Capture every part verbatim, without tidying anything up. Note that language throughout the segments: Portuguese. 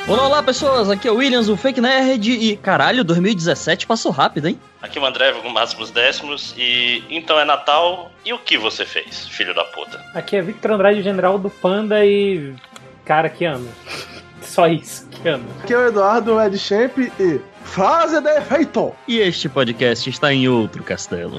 Olá, olá pessoas, aqui é o Williams, o Fake Nerd, e caralho, dois mil e dezessete passou rápido, hein? Aqui é o André com máximos décimos, e então é Natal, e o que você fez, filho da puta? Aqui é Victor Andrade, general do Panda, e... cara, que ano. Só isso, que ano. Aqui é o Eduardo, Ed Champ, e... frase de efeito! E este podcast está em outro castelo.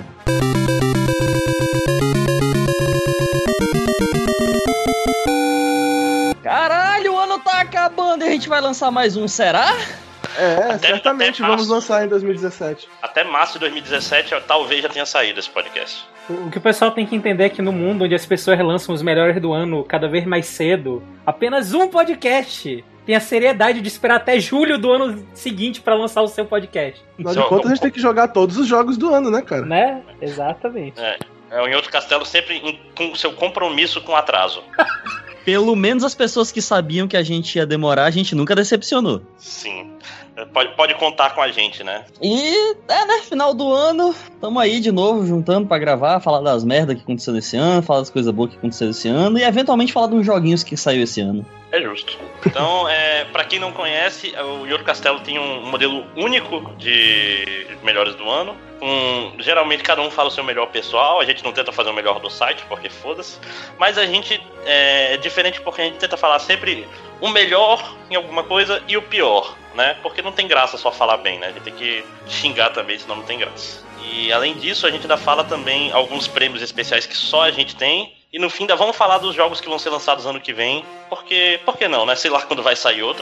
Caralho, o ano tá acabando e a gente vai lançar mais um, será? É, Até- certamente até vamos março. lançar em dois mil e dezessete. Até março de dois mil e dezessete, eu- talvez já tenha saído esse podcast. O que o pessoal tem que entender é que no mundo onde as pessoas lançam os melhores do ano cada vez mais cedo, apenas um podcast tem a seriedade de esperar até julho do ano seguinte pra lançar o seu podcast. Afinal Só- de contas, a gente tem que jogar todos os jogos do ano, né, cara? Né? Exatamente. É, é em outro castelo sempre em- com seu compromisso com atraso. Pelo menos as pessoas que sabiam que a gente ia demorar, a gente nunca decepcionou. Sim, pode, pode contar com a gente, né? E, é, né, final do ano, tamo aí de novo, juntando pra gravar, falar das merdas que aconteceu nesse ano, falar das coisas boas que aconteceu esse ano, e eventualmente falar dos joguinhos que saiu esse ano. É justo. Então, é, pra quem não conhece, o Yoro Castelo tem um modelo único de melhores do ano. Com, geralmente cada um fala o seu melhor pessoal, a gente não tenta fazer o melhor do site, porque foda-se. Mas a gente é, é diferente porque a gente tenta falar sempre o melhor em alguma coisa e o pior, né? Porque não tem graça só falar bem, né? A gente tem que xingar também, senão não tem graça. E além disso, a gente ainda fala também alguns prêmios especiais que só a gente tem. E no fim ainda vamos falar dos jogos que vão ser lançados ano que vem. Porque, por que não, né? Sei lá quando vai sair outro.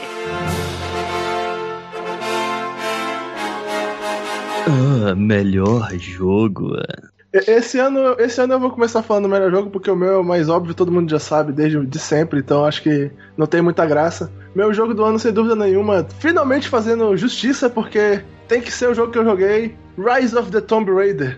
Ah, melhor jogo. E- Esse ano, esse ano eu vou começar falando o melhor jogo, porque o meu é o mais óbvio, todo mundo já sabe desde de sempre, então acho que não tem muita graça. Meu jogo do ano, sem dúvida nenhuma, finalmente fazendo justiça, porque tem que ser o jogo que eu joguei, Rise of the Tomb Raider.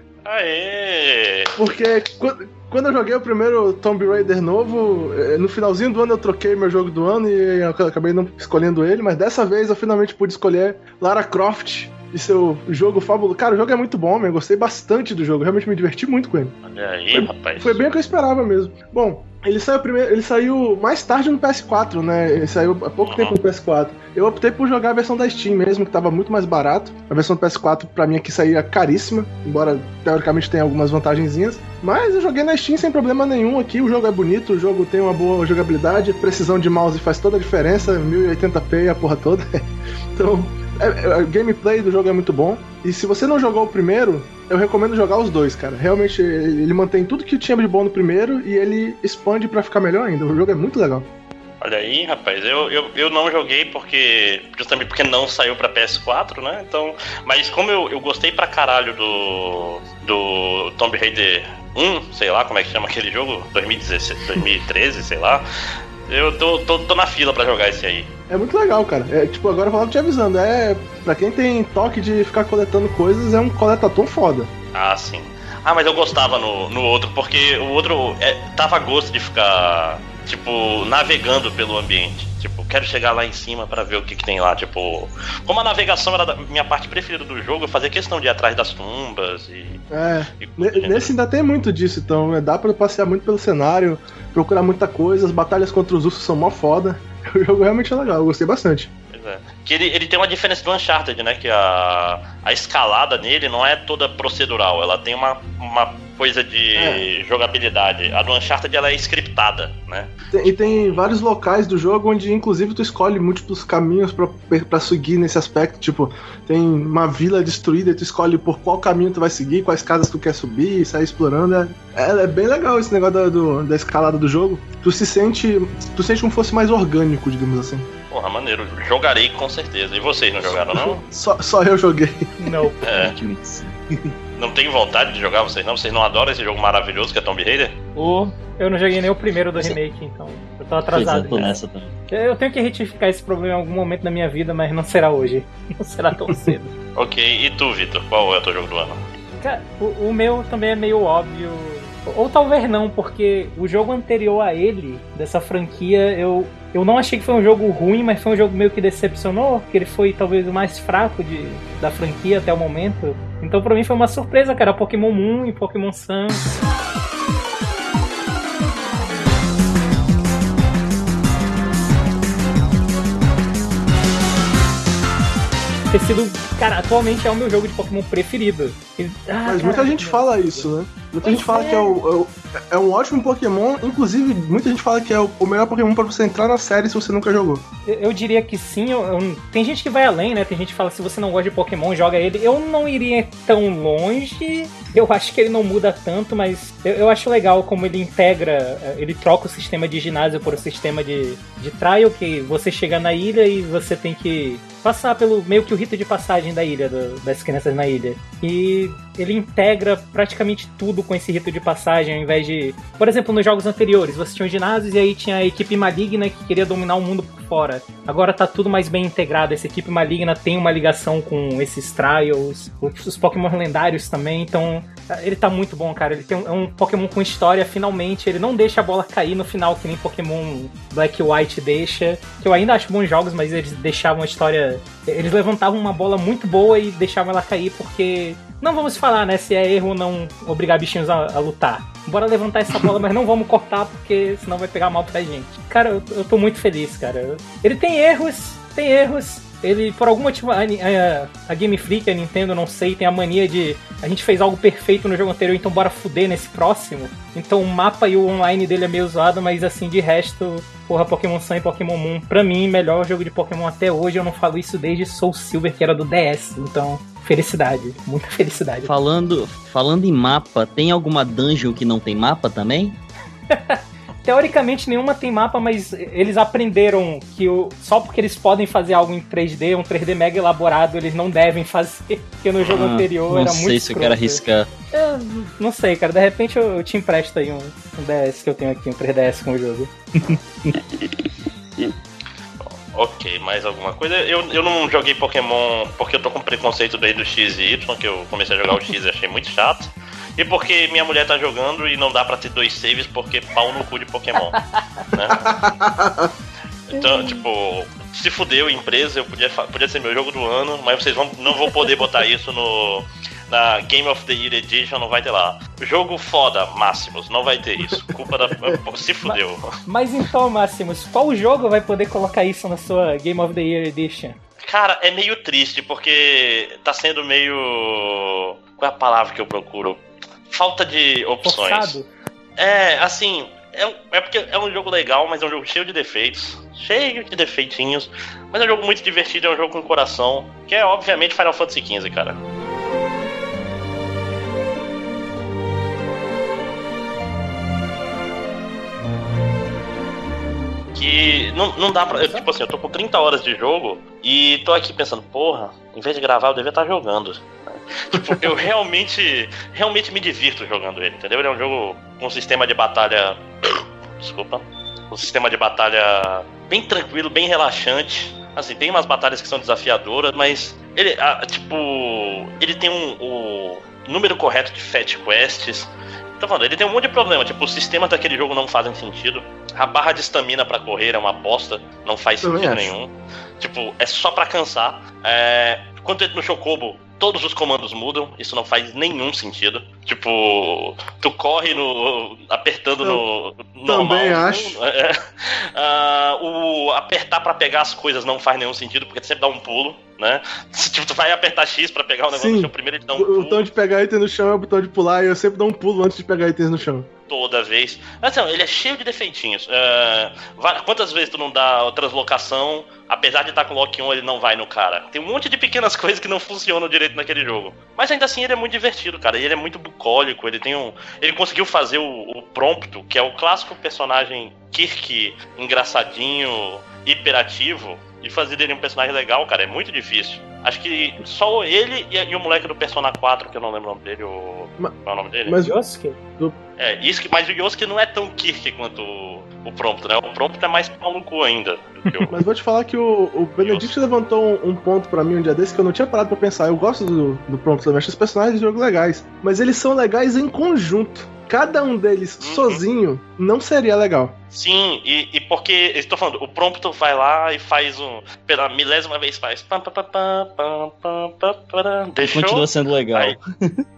Aê! Porque qu- quando eu joguei o primeiro Tomb Raider novo, eh, no finalzinho do ano eu troquei meu jogo do ano e eu acabei não escolhendo ele, mas dessa vez eu finalmente pude escolher Lara Croft e seu jogo fabuloso. Cara, o jogo é muito bom, eu gostei bastante do jogo, realmente me diverti muito com ele. Olha aí, rapaz. Foi bem o que eu esperava mesmo. Bom, ele saiu primeiro, ele saiu mais tarde no P S quatro, né? Ele saiu há pouco Uhum. tempo no P S quatro. Eu optei por jogar a versão da Steam mesmo, que tava muito mais barato. A versão do P S quatro pra mim aqui saía caríssima, embora teoricamente tenha algumas vantagenzinhas. Mas eu joguei na Steam sem problema nenhum aqui. O jogo é bonito, o jogo tem uma boa jogabilidade, precisão de mouse faz toda a diferença, mil e oitenta p e a porra toda. Então, é, é, o gameplay do jogo é muito bom. E se você não jogou o primeiro, eu recomendo jogar os dois, cara. Realmente, ele ele mantém tudo que tinha de bom no primeiro e ele expande pra ficar melhor ainda. O jogo é muito legal. Olha aí, rapaz, eu, eu, eu não joguei porque. Justamente porque não saiu pra P S quatro, né? Então. Mas como eu, eu gostei pra caralho do. Do Tomb Raider um, sei lá como é que chama aquele jogo, dois mil e dezesseis, dois mil e treze, sei lá. Eu tô, tô, tô na fila pra jogar esse aí. É muito legal, cara. É, tipo, agora eu vou te avisando. É, pra quem tem toque de ficar coletando coisas, é um coletador foda. Ah, sim. Ah, mas eu gostava no, no outro, porque o outro é, tava a gosto de ficar, tipo, navegando pelo ambiente. Tipo, quero chegar lá em cima pra ver o que, que tem lá. Tipo, como a navegação era a minha parte preferida do jogo, eu fazia questão de ir atrás das tumbas e. É, e ne- nesse ainda tem muito disso, então é, dá pra passear muito pelo cenário, procurar muita coisa, as batalhas contra os ursos são mó foda. O jogo realmente é legal, eu gostei bastante. Pois é. Que ele, ele tem uma diferença do Uncharted, né? Que a, a escalada nele não é toda procedural, ela tem uma, uma coisa de É. jogabilidade. A do Uncharted ela é scriptada, né? Tem- e tem vários locais do jogo onde, inclusive, tu escolhe múltiplos caminhos pra, pra seguir nesse aspecto. Tipo, tem uma vila destruída e tu escolhe por qual caminho tu vai seguir, quais casas tu quer subir e sair explorando. É, é, é bem legal esse negócio da, do- da escalada do jogo. Tu se sente. Tu sente como fosse mais orgânico, digamos assim. Porra, maneiro. Jogarei com certeza. E vocês não jogaram, não? Só, só eu joguei. Não. É. Não tem vontade de jogar vocês não? Vocês não adoram esse jogo maravilhoso que é Tomb Raider? O... Eu não joguei nem o primeiro do remake, então eu tô Pois é, atrasado. tô já. nessa também. Eu tenho que retificar esse problema em algum momento da minha vida, mas não será hoje. Não será tão cedo. Ok, e tu, Vitor? Qual é o teu jogo do ano? Cara, o, o meu também é meio óbvio. Ou talvez não, porque o jogo anterior a ele, dessa franquia, eu, eu não achei que foi um jogo ruim, mas foi um jogo meio que decepcionou, porque ele foi talvez o mais fraco de, da franquia até o momento. Então pra mim foi uma surpresa, cara, Pokémon Moon e Pokémon Sun. ter sido... Cara, atualmente é o meu jogo de Pokémon preferido. E, ah, Mas cara, muita gente fala isso, né? Muita gente fala é. que é, o, é, o, é um ótimo Pokémon. Inclusive, muita gente fala que é o, o melhor Pokémon pra você entrar na série se você nunca jogou. Eu, eu diria que sim. Eu, eu, tem gente que vai além, né? Tem gente que fala que se você não gosta de Pokémon, joga ele. Eu não iria tão longe. Eu acho que ele não muda tanto, mas eu, eu acho legal como ele integra, ele troca o sistema de ginásio por o sistema de, de trial, que você chega na ilha e você tem que passar pelo meio que o rito de passagem da ilha, do, das crianças na ilha. E ele integra praticamente tudo com esse rito de passagem, ao invés de... Por exemplo, nos jogos anteriores, você tinha os ginásios e aí tinha a equipe maligna que queria dominar o mundo por fora. Agora tá tudo mais bem integrado. Essa equipe maligna tem uma ligação com esses trials, os Pokémon lendários também, então ele tá muito bom, cara. Ele tem um, é um Pokémon com história, finalmente. Ele não deixa a bola cair no final, que nem Pokémon Black e White deixa. Que eu ainda acho bons jogos, mas eles deixavam a história... Eles levantavam uma bola muito boa e deixavam ela cair, porque... Não vamos falar, né, se é erro ou não obrigar bichinhos a, a lutar. Bora levantar essa bola, mas não vamos cortar, porque senão vai pegar mal pra gente. Cara, eu, eu tô muito feliz, cara. Ele tem erros, tem erros. Ele, por algum motivo, a, a, a Game Freak, a Nintendo, não sei, tem a mania de... A gente fez algo perfeito no jogo anterior, então bora fuder nesse próximo. Então o mapa e o online dele é meio zoado, mas assim, de resto... Porra, Pokémon Sun e Pokémon Moon, pra mim, melhor jogo de Pokémon até hoje. Eu não falo isso desde Soul Silver, que era do D S. Então, felicidade. Muita felicidade. Falando, falando em mapa, tem alguma dungeon que não tem mapa também? Teoricamente nenhuma tem mapa, mas eles aprenderam que o, só porque eles podem fazer algo em três D, um três D mega elaborado, eles não devem fazer, porque no jogo ah, anterior era muito Não sei se eu quero arriscar. Eu não sei, cara, de repente eu, eu te empresto aí um, um D S que eu tenho aqui, um três D S com o jogo. Ok, mais alguma coisa? Eu, eu não joguei Pokémon porque eu tô com preconceito daí do X e Y, que eu comecei a jogar o X e achei muito chato. E porque minha mulher tá jogando e não dá pra ter dois saves porque pau no cu de Pokémon. Né? Então, tipo, se fudeu empresa, eu podia, podia ser meu jogo do ano, mas vocês vão, não vão poder botar isso no, na Game of the Year Edition, não vai ter lá. Jogo foda, Máximos, não vai ter isso. Culpa da... Se fudeu. Mas, mas então, Máximos, qual jogo vai poder colocar isso na sua Game of the Year Edition? Cara, é meio triste, porque tá sendo meio... Qual é a palavra que eu procuro? Falta de opções. Forçado? É, assim, é, é porque é um jogo legal, mas é um jogo cheio de defeitos. Cheio de defeitinhos. Mas é um jogo muito divertido, é um jogo com coração. Que é, obviamente, Final Fantasy quinze, cara. Que não, não dá pra... Eu, tipo assim, eu tô com trinta horas de jogo e tô aqui pensando, porra, em vez de gravar eu devia estar jogando. Tipo, eu realmente, realmente me divirto jogando ele, entendeu? Ele é um jogo com um sistema de batalha... Desculpa. Um sistema de batalha bem tranquilo, bem relaxante. Assim, tem umas batalhas que são desafiadoras, mas ele, tipo, ele tem um, o número correto de fetch quests. Tô falando, ele tem um monte de problema, tipo, os sistemas daquele jogo não fazem sentido. A barra de estamina pra correr é uma bosta, não faz sentido nenhum. Tipo, é só pra cansar. É... Quando tu entra no Chocobo, todos os comandos mudam, isso não faz nenhum sentido. Tipo, tu corre no apertando Eu no normal. Também acho. É, uh, o apertar pra pegar as coisas não faz nenhum sentido, porque tu sempre dá um pulo, né? Tipo, tu vai apertar X pra pegar o negócio Sim, no chão, primeiro ele dá um o pulo. O botão de pegar item no chão é o botão de pular, e eu sempre dou um pulo antes de pegar itens no chão. Toda vez. Mas assim, ele é cheio de defeitinhos. Uh, quantas vezes tu não dá translocação, apesar de estar com lock on, ele não vai no cara? Tem um monte de pequenas coisas que não funcionam direito naquele jogo. Mas ainda assim ele é muito divertido, cara. Ele é muito bucólico, ele tem um... Ele conseguiu fazer o, o Prompto, que é o clássico personagem Kirk engraçadinho, hiperativo, e fazer dele um personagem legal, cara, é muito difícil. Acho que só ele e, e o moleque do Persona quatro, que eu não lembro o nome dele, o... Ma, qual é o nome dele? Mas Yosuke? Do... É, Yosuke, mas o Yosuke não é tão Kirk quanto o, o Prompto, né? O Prompto é mais pau no cu ainda. Do que o... Mas vou te falar que o, o Benedict levantou um, um ponto pra mim um dia desse que eu não tinha parado pra pensar. Eu gosto do, do Prompto, eu acho os personagens de jogo legais, mas eles são legais em conjunto. Cada um deles uhum. sozinho não seria legal. Sim, e, e porque, eu estou falando, o Prompto vai lá e faz um, pela milésima vez faz pam, pam, pam, pam, pam, pam, pam, deixou, continua sendo legal. Aí,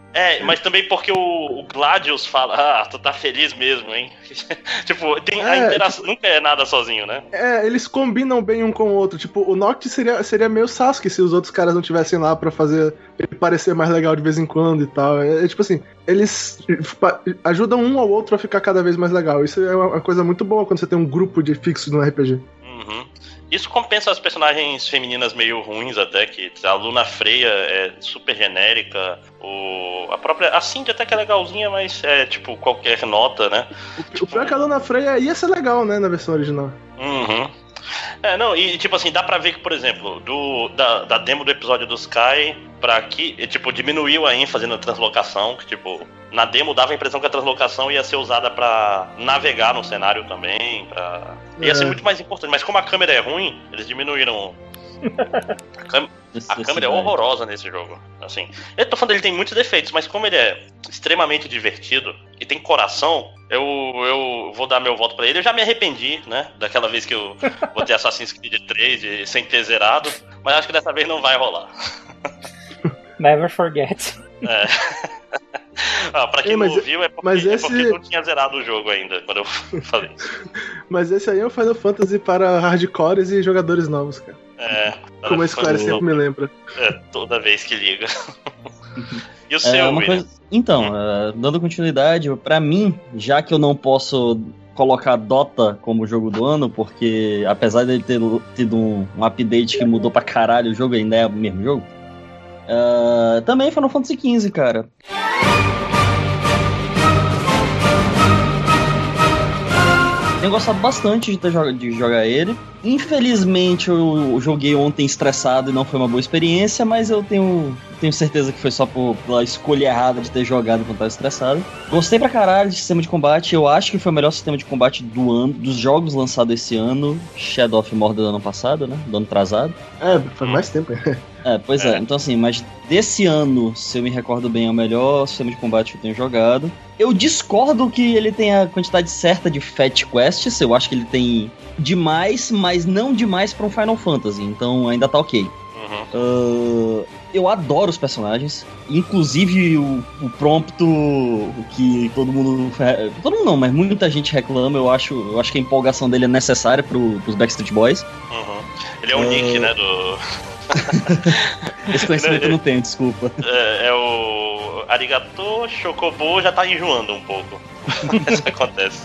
É, mas também porque o, o Gladius fala, ah, tu tá feliz mesmo, hein? Tipo, tem, a É, interação nunca é nada sozinho, né? É, eles combinam bem um com o outro. Tipo, o Noct seria, seria meio Sasuke se os outros caras não tivessem lá pra fazer ele parecer mais legal de vez em quando e tal. É, é tipo assim, eles ajudam um ao outro a ficar cada vez mais legal. Isso é uma coisa muito boa quando você tem um grupo de fixo no R P G. Uhum. Isso compensa as personagens femininas meio ruins até, que a Luna Freya é super genérica, o... a própria... A Cindy até que é legalzinha, mas é tipo qualquer nota, né? O, tipo... o pior é que a Luna Freya ia ser legal, né, na versão original. Uhum. É, não, e tipo assim, dá pra ver que, por exemplo, do, da, da demo do episódio do Sky pra aqui, e, tipo, diminuiu a ênfase na translocação, que tipo, na demo dava a impressão que a translocação ia ser usada pra navegar no cenário também, pra... ia é. ser muito mais importante, mas como a câmera é ruim, eles diminuíram... A, cam... a câmera é horrorosa nesse jogo. Assim, eu tô falando, ele tem muitos defeitos, mas como ele é extremamente divertido e tem coração, eu, eu vou dar meu voto pra ele. Eu já me arrependi, né? Daquela vez que eu botei Assassin's Creed três de, sem ter zerado, mas acho que dessa vez não vai rolar. Never forget. É. Ah, pra quem é, mas, não viu, é porque, mas esse... é porque não tinha zerado o jogo ainda, quando eu falei. Mas esse aí é o Final Fantasy para hardcores e jogadores novos, cara. É. Como a Square sempre me lembra. É, toda vez que liga. E o é, seu, uma coisa... Então, uh, dando continuidade, pra mim, já que eu não posso colocar Dota como jogo do ano, porque apesar de ele ter tido um, um update que mudou pra caralho o jogo, ainda é o mesmo jogo, uh, também Final Fantasy quinze, cara. Tenho gostado bastante de, ter, de jogar ele. Infelizmente eu joguei ontem estressado e não foi uma boa experiência, mas eu tenho, tenho certeza que foi só por, pela escolha errada de ter jogado quando estava estressado. Gostei pra caralho de sistema de combate. Eu acho que foi o melhor sistema de combate do ano, dos jogos lançados esse ano. Shadow of Mordor do ano passado, né? Do ano atrasado. É, faz mais tempo. É, pois é. é. Então assim, mas desse ano, se eu me recordo bem, é o melhor sistema de combate que eu tenho jogado. Eu discordo que ele tenha a quantidade certa de Fat Quests. Eu acho que ele tem demais, mas não demais pra um Final Fantasy. Então ainda tá ok. Uhum. Uh, eu adoro os personagens. Inclusive o, o Prompto, que todo mundo... Todo mundo não, mas muita gente reclama. Eu acho, eu acho que a empolgação dele é necessária pro, pros Backstreet Boys. Uhum. Ele é o uh... Nick, né, do... Esse conhecimento eu não tenho, desculpa. É, é o Arigato, Chocobo já tá enjoando um pouco. Isso acontece.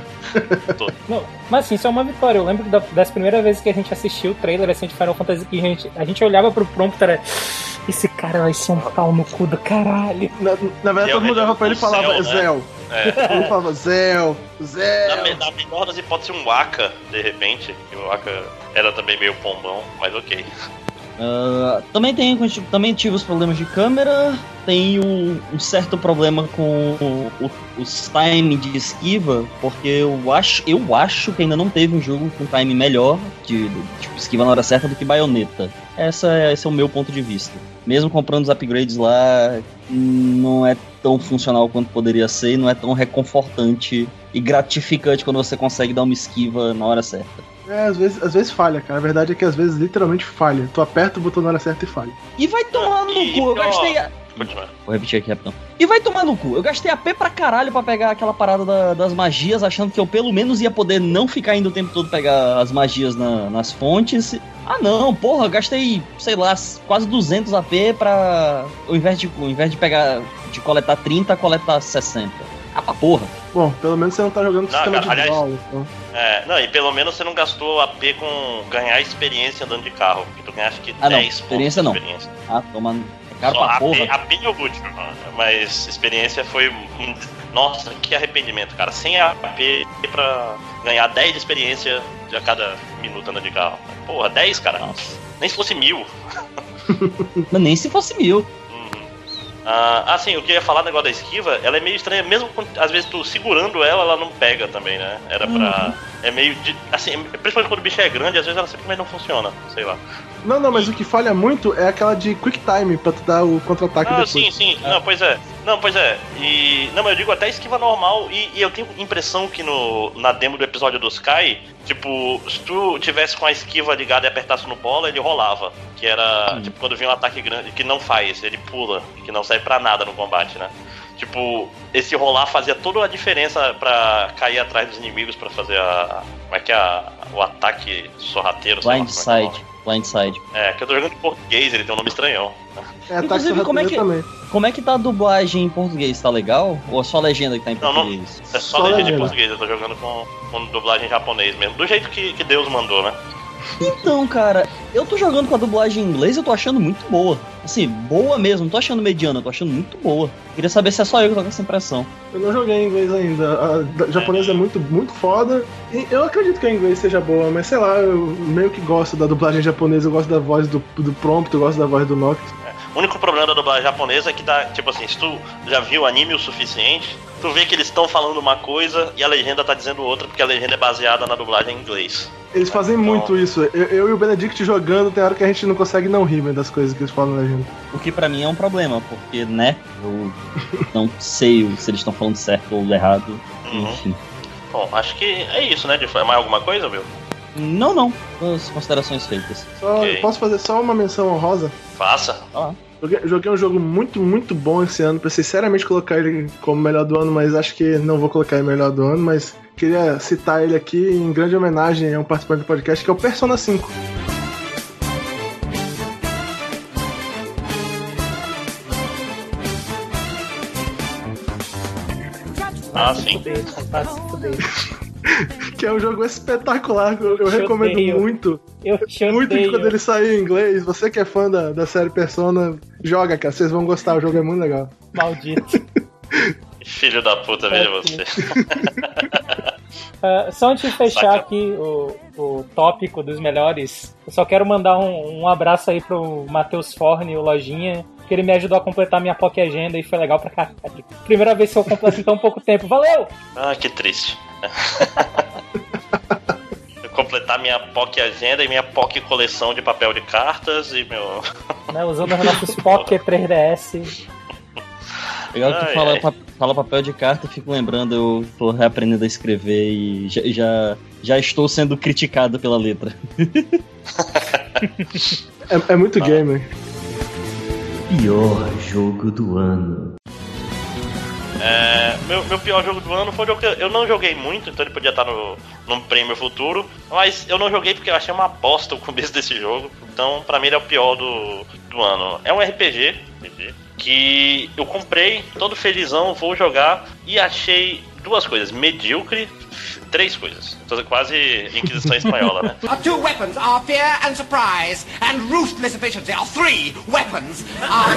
Não, mas assim, isso é uma vitória. Eu lembro da, das primeiras vezes que a gente assistiu o trailer assim, de Final Fantasy, que a gente, a gente olhava pro Prompto e era... Esse cara vai ser um pau no cu do caralho. Na, na verdade, todo mundo olhava pra ele e falava Zéu. É. Todo mundo falava Zéu, Zéu. Na, na menor das hipóteses, um Waka, de repente. E o Waka era também meio pombão, mas ok. Uh, também, tem, também tive os problemas de câmera. Tem um, um certo problema com o, o, os time de esquiva, porque eu acho, eu acho que ainda não teve um jogo com time melhor de, de tipo, esquiva na hora certa do que Bayonetta. Essa é, esse é o meu ponto de vista. Mesmo comprando os upgrades lá, não é tão funcional quanto poderia ser, não é tão reconfortante e gratificante quando você consegue dar uma esquiva na hora certa. É, às vezes, às vezes falha, cara. A verdade é que às vezes literalmente falha. Tu aperta o botão na hora certa e falha. E vai tomar no cu, eu gastei... A... Vou repetir aqui rapidão. E vai tomar no cu, eu gastei A P pra caralho pra pegar aquela parada da, das magias, achando que eu pelo menos ia poder não ficar indo o tempo todo pegar as magias na, nas fontes. Ah não, porra, eu gastei, sei lá, quase duzentos A P pra... Ao invés de, ao invés de pegar, de coletar trinta, coletar sessenta. Ah, pra porra. Bom, pelo menos você não tá jogando com sistema de aliás, dual, então. É, não, e pelo menos você não gastou A P com ganhar experiência andando de carro. Porque tu ganhaste que ah, dez não, experiência não. Experiência. Ah, toma... É caro Só pra A P, porra. A P é o último, mas experiência foi... Nossa, que arrependimento, cara. Sem A P pra ganhar dez de experiência a cada minuto andando de carro. Porra, dez, cara. Nossa. Nem se fosse mil. Mas nem se fosse mil. Ah, sim, o que eu ia falar do negócio da esquiva, ela é meio estranha, mesmo quando, às vezes tu segurando ela, ela não pega também, né? Era pra... é meio de, assim, principalmente quando o bicho é grande, às vezes ela simplesmente não funciona, sei lá. Não, não, mas o que falha muito é aquela de quick time pra tu dar o contra-ataque Ah, depois. sim, sim. Ah. Não, pois é. Não, pois é. E. Não, mas eu digo até esquiva normal. E, e eu tenho impressão que no, na demo do episódio do Sky, tipo, se tu tivesse com a esquiva ligada e apertasse no bola, ele rolava. Que era, hum. tipo, quando vinha um ataque grande que não faz, ele pula, que não serve pra nada no combate, né? Tipo, esse rolar fazia toda a diferença pra cair atrás dos inimigos pra fazer a. Como é que é a, o ataque sorrateiro? Blindside. Blindside. É, que eu tô jogando em português, ele tem um nome estranhão. É, ataque Inclusive, como é, que, também. como é que tá a dublagem em português? Tá legal? Ou é só a legenda que tá em português? Não, não, é só, só legenda em português, eu tô jogando com, com dublagem em japonês mesmo. Do jeito que, que Deus mandou, né? Então, cara, eu tô jogando com a dublagem em inglês e eu tô achando muito boa. Assim, boa mesmo, não tô achando mediana, eu tô achando muito boa. Queria saber se é só eu que tô com essa impressão. Eu não joguei em inglês ainda. A japonesa é muito, muito foda. E eu acredito que a inglês seja boa, mas sei lá, eu meio que gosto da dublagem japonesa, eu gosto da voz do, do Prompt, eu gosto da voz do Noctis. O único problema da dublagem japonesa é que dá, tipo assim, se tu já viu o anime o suficiente, tu vê que eles estão falando uma coisa e a legenda tá dizendo outra, porque a legenda é baseada na dublagem em inglês. Eles fazem então... muito isso. Eu, eu e o Benedict jogando, tem hora que a gente não consegue não rir das coisas que eles falam na legenda. O que pra mim é um problema, porque, né, eu não sei se eles estão falando certo ou errado, uhum. Enfim. Bom, acho que é isso, né? De mais alguma coisa, viu? Não, não. As considerações feitas. Só, okay. Posso fazer só uma menção honrosa? Faça. Ah. Joguei, joguei um jogo muito, muito bom esse ano. Pensei seriamente colocar ele como melhor do ano, mas acho que não vou colocar ele melhor do ano. Mas queria citar ele aqui em grande homenagem a um participante do podcast, que é o Persona cinco. Ah, sim. Que é um jogo espetacular, eu, eu recomendo odeio. muito. Eu te muito odeio. que quando ele sair em inglês, você que é fã da, da série Persona, joga, cara, vocês vão gostar, o jogo é muito legal. Maldito. Filho da puta, veja você. Uh, só antes de fechar Saca. aqui o, o tópico dos melhores, eu só quero mandar um, um abraço aí pro Matheus Forne, o Lojinha, que ele me ajudou a completar minha Poké Agenda e foi legal pra caralho. Primeira vez que eu completo em tão pouco tempo. Valeu! Ah, que triste. Eu completar minha Poké Agenda e minha Poké Coleção de papel de cartas e meu... Né, usando os nossos Poké três D S. Legal que tu fala, pa, fala papel de carta e fico lembrando, eu tô reaprendendo a escrever e já, já, já estou sendo criticado pela letra. é, é muito ah. gamer. Pior jogo do ano. É, meu, meu pior jogo do ano foi o jogo que eu não joguei muito, então ele podia estar no, num prêmio futuro, mas eu não joguei porque eu achei uma bosta o começo desse jogo, então pra mim ele é o pior do, do ano. É um R P G que eu comprei, todo felizão, vou jogar e achei duas coisas, medíocre, três coisas. Tô quase Inquisição Espanhola, né? Our two weapons are fear and surprise, and ruthless efficiency. Our three weapons are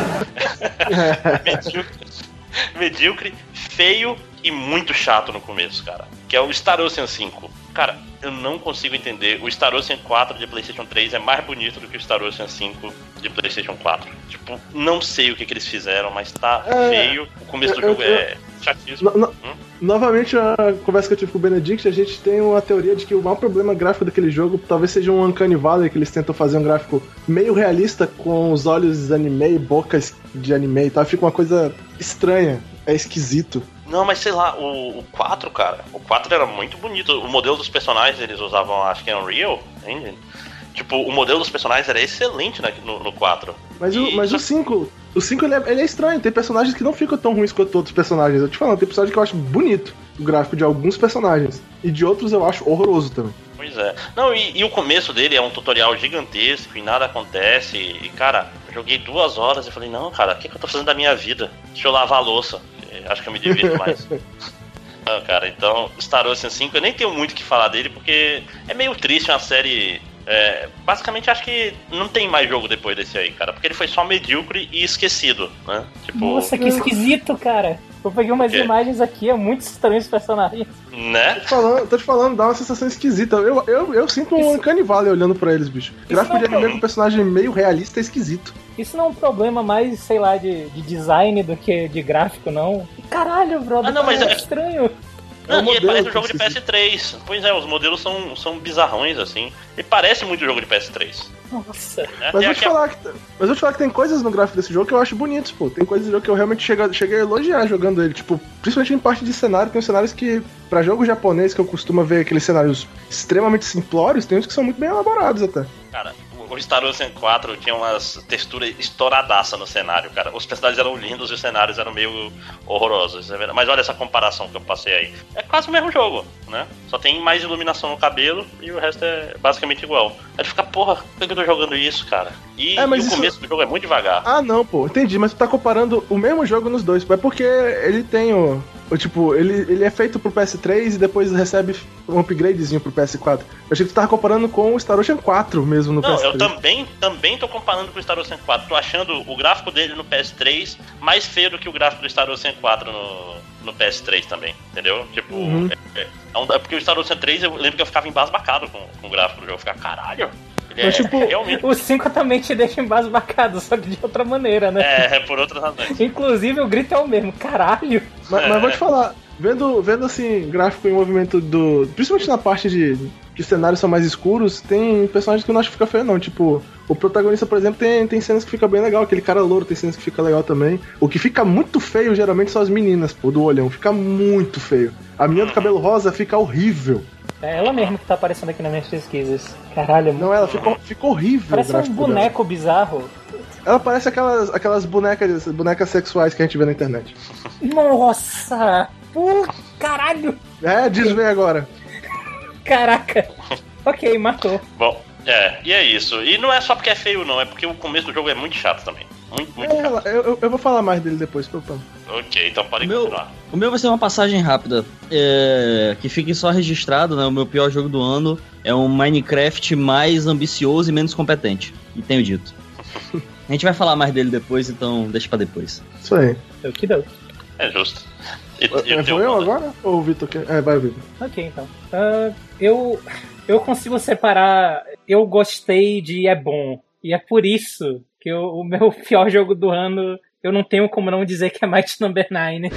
fear... medíocre, medíocre, feio e muito chato no começo, cara. Que é o Star Ocean cinco. Cara, eu não consigo entender. O Star Ocean quatro de PlayStation três é mais bonito do que o Star Ocean cinco de PlayStation quatro. Tipo, não sei o que, que eles fizeram, mas tá é, feio. O começo do eu, jogo eu, é chatíssimo. No, no, hum? Novamente, a conversa que eu tive com o Benedict, a gente tem uma teoria de que o maior problema gráfico daquele jogo talvez seja um Uncanny Valley, que eles tentam fazer um gráfico meio realista com os olhos de anime, bocas de anime e tal. Fica uma coisa estranha, é esquisito. Não, mas sei lá, o, o quatro, cara, o quatro era muito bonito. O modelo dos personagens, eles usavam, acho que é Unreal Engine. Tipo, o modelo dos personagens era excelente né, no, no quatro. Mas, e, o, mas só... o cinco, o cinco ele é, ele é estranho, tem personagens que não ficam tão ruins quanto outros personagens. Eu te falo, tem personagens que eu acho bonito, o gráfico de alguns personagens. E de outros eu acho horroroso também. Pois é. Não, e, e o começo dele é um tutorial gigantesco e nada acontece. E, cara, eu joguei duas horas e falei, não, cara, o que, que eu tô fazendo da minha vida? Deixa eu lavar a louça. Acho que eu me divirto mais. Não, cara, então, Star Ocean cinco, eu nem tenho muito o que falar dele, porque é meio triste uma série... É, basicamente, acho que não tem mais jogo depois desse aí, cara, porque ele foi só medíocre e esquecido, né? Tipo... Nossa, que esquisito, cara. Eu peguei umas imagens aqui, é muito estranho esse personagem. Né? Tô te falando, tô te falando, dá uma sensação esquisita. Eu, eu, eu sinto um Uncanny Valley olhando pra eles, bicho. Gráfico de anime com um personagem meio realista é esquisito. Isso não é um problema mais, sei lá, de, de design do que de gráfico, não. Caralho, brother, ah, não, mas é é... estranho. Não, modelo e parece um que jogo de P S três. Pois é, os modelos são, são bizarrões, assim. E parece muito jogo de P S três. Nossa. Né? Mas, Tem vou te aqui a- falar que, mas vou te falar que tem coisas no gráfico desse jogo que eu acho bonitos, pô. Tem coisas do jogo que eu realmente chego, cheguei a elogiar jogando ele. Tipo, principalmente em parte de cenário, tem uns cenários que, pra jogo japonês, que eu costumo ver aqueles cenários extremamente simplórios, tem uns que são muito bem elaborados até. Cara, o Star Ocean quatro tinha umas texturas estouradaças no cenário, cara. Os personagens eram lindos e os cenários eram meio horrorosos. Isso é verdade. Mas olha essa comparação que eu passei aí. É quase o mesmo jogo, né? Só tem mais iluminação no cabelo e o resto é basicamente igual. Aí tu fica, porra, por que eu tô jogando isso, cara? E, É, mas e o isso- começo do jogo é muito devagar. Ah, não, pô, entendi, mas tu tá comparando o mesmo jogo nos dois, pô. É porque ele tem o. o tipo, ele, ele é feito pro P S três e depois recebe um upgradezinho pro P S quatro. Eu achei que tu tava comparando com o Star Ocean quatro mesmo no Não, P S três. eu também, também tô comparando com o Star Ocean quatro. Tô achando o gráfico dele no P S três mais feio do que o gráfico do Star Ocean quatro no, no P S três também, entendeu? Tipo, Uhum. é, é, um- é porque o Star Ocean três eu lembro que eu ficava embasbacado com, com o gráfico do jogo. Eu ficava, caralho, ele Mas, é tipo, realmente. O cinco também te deixa embasbacado, só que de outra maneira, né? É, é por outras razões. Inclusive o grito é o mesmo, caralho. Mas, mas vou te falar, vendo, vendo assim, gráfico em movimento do. Principalmente na parte de que os cenários são mais escuros, tem personagens que eu não acho que fica feio, não. Tipo, o protagonista, por exemplo, tem, tem cenas que fica bem legal. Aquele cara louro tem cenas que fica legal também. O que fica muito feio, geralmente, são as meninas, pô, do olhão. Fica muito feio. A menina do cabelo rosa fica horrível. É ela mesmo que tá aparecendo aqui nas minhas pesquisas. Caralho, é muito... Não, ela fica, fica horrível. o Parece um gráfico dela. boneco bizarro. Ela parece aquelas, aquelas bonecas, bonecas sexuais que a gente vê na internet. Nossa! Pô, caralho! É, diz bem agora. Caraca! Ok, matou. Bom, é, e é isso. E não é só porque é feio, não, é porque o começo do jogo é muito chato também. Muito, muito É, chato. eu, eu- eu vou falar mais dele depois, preocupando. Ok, então pode O meu, continuar. o meu vai ser uma passagem rápida. É, que fique só registrado, né? O meu pior jogo do ano é um Minecraft mais ambicioso e menos competente. E tenho dito. A gente vai falar mais dele depois, então deixa pra depois. Isso aí. Eu que dou. É justo. E, e É, o teu vou eu Wanda? agora? Ou o Vitor quer? É, vai, Vitor. Ok, então. Ah, eu, eu consigo separar. Eu gostei de é bom. E é por isso que eu- o meu pior jogo do ano, eu não tenho como não dizer que é Might Number nove.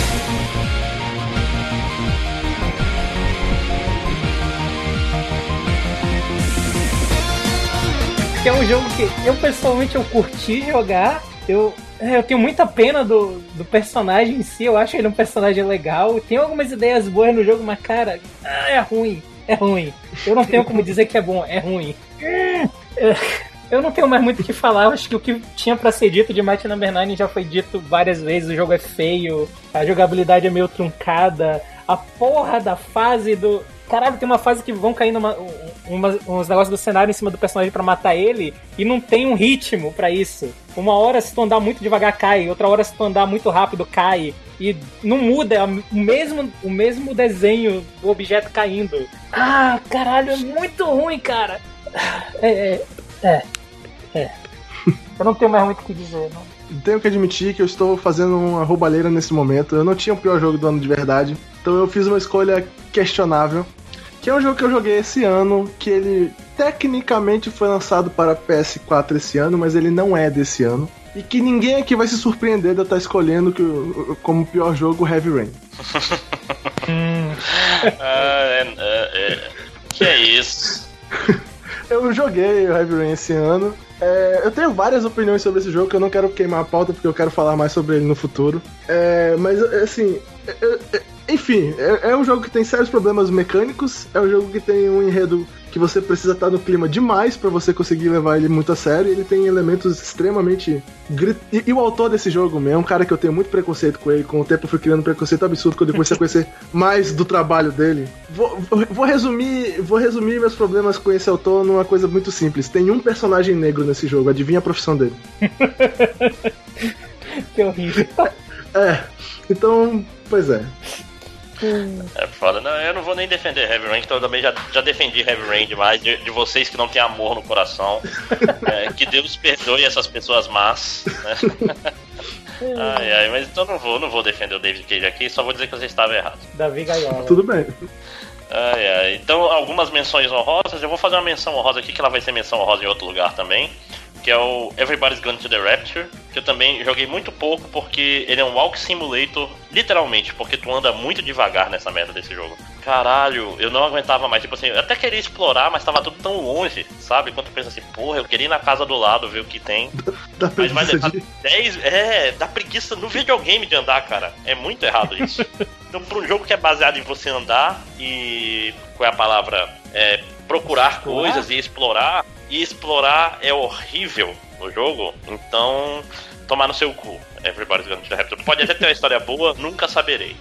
Que é um jogo que eu pessoalmente eu curti jogar. Eu, é, eu tenho muita pena do, do personagem em si. Eu acho ele um personagem legal. Tem algumas ideias boas no jogo, mas cara, ah, é ruim. É ruim. Eu não tenho como dizer que é bom, é ruim. Hum, é, eu não tenho mais muito o que falar. Eu acho que o que tinha pra ser dito de Might Number nove já foi dito várias vezes. O jogo é feio, a jogabilidade é meio truncada. A porra da fase do... Caralho, tem uma fase que vão caindo uma, uma, uns negócios do cenário em cima do personagem pra matar ele e não tem um ritmo pra isso. Uma hora se tu andar muito devagar cai, outra hora se tu andar muito rápido cai. E não muda, é o mesmo, o mesmo desenho do objeto caindo. Ah, caralho, é muito ruim, cara. É, é, é. é. Eu não tenho mais muito o que dizer, não. Tenho que admitir que eu estou fazendo uma roubalheira nesse momento. Eu não tinha o pior jogo do ano de verdade. Então eu fiz uma escolha questionável. Que é um jogo que eu joguei esse ano. Que ele tecnicamente foi lançado para P S quatro esse ano, mas ele não é desse ano. E que ninguém aqui vai se surpreender de eu estar escolhendo que, o- como pior jogo Heavy Rain. Hum. Ah, é, é, é. Que é isso? Eu joguei o Heavy Rain esse ano. É, eu tenho várias opiniões sobre esse jogo que eu não quero queimar a pauta porque eu quero falar mais sobre ele no futuro. É, mas, assim, é, é, enfim, é, é um jogo que tem sérios problemas mecânicos. É um jogo que tem um enredo que você precisa estar no clima demais pra você conseguir levar ele muito a sério. Ele tem elementos extremamente... Grit... E, e o autor desse jogo mesmo é um cara que eu tenho muito preconceito com ele. Com o tempo eu fui criando um preconceito absurdo quando eu comecei a conhecer mais do trabalho dele. Vou, vou, vou resumir vou resumir meus problemas com esse autor numa coisa muito simples. Tem um personagem negro nesse jogo, adivinha a profissão dele. Que horrível. É, então, pois é. É foda. Não, eu não vou nem defender Heavy Rain, então eu também já, já defendi Heavy Rain demais, de, de vocês que não têm amor no coração. É, que Deus perdoe essas pessoas más, né? Ai, ai, mas então não vou, não vou defender o David Cage aqui, só vou dizer que você estava errado. Davi Gaiola. Tudo bem. Ai, ai. Então, algumas menções honrosas. Eu vou fazer uma menção honrosa aqui, que ela vai ser menção honrosa em outro lugar também. que é o Everybody's Gone to the Rapture, que eu também joguei muito pouco porque ele é um walk simulator, literalmente, porque tu anda muito devagar nessa merda desse jogo. Caralho, eu não aguentava mais, tipo assim, eu até queria explorar, mas tava tudo tão longe, sabe? Quando tu pensa assim, porra, eu queria ir na casa do lado ver o que tem. Dá Mas vai levar de... dez... É, dá preguiça no videogame de andar, cara. É muito errado isso. Então, pra um jogo que é baseado em você andar e... Qual é a palavra? É, procurar explorar? coisas e explorar. E explorar é horrível no jogo. Então, tomar no seu cu. Everybody's Gone to the Rapture. Pode até ter uma história boa, nunca saberei.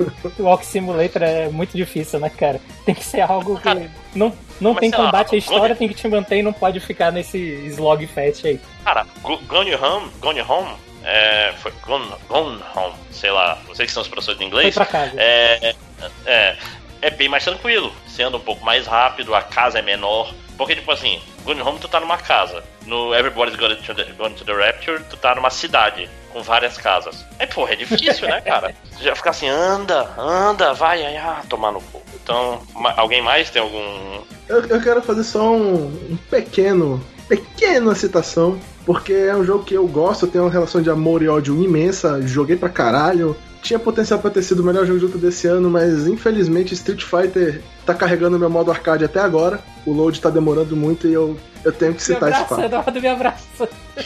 O Walk Simulator é muito difícil, né, cara? Tem que ser algo que cara, não, não tem combate, lá, a história Gone... tem que te manter e não pode ficar nesse slog fest aí. Cara, Gone Home, Gone Home, é, foi Gone, Gone Home, sei lá, vocês que são os professores de inglês. Foi pra casa. É, é, é bem mais tranquilo, você anda um pouco mais rápido, a casa é menor. Porque, tipo assim, Gone Home tu tá numa casa. No Everybody's Gone to the, Gone to the Rapture, tu tá numa cidade com várias casas. Aí, porra, é difícil, né, cara? Tu já fica assim, anda, anda, vai, aí, ah, tomar no cu. Então, alguém mais tem algum... Eu, eu quero fazer só um, um pequeno, pequena citação, porque é um jogo que eu gosto, eu tenho uma relação de amor e ódio imensa, joguei pra caralho. Tinha potencial pra ter sido o melhor jogo de luta desse ano, mas infelizmente Street Fighter tá carregando meu modo arcade até agora. O load tá demorando muito e eu, eu tenho que citar esse fato. Eduardo, me abraça.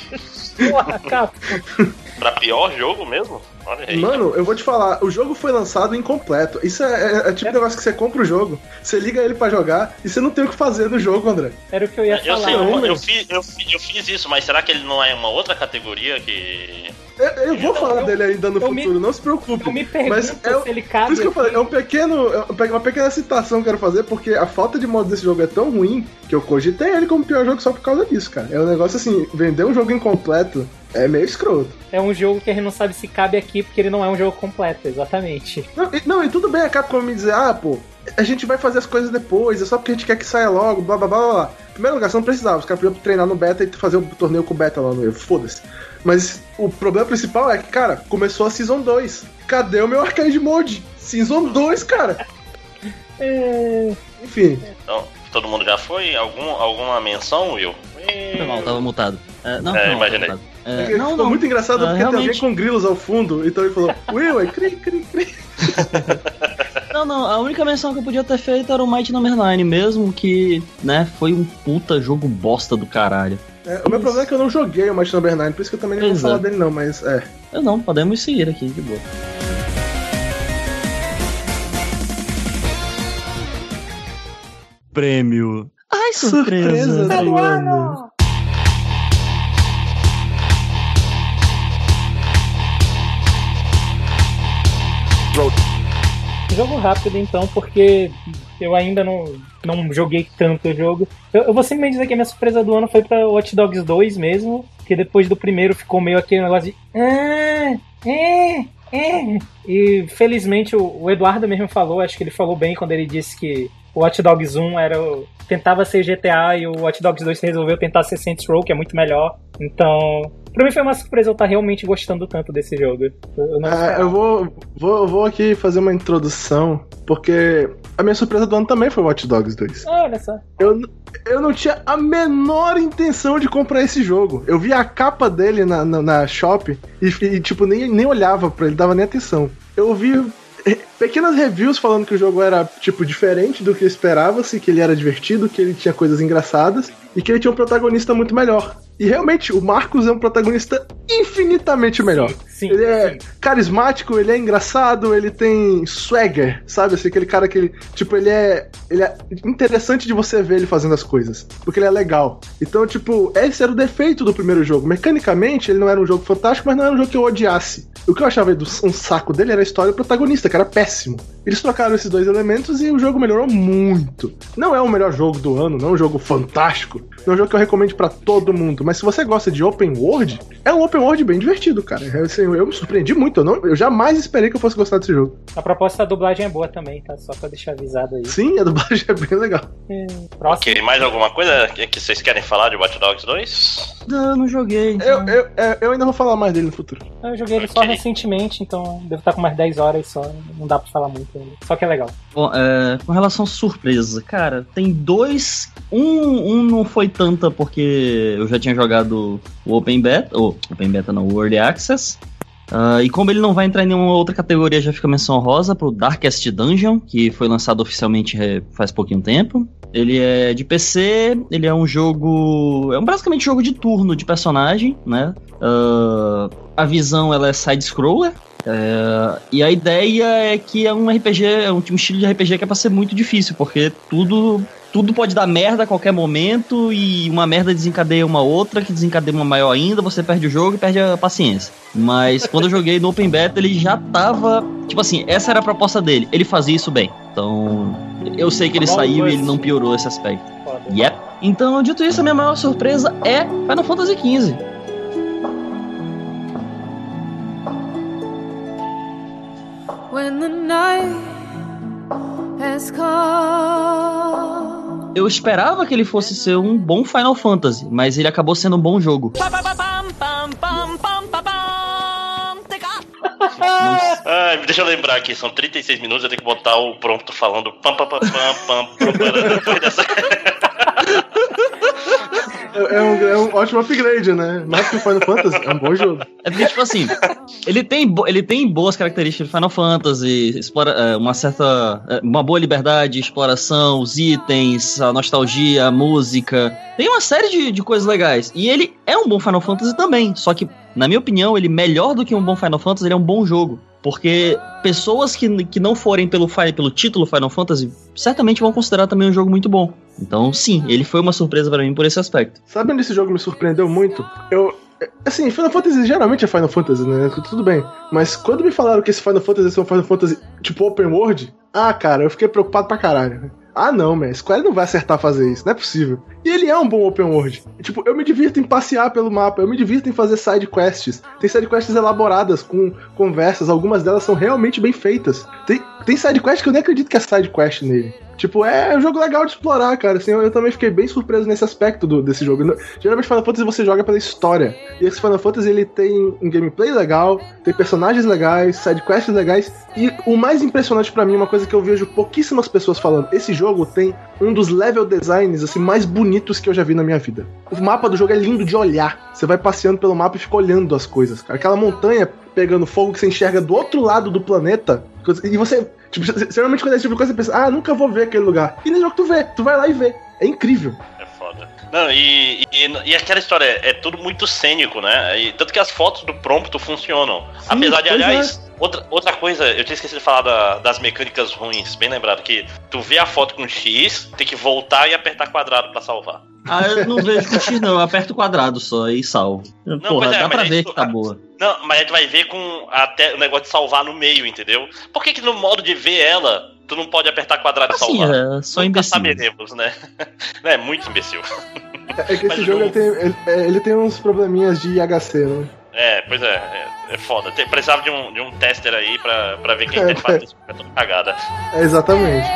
Porra, capa. Pra pior jogo mesmo? Olha aí. Mano, eu vou te falar, o jogo foi lançado incompleto. Isso é, é, é tipo é. negócio que você compra o jogo, você liga ele pra jogar e você não tem o que fazer no jogo, André. Era o que eu ia eu falar. Sei, eu, eu, eu, fiz, eu, eu fiz isso, mas será que ele não é uma outra categoria que... Eu, eu vou eu, falar eu, dele ainda no futuro, me, não se preocupe. Eu me pergunto mas é, se ele cabe. Por isso que eu falei, é um pequeno, uma pequena citação que eu quero fazer, porque a falta de modo desse jogo é tão ruim que eu cogitei ele como pior jogo só por causa disso, cara. É um negócio assim, vender um jogo incompleto é meio escroto. É um jogo que a gente não sabe se cabe aqui, porque ele não é um jogo completo, exatamente. Não, e, não, e tudo bem a Capcom me dizer, ah, pô, a gente vai fazer as coisas depois, é só porque a gente quer que saia logo, blá blá blá blá. Em primeiro lugar, você não precisava, os caras podiam treinar no beta e fazer o torneio com o beta lá no foda-se. Mas o problema principal é que, cara, começou a Season dois. Cadê o meu Arcade Mode? Season dois, cara! É... Enfim. Então, todo mundo já foi? Algum, alguma menção, Will? Foi mal, tava mutado. É, não, é, não, imaginei. Tava é, é não, ficou não. muito engraçado Uh, porque realmente... tem alguém com grilos ao fundo, então ele falou, Will, é cri, cri, cri. Não, não, a única menção que eu podia ter feito era o Might Number nove mesmo, que, né, foi um puta jogo bosta do caralho. É, o meu problema é que eu não joguei o Might Number nove, por isso que eu também não vou falar dele não, mas é. Eu não, podemos seguir aqui, de boa. Prêmio. Ai, surpresa, surpresa do ano. Jogo rápido então, porque eu ainda não, não joguei tanto o jogo. Eu, eu vou simplesmente dizer que a minha surpresa do ano foi pra Watch Dogs dois mesmo, que depois do primeiro ficou meio aquele negócio de... Ah, é, é. E felizmente o, o Eduardo mesmo falou, acho que ele falou bem quando ele disse que o Watch Dogs um era o, tentava ser G T A e o Watch Dogs dois resolveu tentar ser Saints Row, que é muito melhor. Então... Pra mim foi uma surpresa eu estar realmente gostando tanto desse jogo. Eu, não ah, eu vou, vou, vou aqui fazer uma introdução, porque a minha surpresa do ano também foi Watch Dogs dois. Ah, olha só. Eu, eu não tinha a menor intenção de comprar esse jogo. Eu vi a capa dele na, na, na shop e, e tipo, nem, nem olhava pra ele, dava nem atenção. Eu vi pequenas reviews falando que o jogo era, tipo, diferente do que esperava-se, que ele era divertido, que ele tinha coisas engraçadas e que ele tinha um protagonista muito melhor. E realmente, o Marcus é um protagonista infinitamente melhor. Sim, sim, ele é sim. carismático, ele é engraçado, ele tem swagger, sabe? Assim, aquele cara que ele, tipo, ele é, ele é interessante de você ver ele fazendo as coisas, porque ele é legal. Então, tipo, esse era o defeito do primeiro jogo. Mecanicamente, ele não era um jogo fantástico, mas não era um jogo que eu odiasse. O que eu achava do, um saco dele era a história do protagonista, que era péssimo. Eles trocaram esses dois elementos e o jogo melhorou muito. Não é o melhor jogo do ano, não é um jogo fantástico, não é um jogo que eu recomendo pra todo mundo, mas se você gosta de open world, é um open world bem divertido, cara. Eu, assim, eu me surpreendi muito, eu, não, eu jamais esperei que eu fosse gostar desse jogo. A proposta da dublagem é boa também, tá? Só pra deixar avisado aí. Sim, a dublagem é bem legal. É, ok, mais alguma coisa que vocês querem falar de Watch Dogs dois? Não, não joguei. Então... Eu, eu, eu ainda vou falar mais dele no futuro. Eu joguei ele okay. só recentemente, então devo estar com mais dez horas só, não dá pra falar muito ainda. Só que é legal. Bom, é, com relação à surpresa, cara, tem dois Um, um não foi tanta porque eu já tinha jogado o Open Beta, ou Open Beta não, o Early Access. Uh, e como ele não vai entrar em nenhuma outra categoria, já fica menção rosa pro Darkest Dungeon, que foi lançado oficialmente faz pouquinho tempo. Ele é de P C, ele é um jogo... É um basicamente um jogo de turno de personagem, né? Uh, a visão ela é side-scroller. Uh, e a ideia é que é um R P G, é um estilo de R P G que é pra ser muito difícil, porque tudo... Tudo pode dar merda a qualquer momento e uma merda desencadeia uma outra, que desencadeia uma maior ainda, você perde o jogo e perde a paciência. Mas quando eu joguei no Open Beta, ele já tava... Tipo assim, essa era a proposta dele. Ele fazia isso bem. Então, eu sei que ele saiu e ele não piorou esse aspecto. Yep. Então, dito isso, a minha maior surpresa é Final Fantasy quinze. When the night has come. Eu esperava que ele fosse ser um bom Final Fantasy, mas ele acabou sendo um bom jogo. Ai, deixa eu lembrar aqui, são trinta e seis minutos, eu tenho que botar o prompto falando pam pam pam pam pam pam depois dessa... É um, é um ótimo upgrade, né? Mais que o Final Fantasy, é um bom jogo. É porque, tipo assim, ele tem, ele tem boas características de Final Fantasy, explora, uma certa, uma boa liberdade, exploração, os itens, a nostalgia, a música. Tem uma série de, de coisas legais. E ele é um bom Final Fantasy também, só que, na minha opinião, ele melhor do que um bom Final Fantasy, ele é um bom jogo. Porque pessoas que, que não forem pelo, pelo título Final Fantasy certamente vão considerar também um jogo muito bom. Então, sim, ele foi uma surpresa pra mim por esse aspecto. Sabe onde esse jogo me surpreendeu muito? Eu... Assim, Final Fantasy geralmente é Final Fantasy, né? Tudo bem. Mas quando me falaram que esse Final Fantasy é um Final Fantasy tipo Open World, ah, cara, eu fiquei preocupado pra caralho. Ah, não, man, Square não vai acertar fazer isso, não é possível. E ele é um bom open world. Tipo, eu me divirto em passear pelo mapa, eu me divirto em fazer side quests. Tem side quests elaboradas, com conversas, algumas delas são realmente bem feitas. Tem, tem side quest que eu nem acredito que é side quest nele. Tipo, é um jogo legal de explorar, cara. Assim, eu, eu também fiquei bem surpreso nesse aspecto do, desse jogo. Geralmente Final Fantasy você joga pela história. E esse Final Fantasy ele tem um gameplay legal, tem personagens legais, sidequests legais. E o mais impressionante pra mim, uma coisa que eu vejo pouquíssimas pessoas falando, esse jogo tem um dos level designs assim, mais bonitos que eu já vi na minha vida. O mapa do jogo é lindo de olhar. Você vai passeando pelo mapa e fica olhando as coisas, cara. Aquela montanha pegando fogo que você enxerga do outro lado do planeta. E você, tipo, geralmente quando é esse tipo de coisa, você pensa, ah, nunca vou ver aquele lugar. E no jogo tu vê, tu vai lá e vê. É incrível. É foda. Não, e, e, e aquela história, é, é tudo muito cênico, né? E, tanto que as fotos do prompto funcionam. Sim, apesar de, aliás, é. outra, outra coisa, eu tinha esquecido de falar da, das mecânicas ruins, bem lembrado, que tu vê a foto com X, tem que voltar e apertar quadrado pra salvar. Ah, eu não vejo com X não, eu aperto o quadrado só e salvo. Não, Porra, é, dá pra ver tu, que tá boa. Não, mas a gente vai ver com até o negócio de salvar no meio, entendeu? Por que que no modo de ver ela, tu não pode apertar quadrado e assim, salvar? É só imbecil. Saberemos, né? É muito imbecil. É que esse jogo, jogo... Ele, tem, ele, ele tem uns probleminhas de I H C, né? É, pois é, é, é foda. Tem, precisava de um, de um tester aí pra, pra ver quem é, tem parte é. toda cagada. É, exatamente.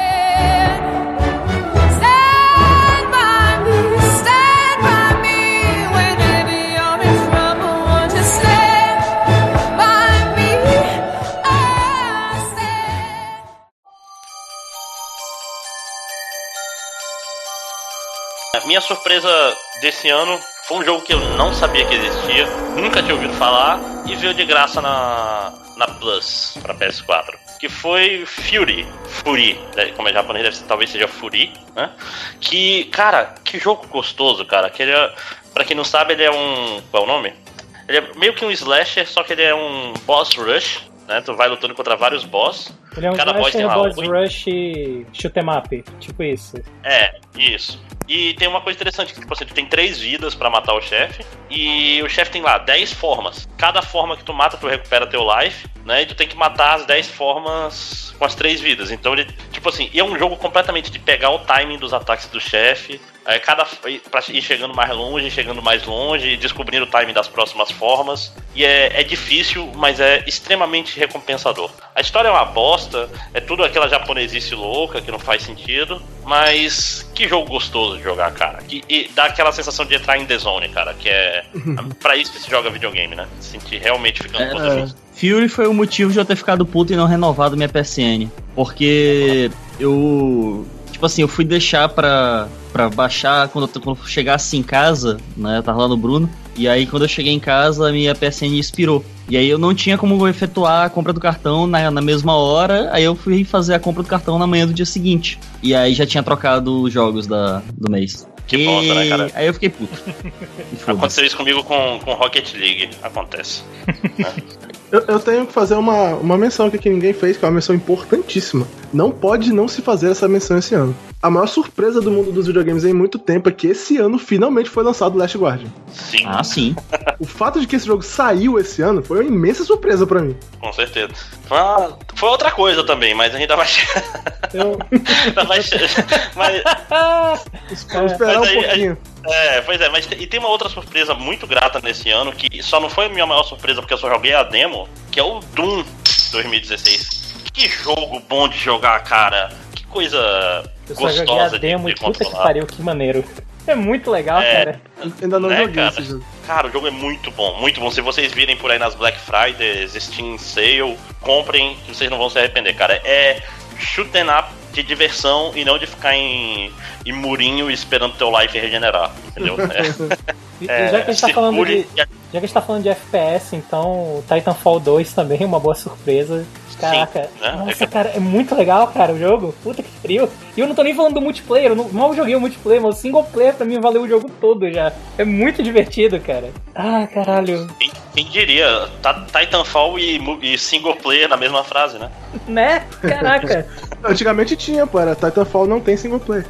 A minha surpresa desse ano foi um jogo que eu não sabia que existia, nunca tinha ouvido falar e veio de graça na, na Plus para P S quatro, que foi Fury, Fury, como é japonês, deve ser, talvez seja Fury, né? Que, cara, que jogo gostoso, cara. Que ele é, pra quem não sabe, ele é um, qual é o nome? Ele é meio que um slasher, só que ele é um boss rush, né? Tu vai lutando contra vários boss. Ele é um Cada slasher, boss, boss rush, shoot 'em up, tipo isso. É, isso. E tem uma coisa interessante, que tipo assim, tu tem três vidas pra matar o chefe, e o chefe tem lá dez formas. Cada forma que tu mata, tu recupera teu life, né? E tu tem que matar as dez formas com as três vidas. Então ele, tipo assim, e é um jogo completamente de pegar o timing dos ataques do chefe, é, cada, pra ir chegando mais longe, chegando mais longe, descobrindo o timing das próximas formas. E é, é difícil, mas é extremamente recompensador. A história é uma bosta, é tudo aquela japonesice louca que não faz sentido, mas que jogo gostoso de jogar, cara. E, e dá aquela sensação de entrar em The Zone, cara, que é pra isso que se joga videogame, né? Se sentir realmente ficando é, poderoso. Fury foi o motivo de eu ter ficado puto e não renovado minha P S N. Porque eu... tipo assim, eu fui deixar pra, pra baixar quando eu, quando eu chegasse em casa, né? Eu tava lá no Bruno. E aí, quando eu cheguei em casa, a minha P S N expirou. E aí, eu não tinha como efetuar a compra do cartão na, na mesma hora. Aí, eu fui fazer a compra do cartão na manhã do dia seguinte. E aí, já tinha trocado os jogos da, do mês. Que e... bosta, né, cara? Aí, eu fiquei puto. Aconteceu isso comigo com, com Rocket League. Acontece. Né? Eu, eu tenho que fazer uma, uma menção aqui que ninguém fez, que é uma menção importantíssima. Não pode não se fazer essa menção esse ano. A maior surpresa do mundo dos videogames em muito tempo é que esse ano finalmente foi lançado o Last Guardian. Sim. Ah, sim. O fato de que esse jogo saiu esse ano foi uma imensa surpresa pra mim. Com certeza. Foi, uma, foi outra coisa também, mas a gente vai chegar. Eu... ainda vai chegar. Mas... Vamos esperar mas aí, um pouquinho. É, pois é, mas tem, e tem uma outra surpresa muito grata nesse ano, que só não foi a minha maior surpresa porque eu só joguei a demo, que é o Doom dois mil e dezesseis. Que jogo bom de jogar, cara. Que coisa eu gostosa só joguei a demo de, e de puta que controlar. pariu, que maneiro. É muito legal, É. cara. Ainda não Né, joguei cara? esse jogo. Cara, o jogo é muito bom, muito bom. Se vocês virem por aí nas Black Fridays, Steam Sale, comprem, que vocês não vão se arrepender, cara. É shoot 'em up de diversão e não de ficar em, em murinho esperando teu life regenerar, entendeu? É, E, e já que a gente tá falando de, já que a gente tá falando de F P S, então o Titanfall dois também é uma boa surpresa. Caraca, Sim, né? nossa, cara, é muito legal, cara, o jogo. Puta que frio. E eu não tô nem falando do multiplayer, eu não, mal joguei o multiplayer, mas o single player pra mim valeu o jogo todo já. É muito divertido, cara. Ah, caralho. Quem, quem diria? Tá, Titanfall e, e single player na mesma frase, né? Né? Caraca. Antigamente tinha, pô, era Titanfall não tem single player.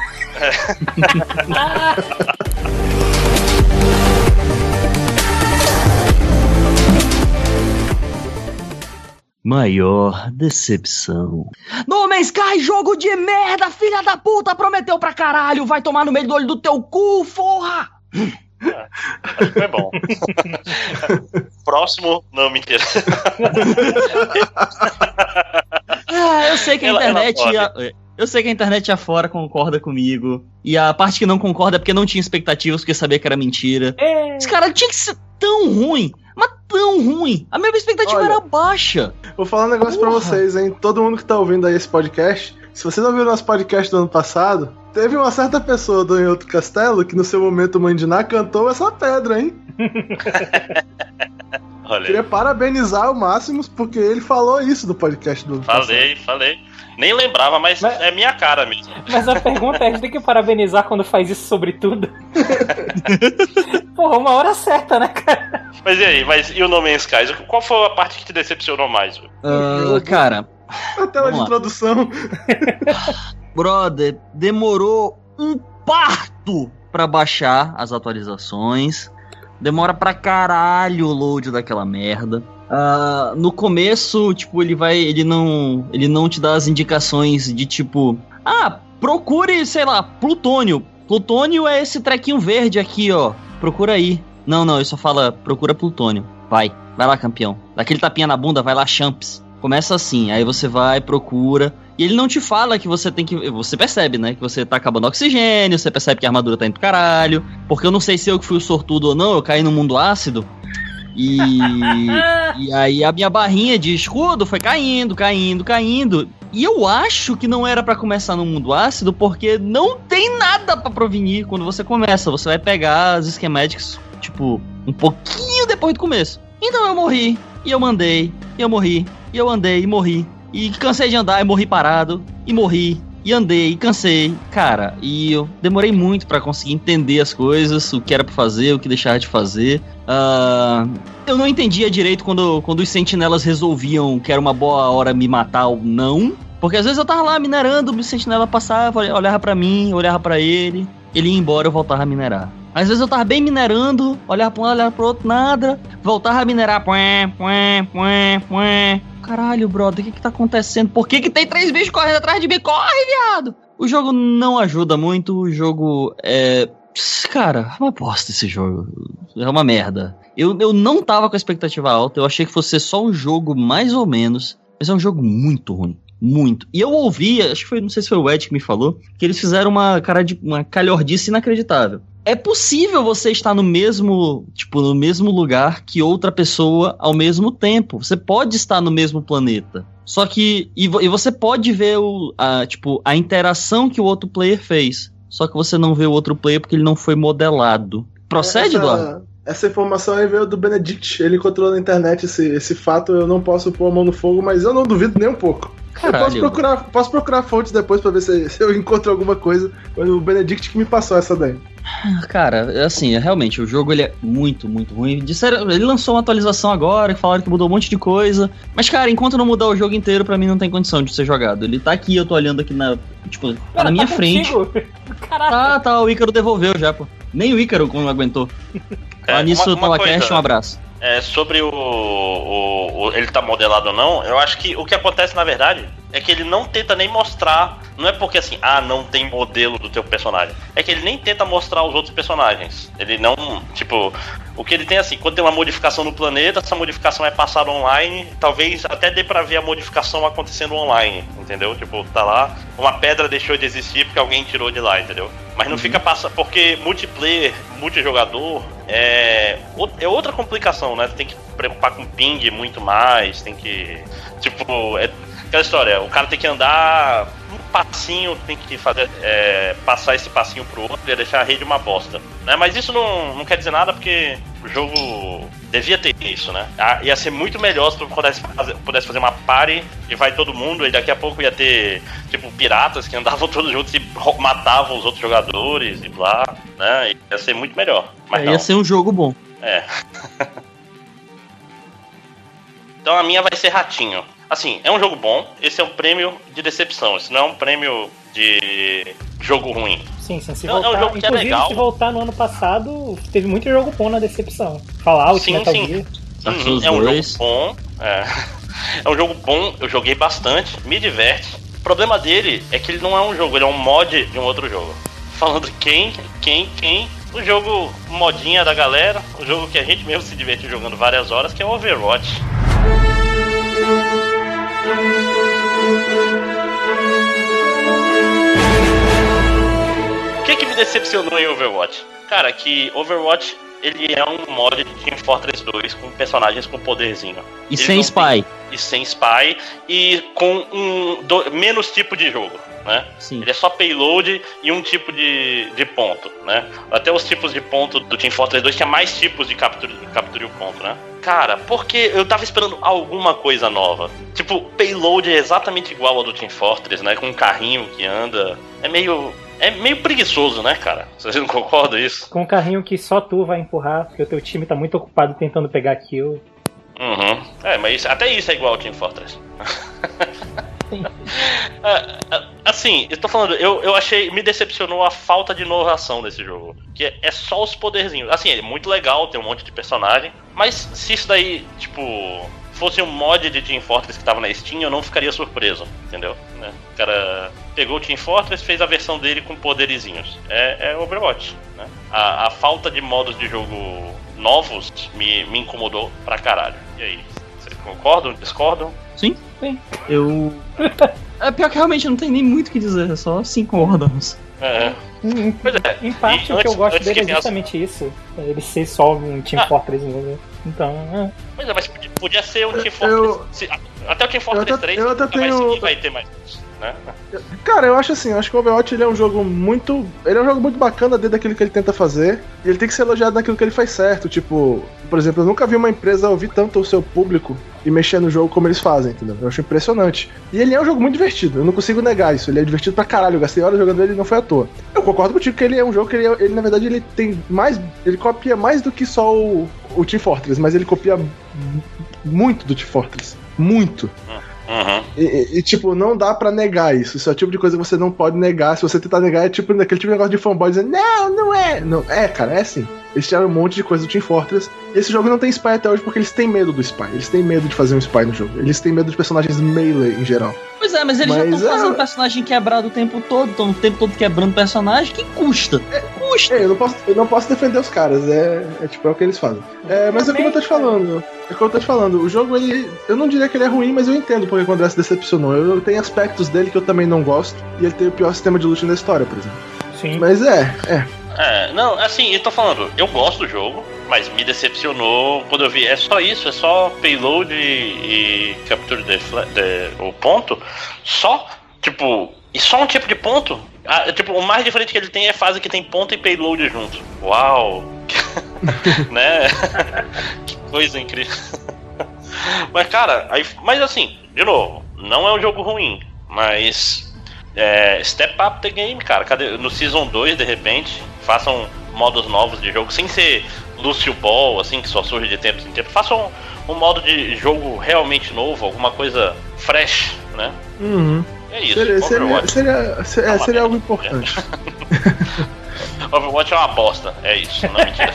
Maior decepção. No Man's Sky, jogo de merda, filha da puta, prometeu pra caralho, vai tomar no meio do olho do teu cu, porra! É, acho que foi bom. Próximo, não, mentira. Ah, eu sei que a Ela- ela internet... pode. a- eu sei que a internet afora concorda comigo. E a parte que não concorda é porque não tinha expectativas, porque sabia que era mentira. É. Esse cara tinha que ser tão ruim, mas tão ruim. A minha expectativa Olha, era baixa. Vou falar um negócio pra Porra. vocês, hein? Todo mundo que tá ouvindo aí esse podcast, se vocês ouviram nosso podcast do ano passado, teve uma certa pessoa do Em Outro Castelo que no seu momento Mandiná cantou essa pedra, hein? Olha, Queria parabenizar o Máximos porque ele falou isso do podcast do ano passado. falei, falei. Nem lembrava, mas, Mas- é minha cara mesmo. Mas a pergunta é, a gente tem que parabenizar quando faz isso sobre tudo? Porra, uma hora certa, né, cara? Mas e aí, mas e o No Man's Sky? Qual foi a parte que te decepcionou mais? Viu? Ah, cara, A tela de Vamos lá. introdução. brother, demorou um parto pra baixar as atualizações. Demora pra caralho o load daquela merda. Ah, no começo, tipo, ele vai. Ele não. Ele não te dá as indicações de tipo. Ah, procure, sei lá, plutônio. Plutônio é esse trequinho verde aqui, ó. Procura aí. Não, não, ele só fala, procura plutônio. Vai, vai lá, campeão. Dá aquele tapinha na bunda, vai lá, champs. Começa assim, aí você vai, procura. E ele não te fala que você tem que. Você percebe, né? Que você tá acabando oxigênio, você percebe que a armadura tá indo pro caralho. Porque eu não sei se eu que fui o sortudo ou não, eu caí no mundo ácido. E. E aí a minha barrinha de escudo foi caindo, caindo, caindo. E eu acho que não era pra começar no mundo ácido, porque não tem nada pra provenir quando você começa. Você vai pegar as schematics, tipo, um pouquinho depois do começo. Então eu morri, e eu mandei, e eu morri, e eu andei, e morri. E cansei de andar, e morri parado, e morri, e andei, e cansei. Cara, e eu demorei muito pra conseguir entender as coisas, o que era pra fazer, o que deixar de fazer. Ah, eu não entendia direito quando, quando os sentinelas resolviam que era uma boa hora me matar ou não. Porque às vezes eu tava lá minerando, o sentinela passava, olhava pra mim, olhava pra ele, ele ia embora, eu voltava a minerar. Às vezes eu tava bem minerando, olhava pra um, olhava pro outro, nada, voltava a minerar, pué, pué, pué, pué. Caralho, brother, o que que tá acontecendo? Por que que tem três bichos correndo atrás de mim? Corre, viado! O jogo não ajuda muito, o jogo é... Cara, é uma bosta esse jogo. É uma merda. Eu, eu não tava com a expectativa alta, eu achei que fosse só um jogo mais ou menos, mas é um jogo muito ruim. Muito. E eu ouvi, acho que foi, não sei se foi o Ed que me falou, que eles fizeram uma cara de uma calhordice inacreditável. é possível você estar no mesmo, tipo, no mesmo lugar que outra pessoa ao mesmo tempo. Você pode estar no mesmo planeta. Só que, e, e você pode ver o, a, tipo, a interação que o outro player fez. Só que você não vê o outro player porque ele não foi modelado. Procede, essa, Eduardo? Essa informação aí veio do Benedict. Ele encontrou na internet esse, esse fato. Eu não posso pôr a mão no fogo, mas eu não duvido nem um pouco. Caralho. Eu posso procurar, posso procurar fontes depois pra ver se, se eu encontro alguma coisa. Mas o Benedict que me passou essa daí. Cara, assim, realmente, o jogo ele é muito, muito ruim. Disseram, ele lançou uma atualização agora, falaram que mudou um monte de coisa. Mas, cara, enquanto não mudar o jogo inteiro, pra mim não tem condição de ser jogado. Ele tá aqui, eu tô olhando aqui na. Tipo, tá Cara, na minha tá frente. Caraca. Tá, tá, o Ícaro devolveu já, pô. Nem o Ícaro não aguentou. É, Lá nisso, uma- uma Tawacast, coisa- um abraço. É, sobre o, o, o- ele tá modelado ou não, eu acho que o que acontece na verdade é que ele não tenta nem mostrar, não é porque assim, ah, não tem modelo do teu personagem, é que ele nem tenta mostrar os outros personagens. Ele não, tipo, o que ele tem assim, quando tem uma modificação no planeta, essa modificação é passada online, talvez até dê pra ver a modificação acontecendo online, entendeu? Tipo, tá lá, uma pedra deixou de existir porque alguém tirou de lá, entendeu? Mas não fica passando, porque multiplayer, multijogador, é, é outra complicação, né? Tem que preocupar com ping muito mais, tem que, tipo, é aquela história, o cara tem que andar um passinho, tem que fazer, é, passar esse passinho pro outro e deixar a rede uma bosta, né? Mas isso não, não quer dizer nada porque o jogo devia ter isso, né? Ah, ia ser muito melhor se tu pudesse fazer, pudesse fazer uma party e vai todo mundo e daqui a pouco ia ter, tipo, piratas que andavam todos juntos e matavam os outros jogadores e blá, né? Ia ser muito melhor. Mas É, não. ia ser um jogo bom. É. Então a minha vai ser Ratinho. Assim, é um jogo bom, esse é um prêmio de decepção, esse não é um prêmio de jogo ruim. Sim, sim. Se É um voltar, jogo que é inclusive, legal. se voltar no ano passado, teve muito jogo bom na decepção. Fallout, Sim, Metal sim. Gear. Dark Uhum, Souls é um dois. jogo bom. É. É um jogo bom, eu joguei bastante, me diverte. O problema dele é que ele não é um jogo, ele é um mod de um outro jogo. Falando quem, quem, quem, o jogo modinha da galera, o jogo que a gente mesmo se divertiu jogando várias horas, que é o Overwatch. O que que me decepcionou em Overwatch? Cara, que Overwatch ele é um mod de Team Fortress dois com personagens com poderzinho. E Ele sem não spy. tem- E sem spy e com um do- menos tipo de jogo, né? Sim. Ele é só payload e um tipo de, de ponto, né? Até os tipos de ponto do Team Fortress dois tinha mais tipos de captura, de captura o ponto, né? Cara, porque eu tava esperando alguma coisa nova. Tipo, payload é exatamente igual ao do Team Fortress, né? Com um carrinho que anda. É meio... É meio preguiçoso, né, cara? Vocês não concordam com isso? Com um carrinho que só tu vai empurrar, porque o teu time tá muito ocupado tentando pegar kill. Uhum. É, mas isso- até isso é igual ao Team Fortress. É, é, assim, eu tô falando, eu, eu achei, me decepcionou a falta de inovação desse jogo. Que é, é só os poderzinhos. Assim, é muito legal, tem um monte de personagem. Mas se isso daí, tipo, fosse um mod de Team Fortress que tava na Steam, eu não ficaria surpreso, entendeu? Né? O cara pegou o Team Fortress e fez a versão dele com poderizinhos. É, é Overwatch, né? A, a falta de modos de jogo novos me, me incomodou pra caralho. E aí, vocês concordam, discordam? Sim? Sim. Eu. É pior que realmente não tem nem muito o que dizer, é só assim concordamos. É. Em, Pois é. em parte, E o que eu antes- gosto antes dele que é tenha as- justamente isso. É ele ser só um Team Ah. Fortress novo. Então, é. Pois é, mas podia, podia ser um Team Eu- Fortress. se- até o Team Fortress eu até- três eu até nunca mais tenho- ninguém vai ter mais isso, né? Cara, eu acho assim, eu acho que o Overwatch ele é um jogo muito. Ele é um jogo muito bacana dentro daquilo que ele tenta fazer. E ele tem que ser elogiado naquilo que ele faz certo. Tipo, por exemplo, eu nunca vi uma empresa ouvir tanto o seu público e mexer no jogo como eles fazem, entendeu? Eu acho impressionante. E ele é um jogo muito divertido, eu não consigo negar isso. Ele é divertido pra caralho, eu gastei horas jogando ele e não foi à toa. Eu concordo contigo que ele é um jogo que ele, é- ele, na verdade, ele tem mais. Ele copia mais do que só o, o Team Fortress, mas ele copia muito do Team Fortress. Muito. Uhum. E, e- e, tipo, não dá pra negar isso. Isso é o tipo de coisa que você não pode negar. Se você tentar negar, é tipo aquele tipo de negócio de fanboy dizendo, não, não é. Não, é, cara, é assim. Eles tiraram um monte de coisa do Team Fortress. E esse jogo não tem spy até hoje porque eles têm medo do spy. Eles têm medo de fazer um spy no jogo. Eles têm medo de personagens melee em geral. Pois é, mas eles já Mas estão é- fazendo personagem quebrado o tempo todo, estão o tempo todo quebrando personagem, que custa? Custa! É, eu não posso, eu não posso defender os caras. É, é tipo, é o que eles fazem. É, mas é como eu tô te falando. É como eu tô te falando. O jogo, ele. Eu não diria que ele é ruim, mas eu entendo porque o André se decepcionou. Eu, eu tenho aspectos dele que eu também não gosto. E ele tem o pior sistema de loot da história, por exemplo. Sim. Mas é, é. É, não, assim, eu tô falando, eu gosto do jogo, mas me decepcionou quando eu vi. É só isso, é só payload e, e capture the, the, o ponto. Só, tipo, e só um tipo de ponto. Ah, tipo, o mais diferente que ele tem é fase que tem ponto e payload junto. Uau! Né? Que coisa incrível. Mas, cara, aí, mas assim, de novo, não é um jogo ruim, mas é, step up the game, cara. Cadê? No Season dois, de repente, façam modos novos de jogo, sem ser Lucio Ball, assim, que só surge de tempos em tempos. Façam um, um modo de jogo realmente novo, alguma coisa fresh, né? Uhum. É isso. Seria, Overwatch. seria, seria, é, seria algo importante. Overwatch é uma bosta, é isso, não mentira.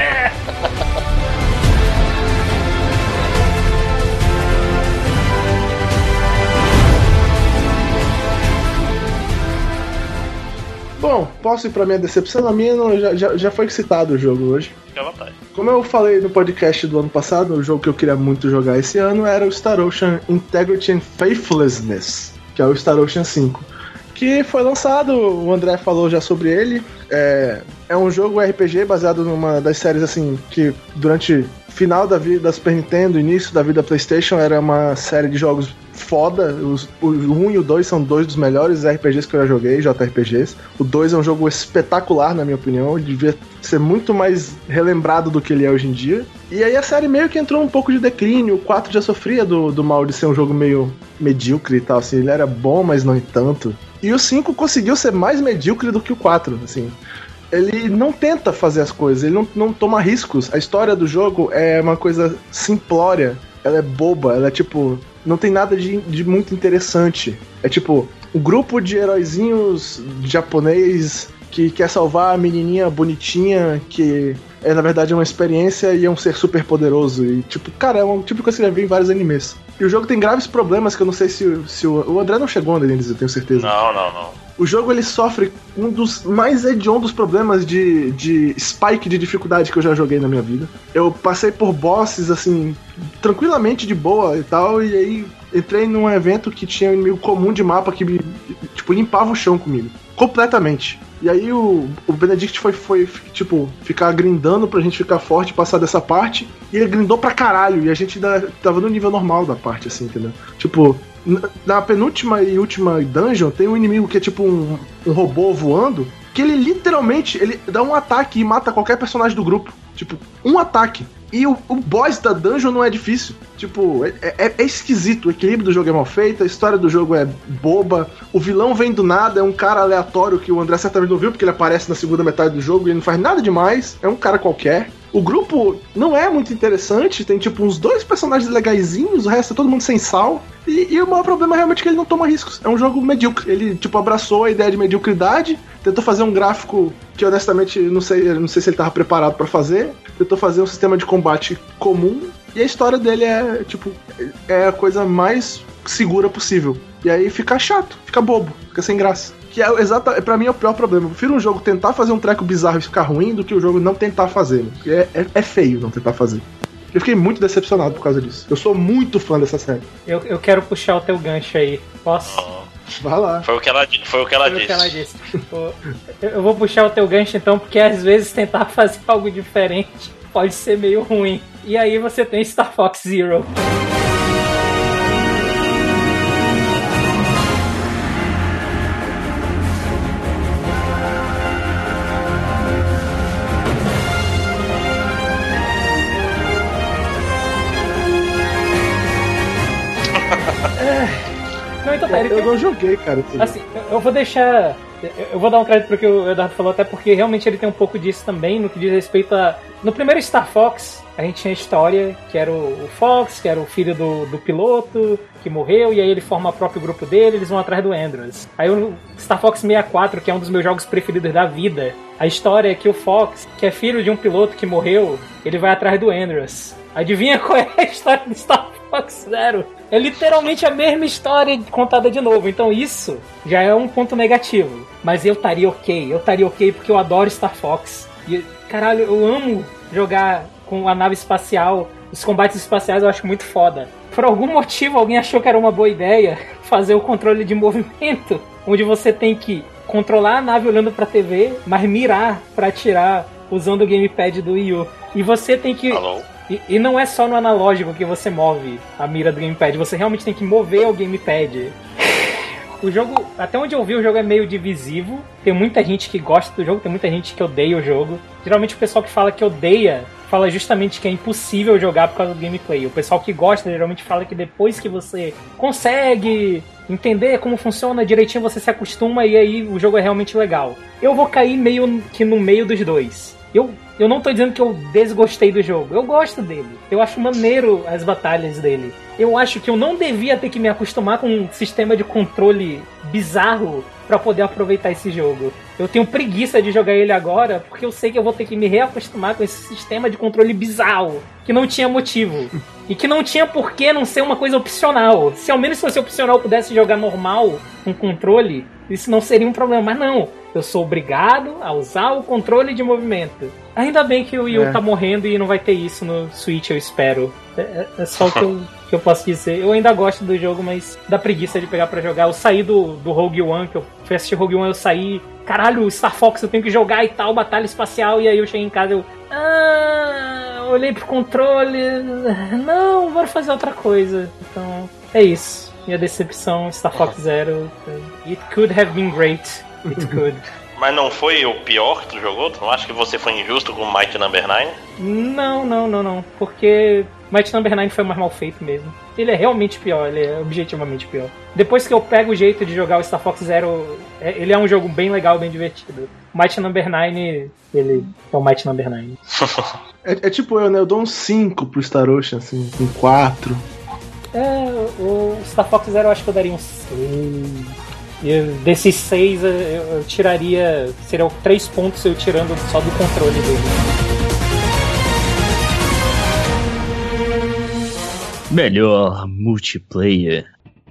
Bom, posso ir pra minha decepção? A minha não, já, já, já foi citado o jogo hoje. Fique à vontade. Como eu falei no podcast do ano passado, o jogo que eu queria muito jogar esse ano era o Star Ocean Integrity and Faithlessness, que é o Star Ocean cinco. Que foi lançado, o André falou já sobre ele. É, é um jogo R P G baseado numa das séries assim que durante final da vida da Super Nintendo, início da vida da PlayStation, era uma série de jogos foda. Os, o um e o dois são dois dos melhores R P Gs que eu já joguei, J R P Gs. O dois é um jogo espetacular, na minha opinião. Ele devia ser muito mais relembrado do que ele é hoje em dia. E aí a série meio que entrou um pouco de declínio. O quatro já sofria do, do mal de ser um jogo meio medíocre e tal, assim. Ele era bom, mas não tanto. E o cinco conseguiu ser mais medíocre do que o quatro, assim. Ele não tenta fazer as coisas, ele não, não toma riscos. A história do jogo é uma coisa simplória, ela é boba, ela é tipo... não tem nada de, de muito interessante. É tipo, um grupo de heróizinhos japonês que quer salvar a menininha bonitinha que é, na verdade, é uma experiência e é um ser super poderoso. E tipo, cara, é um tipo de coisa que você já viu em vários animes. E o jogo tem graves problemas que eu não sei se, se o, o André não chegou onde eles, eu tenho certeza. Não, não, não. O jogo, ele sofre um dos mais hediondos problemas de, de spike de dificuldade que eu já joguei na minha vida. Eu passei por bosses, assim, tranquilamente de boa e tal, e aí entrei num evento que tinha um inimigo comum de mapa que me, tipo, limpava o chão comigo. Completamente. E aí o, o Benedict foi, foi, tipo, ficar grindando pra gente ficar forte, passar dessa parte, e ele grindou pra caralho, e a gente ainda tava no nível normal da parte, assim, entendeu? Tipo... na penúltima e última dungeon tem um inimigo que é tipo um, um robô voando, que ele literalmente ele dá um ataque e mata qualquer personagem do grupo. Tipo, um ataque. E o, o boss da dungeon não é difícil. Tipo, é, é, é esquisito. O equilíbrio do jogo é mal feito, a história do jogo é boba. O vilão vem do nada, é um cara aleatório que o André certamente não viu, porque ele aparece na segunda metade do jogo e ele não faz nada demais. É um cara qualquer. O grupo não é muito interessante, tem tipo uns dois personagens legaizinhos, o resto é todo mundo sem sal. E, e o maior problema é realmente que ele não toma riscos. É um jogo medíocre. Ele tipo abraçou a ideia de mediocridade, tentou fazer um gráfico que honestamente não sei, não sei se ele estava preparado para fazer. Tentou fazer um sistema de combate comum. E a história dele é tipo é a coisa mais segura possível. E aí fica chato, fica bobo, fica sem graça. Que é exata, pra mim é o pior problema. Eu prefiro um jogo tentar fazer um treco bizarro e ficar ruim do que o jogo não tentar fazer. Porque é, é, é feio não tentar fazer. Eu fiquei muito decepcionado por causa disso. Eu sou muito fã dessa série. Eu, eu quero puxar o teu gancho aí. Posso? Vai lá. Foi o que ela, foi o que ela Foi disse. O que ela disse. Eu, eu vou puxar o teu gancho então, porque às vezes tentar fazer algo diferente pode ser meio ruim. E aí você tem Star Fox Zero. Não, então, eu, eu não joguei, cara. Assim, eu vou deixar. Eu vou dar um crédito pro que o Eduardo falou, até porque realmente ele tem um pouco disso também, no que diz respeito a. No primeiro Star Fox, a gente tinha a história que era o Fox, que era o filho do, do piloto, que morreu, e aí ele forma o próprio grupo dele, eles vão atrás do Andrews. Aí o Star Fox sessenta e quatro, que é um dos meus jogos preferidos da vida, a história é que o Fox, que é filho de um piloto que morreu, ele vai atrás do Andrews. Adivinha qual é a história do Star Fox Zero? É literalmente a mesma história contada de novo. Então isso já é um ponto negativo. Mas eu estaria ok. Eu estaria ok porque eu adoro Star Fox. E, caralho, eu amo jogar com a nave espacial. Os combates espaciais eu acho muito foda. Por algum motivo alguém achou que era uma boa ideia fazer o controle de movimento, onde você tem que controlar a nave olhando pra T V, mas mirar pra atirar usando o gamepad do Wii U. E você tem que... Alô? E, e não é só no analógico que você move a mira do gamepad, você realmente tem que mover o gamepad. O jogo, até onde eu vi, o jogo é meio divisivo. Tem muita gente que gosta do jogo, tem muita gente que odeia o jogo. Geralmente o pessoal que fala que odeia, fala justamente que é impossível jogar por causa do gameplay. O pessoal que gosta, geralmente fala que depois que você consegue entender como funciona direitinho, você se acostuma e aí o jogo é realmente legal. Eu vou cair meio que no meio dos dois. Eu, eu não tô dizendo que eu desgostei do jogo. Eu gosto dele. Eu acho maneiro as batalhas dele. Eu acho que eu não devia ter que me acostumar com um sistema de controle bizarro pra poder aproveitar esse jogo. Eu tenho preguiça de jogar ele agora porque eu sei que eu vou ter que me reacostumar com esse sistema de controle bizarro, que não tinha motivo. E que não tinha por que não ser uma coisa opcional. Se ao menos fosse opcional eu pudesse jogar normal com controle, isso não seria um problema. Mas não, eu sou obrigado a usar o controle de movimento. Ainda bem que o Wii U é. tá morrendo e não vai ter isso no Switch, eu espero. É, é só o que eu, que eu posso dizer. Eu ainda gosto do jogo, mas dá preguiça de pegar pra jogar. Eu saí do, do Rogue One, que eu fui assistir Rogue One, eu saí... Caralho, Star Fox, eu tenho que jogar e tal, batalha espacial. E aí eu cheguei em casa, eu... Ah, olhei pro controle... Não, bora fazer outra coisa. Então, é isso. Minha decepção, Star Fox Zero. It could have been great. It could. Mas não foi o pior que tu jogou? Tu não acha que você foi injusto com Mighty Number nove? Não, não, não, não. Porque Mighty Number nove foi mais mal feito mesmo. Ele é realmente pior, ele é objetivamente pior. Depois que eu pego o jeito de jogar o Star Fox Zero, ele é um jogo bem legal, bem divertido. Mighty Number nove, ele é o Mighty Number nove. é, é tipo eu, né? Eu dou um cinco pro Star Ocean, assim, um quatro. É, o Star Fox Zero eu acho que eu daria um seis. E desses seis eu, eu tiraria. Seriam três pontos eu tirando só do controle dele. Melhor multiplayer.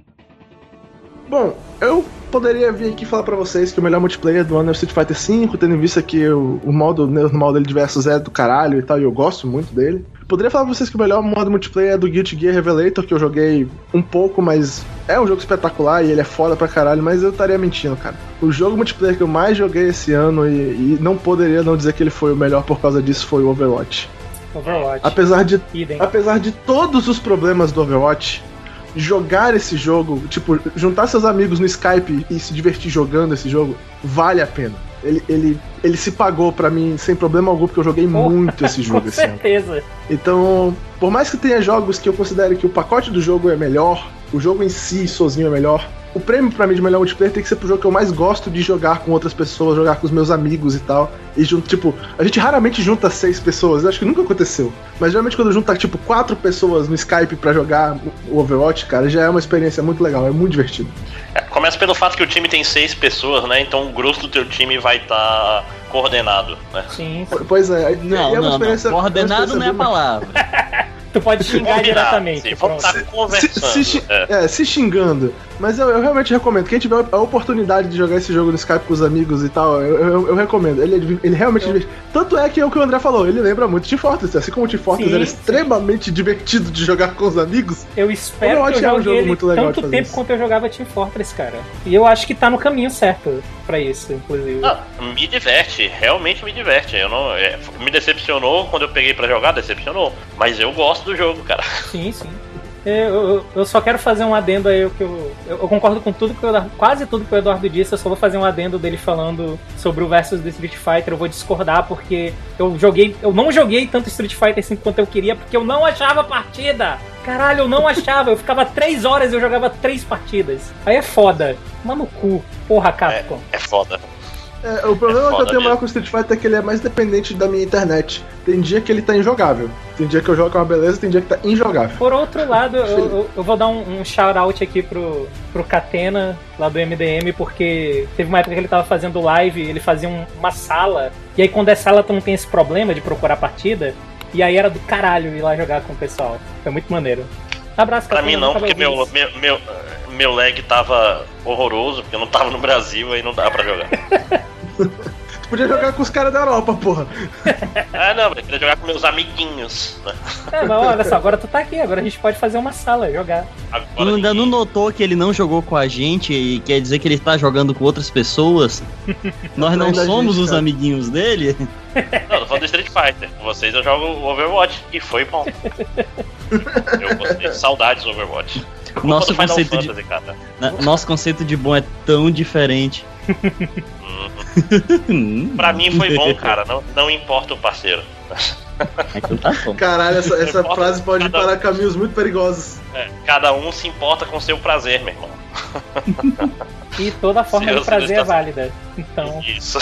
Bom, eu poderia vir aqui falar pra vocês que o melhor multiplayer do ano é o Street Fighter cinco, tendo em vista que o, o modo normal dele de versus é do caralho e tal, e eu gosto muito dele. Poderia falar pra vocês que o melhor modo multiplayer é do Guilty Gear Revelator, que eu joguei um pouco, mas é um jogo espetacular e ele é foda pra caralho, mas eu estaria mentindo, cara. O jogo multiplayer que eu mais joguei esse ano, e, e não poderia não dizer que ele foi o melhor por causa disso, foi o Overwatch. Overwatch. Apesar de, apesar de todos os problemas do Overwatch, jogar esse jogo, tipo, juntar seus amigos no Skype e se divertir jogando esse jogo, vale a pena. Ele, ele, ele se pagou pra mim sem problema algum, porque eu joguei oh, muito esse jogo. Com certeza. Ano. Então, por mais que tenha jogos que eu considere que o pacote do jogo é melhor, o jogo em si, sozinho, é melhor, o prêmio pra mim de melhor multiplayer tem que ser pro jogo que eu mais gosto de jogar com outras pessoas, jogar com os meus amigos e tal. E junto, tipo, a gente raramente junta seis pessoas, eu acho que nunca aconteceu. Mas geralmente quando junta, tipo, quatro pessoas no Skype pra jogar o Overwatch, cara, já é uma experiência muito legal, é muito divertido. É, começa pelo fato que o time tem seis pessoas, né? Então o grosso do teu time vai estar tá coordenado, né? Sim, sim. Pois é. Não, é uma não, experiência, não. Coordenado não é a palavra. Tu pode xingar Combinar, diretamente. Sim, vamos estar conversando. Se, se, é. É, se xingando. Mas eu, eu realmente recomendo. Quem tiver a oportunidade de jogar esse jogo no Skype com os amigos e tal, eu, eu, eu recomendo. Ele, ele realmente. Eu... Tanto é que é o que o André falou, ele lembra muito Team Fortress. Assim como o Team Fortress sim, era sim. extremamente divertido de jogar com os amigos. Eu espero que eu jogue um ele muito legal tanto tempo isso. quanto eu jogava Team Fortress, cara. E eu acho que tá no caminho certo pra isso, inclusive. Ah, me diverte, realmente me diverte. Eu não, é, me decepcionou quando eu peguei pra jogar, decepcionou. Mas eu gosto do jogo, cara. Sim, sim. Eu, eu só quero fazer um adendo aí que eu, eu, eu concordo com tudo que eu, quase tudo que o Eduardo disse. Eu só vou fazer um adendo dele falando sobre o versus do Street Fighter. Eu vou discordar porque eu joguei, eu não joguei tanto Street Fighter cinco quanto eu queria porque eu não achava partida. Caralho, eu não achava. Eu ficava três horas e eu jogava três partidas. Aí é foda. Mas no cu, porra, Capcom. É, é foda. É, o problema é que eu tenho maior com o Street Fighter é que ele é mais dependente da minha internet. Tem dia que ele tá injogável. Tem dia que eu jogo com uma beleza, tem dia que tá injogável. Por outro lado, eu, eu, eu vou dar um, um shout-out aqui pro, pro Catena, lá do M D M, porque teve uma época que ele tava fazendo live, ele fazia um, uma sala, e aí quando é sala tu não tem esse problema de procurar partida, e aí era do caralho ir lá jogar com o pessoal. Foi muito maneiro. Abraço, Catena. Pra mim não, porque meu, meu, meu, meu lag tava horroroso, porque eu não tava no Brasil, aí não dava pra jogar. Podia jogar com os caras da Europa, porra. Ah, não, eu queria jogar com meus amiguinhos. Né? É, mas olha só, agora tu tá aqui, agora a gente pode fazer uma sala, jogar. Tu ainda não notou que ele não jogou com a gente e quer dizer que ele tá jogando com outras pessoas? Nós não somos gente, os cara. amiguinhos dele? Não, eu tô falando do Street Fighter. Com vocês eu jogo Overwatch e foi bom. Eu gostei. Saudades do Overwatch. Nosso Final conceito, Fantasy, de, cara. na- nosso conceito de bom é tão diferente. Hum. Pra mim foi bom, cara. Não, não importa o parceiro. Então tá bom. Caralho, essa, essa Importa frase pode ir cada- para caminhos muito perigosos. É, cada um se importa com seu prazer, meu irmão. E toda forma Deus de prazer é Deus tá- válida. Então, Isso.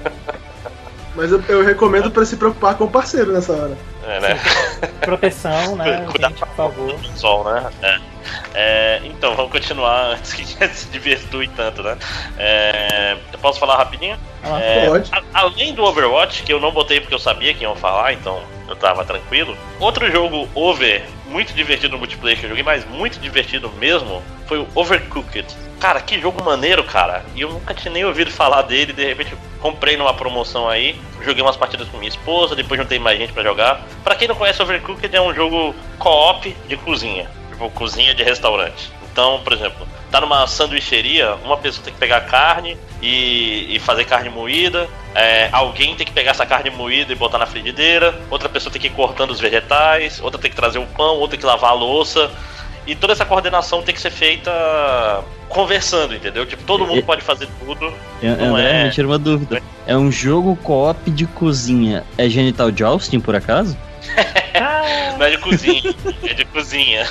Mas eu, eu recomendo pra se preocupar com o parceiro nessa hora. É, né? proteção, né, Cuidado gente, por favor. do sol, né? É. É, então, vamos continuar antes que se divirtue tanto, né? É, eu posso falar rapidinho? Ah, É, pode. a- além do Overwatch, que eu não botei porque eu sabia que iam falar, então eu tava tranquilo. Outro jogo over, muito divertido no multiplayer que eu joguei, mas muito divertido mesmo, foi o Overcooked. Cara, que jogo maneiro, cara. E eu nunca tinha nem ouvido falar dele, de repente eu comprei numa promoção aí, joguei umas partidas com minha esposa, depois juntei mais gente pra jogar. Pra quem não conhece, Overcooked é um jogo co-op de cozinha, tipo cozinha de restaurante. Então, por exemplo, tá numa sanduicheria, uma pessoa tem que pegar carne e, e fazer carne moída, é, alguém tem que pegar essa carne moída e botar na frigideira, outra pessoa tem que ir cortando os vegetais, outra tem que trazer o pão, outra tem que lavar a louça. E toda essa coordenação tem que ser feita conversando, entendeu? Tipo, todo mundo pode fazer tudo. Não André, é... me tira uma dúvida. É um jogo co-op de cozinha. É Genital Jousting, por acaso? Ah, Não é de cozinha, é de cozinha.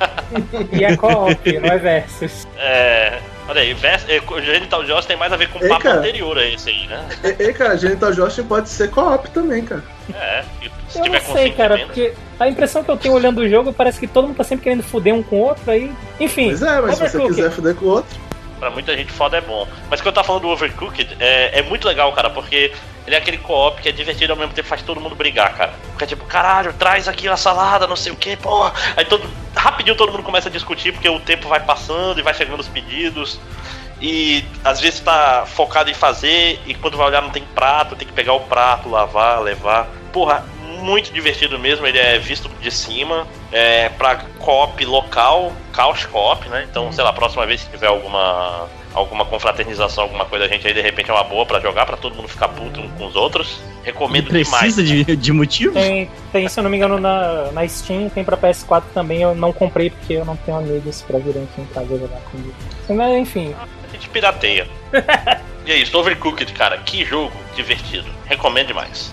e é co-op, não é versus. É... Olha aí, vers- é, o Genital Joust tem mais a ver com o Ei, papo cara. anterior a esse aí, né? E, e cara, Genital Jousting pode ser co-op também, cara. É, e se Eu tiver não sei, cara, consentimento- porque a impressão que eu tenho olhando o jogo parece que todo mundo tá sempre querendo foder um com o outro, aí. Enfim. Pois é, mas se você Overcooked. quiser foder com o outro. Pra muita gente foda é bom. Mas quando eu tava falando do Overcooked, é, é muito legal, cara, porque ele é aquele co-op que é divertido ao mesmo tempo faz todo mundo brigar, cara. Porque é tipo, caralho, traz aqui a salada, não sei o que, porra. Aí todo, rapidinho todo mundo começa a discutir porque o tempo vai passando e vai chegando os pedidos. E às vezes tá focado em fazer e quando vai olhar não tem prato, tem que pegar o prato, lavar, levar. Porra, muito divertido mesmo, ele é visto de cima, é pra co-op local, couch co-op, né? Então, sei lá, próxima vez que tiver alguma alguma confraternização, alguma coisa, a gente aí de repente é uma boa pra jogar, pra todo mundo ficar puto uns com os outros. Recomendo demais. Precisa de, de motivo? Tem, tem, se eu não me engano, na, na Steam, tem pra P S quatro também. Eu não comprei porque eu não tenho amigos pra virem aqui em casa jogar comigo. Mas, enfim. A gente pirateia. E é isso, Overcooked, cara, que jogo divertido. Recomendo demais.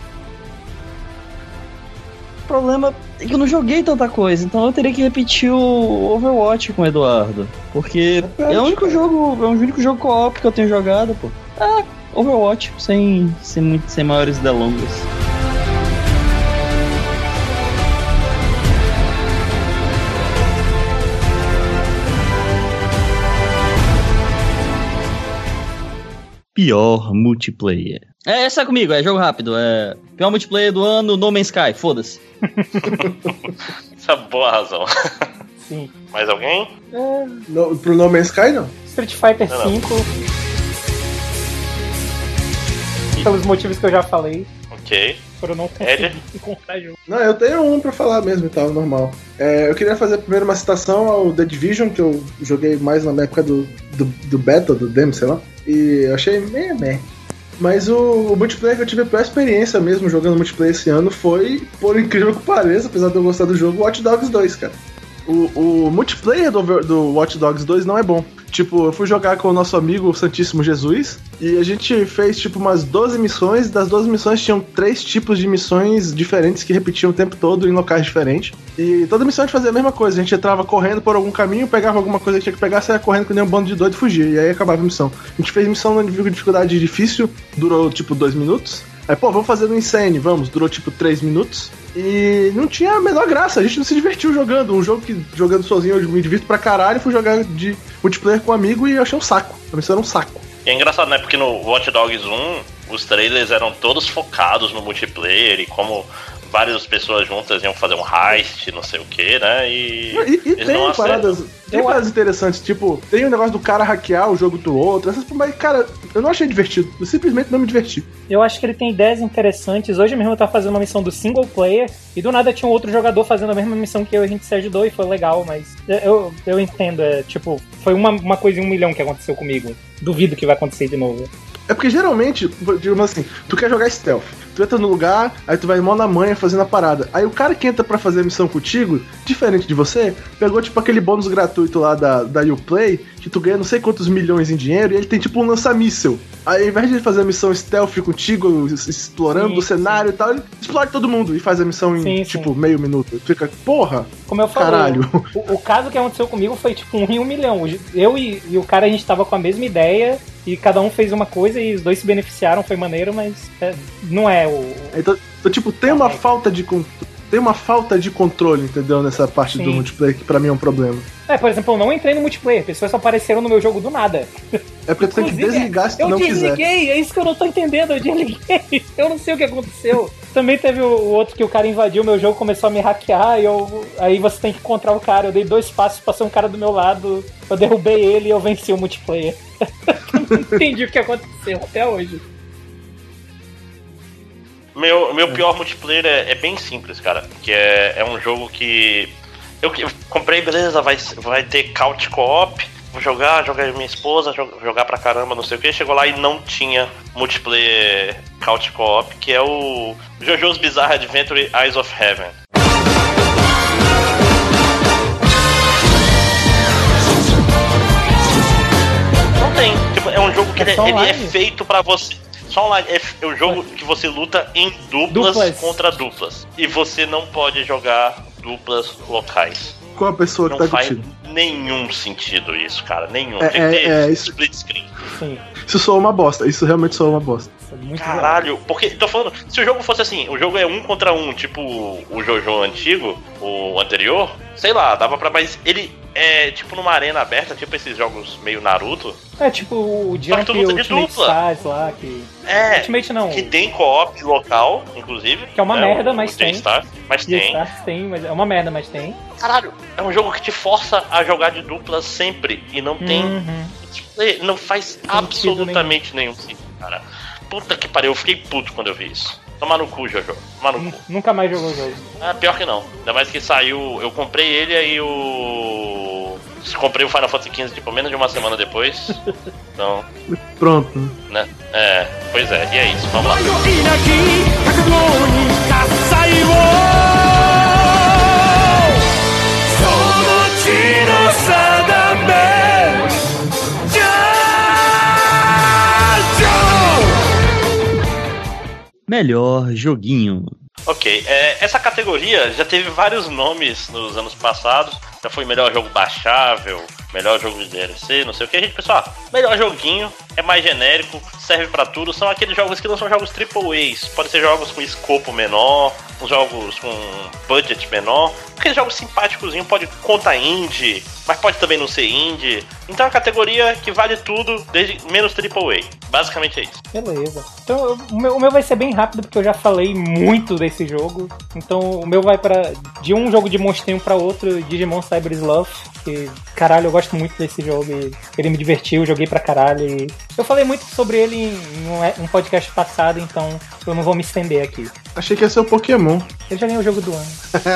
O problema é que eu não joguei tanta coisa, então eu teria que repetir o Overwatch com o Eduardo. Porque é o único jogo, é o único jogo co-op que eu tenho jogado, pô. Ah, Overwatch, sem, sem, muito, sem maiores delongas. Pior multiplayer. É, essa é comigo, é jogo rápido. É pior multiplayer do ano, No Man's Sky, foda-se. Essa é boa razão. Sim. Mais alguém? É, No, pro No Man's Sky, não. Street Fighter Não, não. cinco. Pelos motivos que eu já falei, Ok. por eu não Ed? conseguir encontrar jogo. Não, eu tenho um pra falar mesmo e tal, normal. É, eu queria fazer primeiro uma citação ao The Division, que eu joguei mais na época do, do, do beta, do demo, sei lá. E eu achei meh, meh. Mas o, o multiplayer que eu tive a pior experiência mesmo jogando multiplayer esse ano foi, por incrível que pareça, apesar de eu gostar do jogo, Watch Dogs dois, cara. O, o multiplayer do, do Watch Dogs dois não é bom. Tipo, eu fui jogar com o nosso amigo Santíssimo Jesus e a gente fez tipo umas doze missões. Das doze missões tinham três tipos de missões diferentes que repetiam o tempo todo em locais diferentes. E toda missão a gente fazia a mesma coisa. A gente entrava correndo por algum caminho, pegava alguma coisa que tinha que pegar, saia correndo que nem um bando de doido e fugia. E aí acabava a missão. A gente fez missão no nível de dificuldade difícil, durou tipo dois minutos. Aí, pô, vamos fazer no Insane, vamos, durou tipo três minutos. E não tinha a menor graça, a gente não se divertiu jogando. Um jogo que jogando sozinho eu me divirto pra caralho. Fui jogar de multiplayer com um amigo e eu achei um saco. A missão era um saco. E é engraçado, né? Porque no Watch Dogs um, os trailers eram todos focados no multiplayer e como várias pessoas juntas iam fazer um heist, não sei o que, né? E, E, e eles tem não acertam. paradas Tem coisas interessantes, tipo, tem o negócio do cara hackear o jogo do outro, essas, mas, cara, eu não achei divertido. Eu simplesmente não me diverti. Eu acho que ele tem ideias interessantes. Hoje mesmo eu tava fazendo uma missão do single player e do nada tinha um outro jogador fazendo a mesma missão que eu e a gente se ajudou e foi legal, mas eu, eu entendo, é tipo, foi uma, uma coisa em um milhão que aconteceu comigo. Duvido que vai acontecer de novo. É porque geralmente, digamos assim, tu quer jogar stealth, tu entra no lugar, aí tu vai mó na manha fazendo a parada. Aí o cara que entra pra fazer a missão contigo, diferente de você, pegou tipo aquele bônus gratuito lá da, da Uplay, que tu ganha não sei quantos milhões em dinheiro, e ele tem tipo um lança-míssel. Aí ao invés de ele fazer a missão stealth contigo, explorando sim, o cenário sim. e tal, ele explode todo mundo e faz a missão em sim, tipo sim. meio minuto. Tu fica, porra, como eu falei, caralho. O, o caso que aconteceu comigo foi tipo um em um milhão. Eu e, e o cara, a gente tava com a mesma ideia, e cada um fez uma coisa e os dois se beneficiaram, foi maneiro, mas é, não é o... Então, então tipo, tem uma, é. falta de, tem uma falta de controle, entendeu? Nessa parte sim. do multiplayer, que pra mim é um problema. É, por exemplo, eu não entrei no multiplayer, pessoas só apareceram no meu jogo do nada. É porque tu tem que desligar se tu não quiser. Eu desliguei, é isso que eu não tô entendendo, eu desliguei. Eu não sei o que aconteceu. Também teve o, o outro que o cara invadiu o meu jogo, começou a me hackear, e eu, aí você tem que encontrar o cara. Eu dei dois passos, passou um cara do meu lado, eu derrubei ele e eu venci o multiplayer. Não entendi o que aconteceu até hoje. Meu, meu pior multiplayer é, é bem simples, cara. Que é, é um jogo que... Eu, eu comprei, beleza, vai, vai ter couch co-op. Vou jogar, jogar com minha esposa, jogar pra caramba, não sei o que. Chegou lá e não tinha multiplayer couch co-op, que é o JoJo's Bizarre Adventure Eyes of Heaven. Não tem. Tipo, é um jogo que é ele, ele é feito pra você. Só online. É um jogo que você luta em duplas, duplas contra duplas. E você não pode jogar duplas locais. Com a pessoa que não tá contigo. Não faz nenhum sentido isso, cara. Nenhum. É, Tem que ter é, é, isso... split screen. Sim. Isso soa uma bosta. Isso realmente soa uma bosta. Muito Caralho, legal. Porque, tô falando, se o jogo fosse assim, o jogo é um contra um, tipo o JoJo antigo, o anterior, sei lá, dava pra, mas ele é tipo numa arena aberta, tipo esses jogos meio Naruto. É tipo o Jump e o Ultimate Stars lá, que... É, Ultimate não. Que tem co-op local, inclusive. Que é uma né, merda, o, mas o tem. Stars, mas e tem. Stars tem, mas é uma merda, mas tem. Caralho, é um jogo que te força a jogar de dupla sempre, e não tem... Uhum. Não faz não absolutamente nenhum sentido, cara. Puta que pariu, eu fiquei puto quando eu vi isso. Tomar no cu, Jojo. Tomar no cu. Nunca mais jogou o jogo. Ah, pior que não. Ainda mais que saiu. Eu comprei ele aí o. Comprei o Final Fantasy quinze tipo menos de uma semana depois. Então. Pronto. Né? É, pois é, e é isso, vamos lá. Melhor joguinho. Ok, é, essa categoria já teve vários nomes nos anos passados. Já foi melhor jogo baixável, melhor jogo de D L C, não sei o que. A gente pensou, ah, melhor joguinho, é mais genérico, serve pra tudo. São aqueles jogos que não são jogos triple A's. Podem ser jogos com escopo menor, uns jogos com budget menor. Aqueles jogos simpáticos, pode contar indie, mas pode também não ser indie. Então é uma categoria que vale tudo, desde menos triple A. Basicamente é isso. Beleza. Então eu, o, meu, o meu vai ser bem rápido, porque eu já falei muito desse jogo. Então o meu vai para de um jogo de monstrinho para outro, Digimon Cyber Sleuth. Que, caralho, eu gosto muito desse jogo. E ele me divertiu, joguei pra caralho. E eu falei muito sobre ele em, em um podcast passado, então eu não vou me estender aqui. Achei que ia ser o Pokémon. Eu já ganhei o jogo do ano.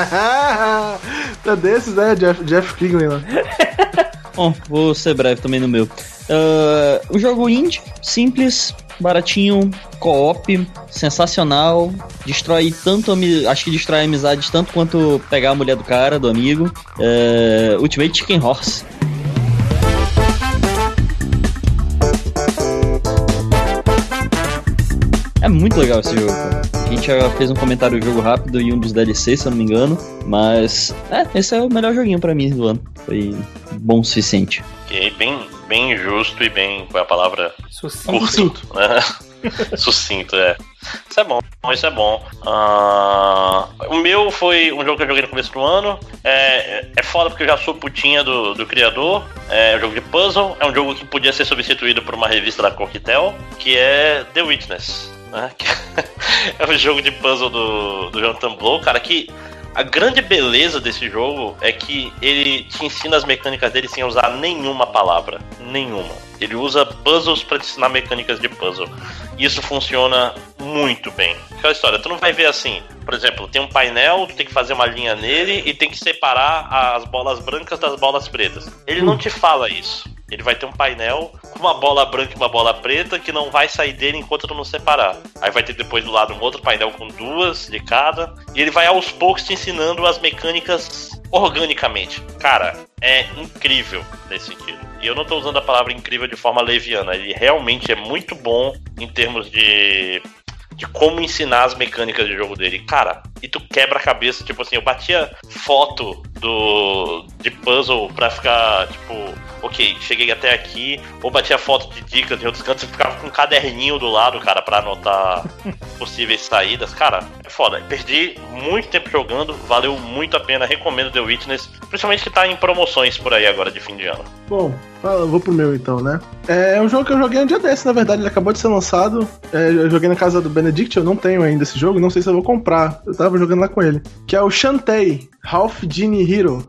Tá desses, né? Jeff, Jeff Kigley lá. Bom, vou ser breve também no meu. Uh, o jogo indie, simples, baratinho, co-op, sensacional. Destrói tanto, acho que destrói amizades tanto quanto pegar a mulher do cara, do amigo. Uh, Ultimate Chicken Horse. É muito legal esse jogo, cara. A gente já fez um comentário do jogo rápido e um dos D L Cs, se eu não me engano. Mas, é, esse é o melhor joguinho pra mim do ano. Foi bom o suficiente. Ok, bem, bem justo e bem, qual é a palavra? Sucinto. Curto. Sucinto, é. Isso é bom, isso é bom. Uh, o meu foi um jogo que eu joguei no começo do ano. É, é foda porque eu já sou putinha do, do criador. É um jogo de puzzle. É um jogo que podia ser substituído por uma revista da Coquetel, que é The Witness. É um jogo de puzzle do, do Jonathan Blow, cara, que A grande beleza desse jogo é que ele te ensina as mecânicas dele sem usar nenhuma palavra. Nenhuma. Ele usa puzzles pra te ensinar mecânicas de puzzle. E isso funciona muito bem. Aquela história, tu não vai ver assim, por exemplo, tem um painel, tu tem que fazer uma linha nele e tem que separar as bolas brancas das bolas pretas. Ele não te fala isso. Ele vai ter um painel com uma bola branca e uma bola preta que não vai sair dele enquanto tu não separar. Aí vai ter depois do lado um outro painel com duas de cada. E ele vai aos poucos te ensinando as mecânicas organicamente. Cara, é incrível nesse sentido. E eu não tô usando a palavra incrível de forma leviana. Ele realmente é muito bom em termos de... de como ensinar as mecânicas de jogo dele. Cara, e tu quebra a cabeça, tipo assim, eu batia foto do de puzzle pra ficar, tipo, ok, cheguei até aqui, ou batia foto de dicas em outros cantos e ficava com um caderninho do lado, cara, pra anotar possíveis saídas. Cara, é foda. Perdi muito tempo jogando, valeu muito a pena, recomendo The Witness, principalmente que tá em promoções por aí agora de fim de ano. Bom, eu vou pro meu então, né? É um jogo que eu joguei um dia desse, na verdade, ele acabou de ser lançado. É, eu joguei na casa do Benedict, eu não tenho ainda esse jogo, não sei se eu vou comprar. Eu tava jogando lá com ele. Que é o Shantae, Half Genie Hero.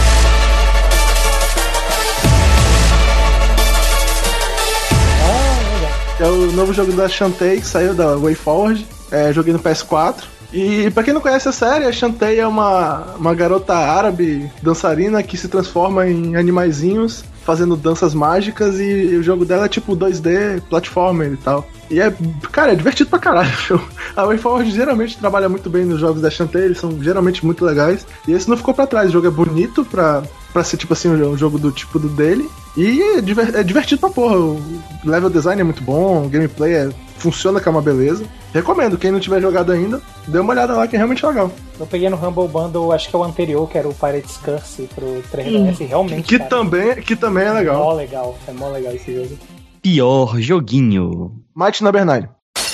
É o novo jogo da Shantae que saiu da WayForward. É, joguei no P S quatro. E pra quem não conhece a série, a Shantae é uma, uma garota árabe dançarina que se transforma em animaizinhos fazendo danças mágicas, e, e o jogo dela é tipo dois D, platformer e tal. E é, cara, é divertido pra caralho. A WayForward geralmente trabalha muito bem nos jogos da Shantae, eles são geralmente muito legais. E esse não ficou pra trás, o jogo é bonito pra, pra ser tipo assim, um jogo do tipo do dele. E é, diver, é divertido pra porra, o level design é muito bom, o gameplay é, funciona que é uma beleza. Recomendo, quem não tiver jogado ainda, dê uma olhada lá que é realmente legal. Eu peguei no Humble Bundle, acho que é o anterior, que era o Pirate's Curse pro três D S, hum, realmente, que cara, também, que também é legal. É mó legal, é mó legal esse jogo. Pior joguinho. Might Number nine.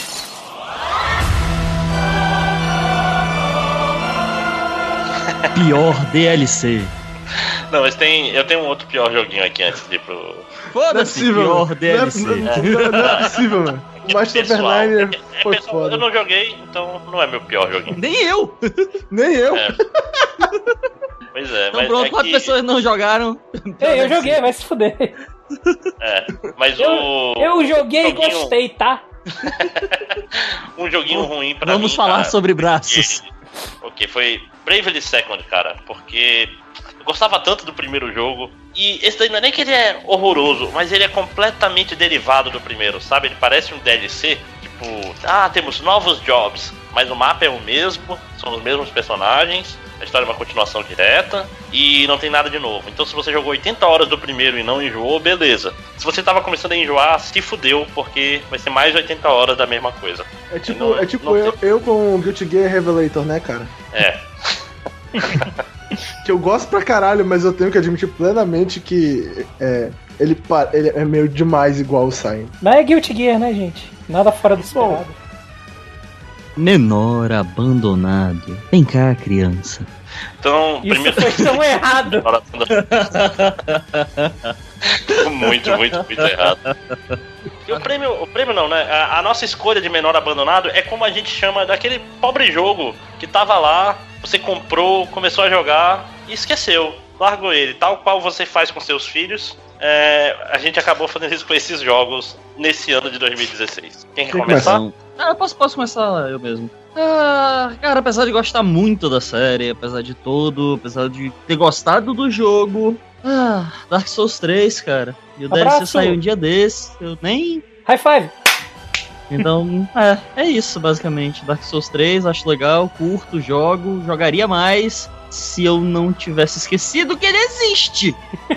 Pior D L C. Não, mas tem. Eu tenho um outro pior joguinho aqui antes de ir pro. Foda-se, pior D L C. Não é, não, não é possível, mano. O Might Number nine é, foi é pessoal, foda. Eu não joguei, então não é meu pior joguinho. Nem eu! Nem eu! É. Pois é, então, mas. Pronto, é quatro que... pessoas não jogaram. Ei, eu joguei, vai se fuder. É, mas eu, o. Eu joguei e joguinho... gostei, tá? Um joguinho ruim pra Vamos mim. Vamos falar cara, sobre braços. Ok, foi Bravely Second, cara, porque eu gostava tanto do primeiro jogo. E esse daí não é nem que ele é horroroso, mas ele é completamente derivado do primeiro, sabe? Ele parece um D L C, tipo, ah, temos novos jobs, mas o mapa é o mesmo, são os mesmos personagens. A história é uma continuação direta e não tem nada de novo. Então se você jogou oitenta horas do primeiro e não enjoou, beleza. Se você tava começando a enjoar, se fudeu, porque vai ser mais oitenta horas da mesma coisa. É tipo, não, é tipo eu, tem... eu com o Guilty Gear Revelator, né, cara? É. Que eu gosto pra caralho, mas eu tenho que admitir plenamente que é, ele, ele é meio demais igual o Sign. Não é Guilty Gear, né, gente? Nada fora do esperado. Menor abandonado. Vem cá, criança. Então, isso primeiro... foi tão errado. muito, muito, muito errado. E o prêmio, o prêmio não, né? A, a nossa escolha de menor abandonado é como a gente chama daquele pobre jogo que tava lá, você comprou, começou a jogar e esqueceu. Largou ele. Tal qual você faz com seus filhos. É, a gente acabou fazendo isso com esses jogos nesse ano de dois mil e dezesseis. Quem quer começar? Ah, eu posso, posso começar eu mesmo. Ah, cara, apesar de gostar muito da série, apesar de tudo, apesar de ter gostado do jogo, ah, Dark Souls três, cara. E o Abraço. D L C saiu um dia desse, eu nem... High five! Então, é, é isso, basicamente. Dark Souls três, acho legal, curto, jogo, jogaria mais se eu não tivesse esquecido que ele existe.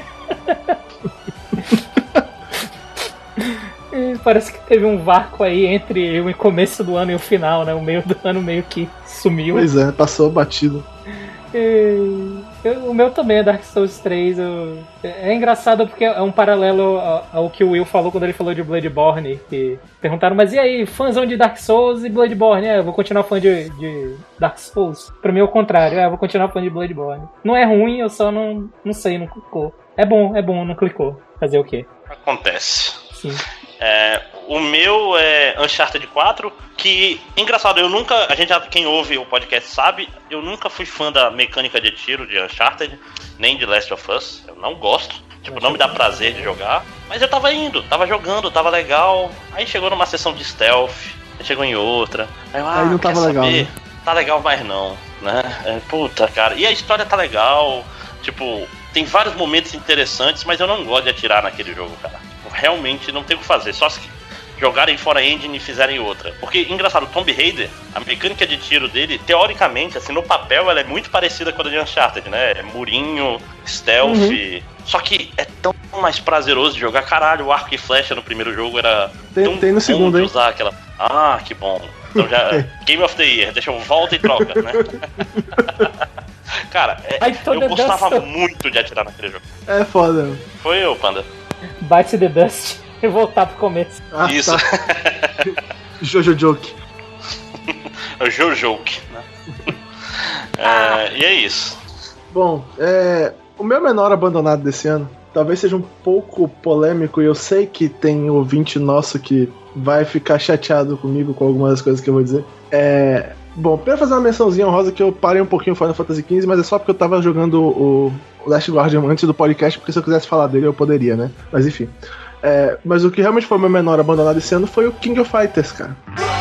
Parece que teve um vácuo aí entre o começo do ano e o final, né? O meio do ano meio que sumiu. Pois é, passou batido. E... o meu também é Dark Souls três. Eu... É engraçado porque é um paralelo ao que o Will falou quando ele falou de Bloodborne. Que perguntaram, mas e aí, fãzão de Dark Souls e Bloodborne? É, eu vou continuar fã de, de Dark Souls. Pra mim é o contrário, é, eu vou continuar fã de Bloodborne. Não é ruim, eu só não, não sei, não clicou. É bom, é bom, não clicou. Fazer o quê? Acontece. Sim. É, o meu é Uncharted quatro, que, engraçado, eu nunca, a gente já, quem ouve o podcast sabe, eu nunca fui fã da mecânica de tiro de Uncharted, nem de Last of Us, eu não gosto, tipo, não me dá prazer de jogar, mas eu tava indo, tava jogando, tava legal, aí chegou numa sessão de stealth, aí chegou em outra, aí, eu, ah, aí não tava legal, né? Tá legal, mas não, né, é, puta, cara, e a história tá legal, tipo, tem vários momentos interessantes, mas eu não gosto de atirar naquele jogo, cara, realmente não tem o que fazer, só se jogarem fora engine e fizerem outra. Porque, engraçado, o Tomb Raider, a mecânica de tiro dele, teoricamente, assim, no papel, ela é muito parecida com a de Uncharted, né? É murinho, stealth. Uhum. Só que é tão mais prazeroso de jogar. Caralho, o arco e flecha no primeiro jogo era tem, tão tem no bom segundo, de hein? usar aquela... Ah, que bom. Então já... Game of the Year, deixa eu volta e troca, né? Cara, é, eu gostava dust. muito de atirar naquele jogo. É foda. Foi eu, Panda. Bite the Dust. E voltar pro começo. Ah, isso. Tá. Jojo Joke. Jojo Joke, né? é, e é isso. Bom, é, o meu menor abandonado desse ano talvez seja um pouco polêmico, e eu sei que tem ouvinte nosso que vai ficar chateado comigo com algumas das coisas que eu vou dizer. É, bom, primeiro fazer uma mençãozinha honrosa que eu parei um pouquinho Final Fantasy quinze, mas é só porque eu tava jogando o, o Last Guardian antes do podcast, porque se eu quisesse falar dele eu poderia, né? Mas enfim. É, mas o que realmente foi o meu menor abandonado esse ano foi o King of Fighters, cara.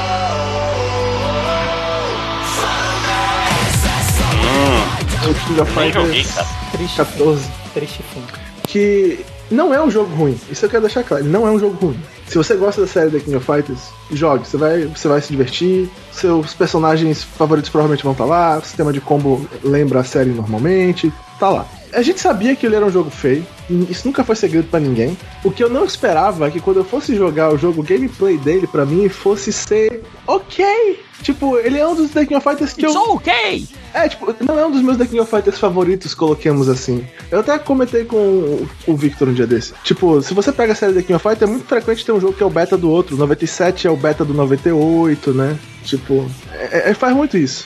Hum, o King of Fighters joguei, cara. catorze. Triste fim. Que não é um jogo ruim, isso eu quero deixar claro, ele não é um jogo ruim. Se você gosta da série da King of Fighters, jogue, você vai, você vai se divertir, seus personagens favoritos provavelmente vão estar lá, o sistema de combo lembra a série normalmente, tá lá. A gente sabia que ele era um jogo feio, isso nunca foi segredo pra ninguém. O que eu não esperava é que quando eu fosse jogar o jogo, o gameplay dele pra mim fosse ser ok. Tipo, ele é um dos The King of Fighters que It's eu... ok! É, tipo, não é um dos meus The King of Fighters favoritos, coloquemos assim. Eu até comentei com o Victor um dia desse. Tipo, se você pega a série The King of Fighters, é muito frequente ter um jogo que é o beta do outro. O noventa e sete é o beta do noventa e oito, né? Tipo, é, é, faz muito isso.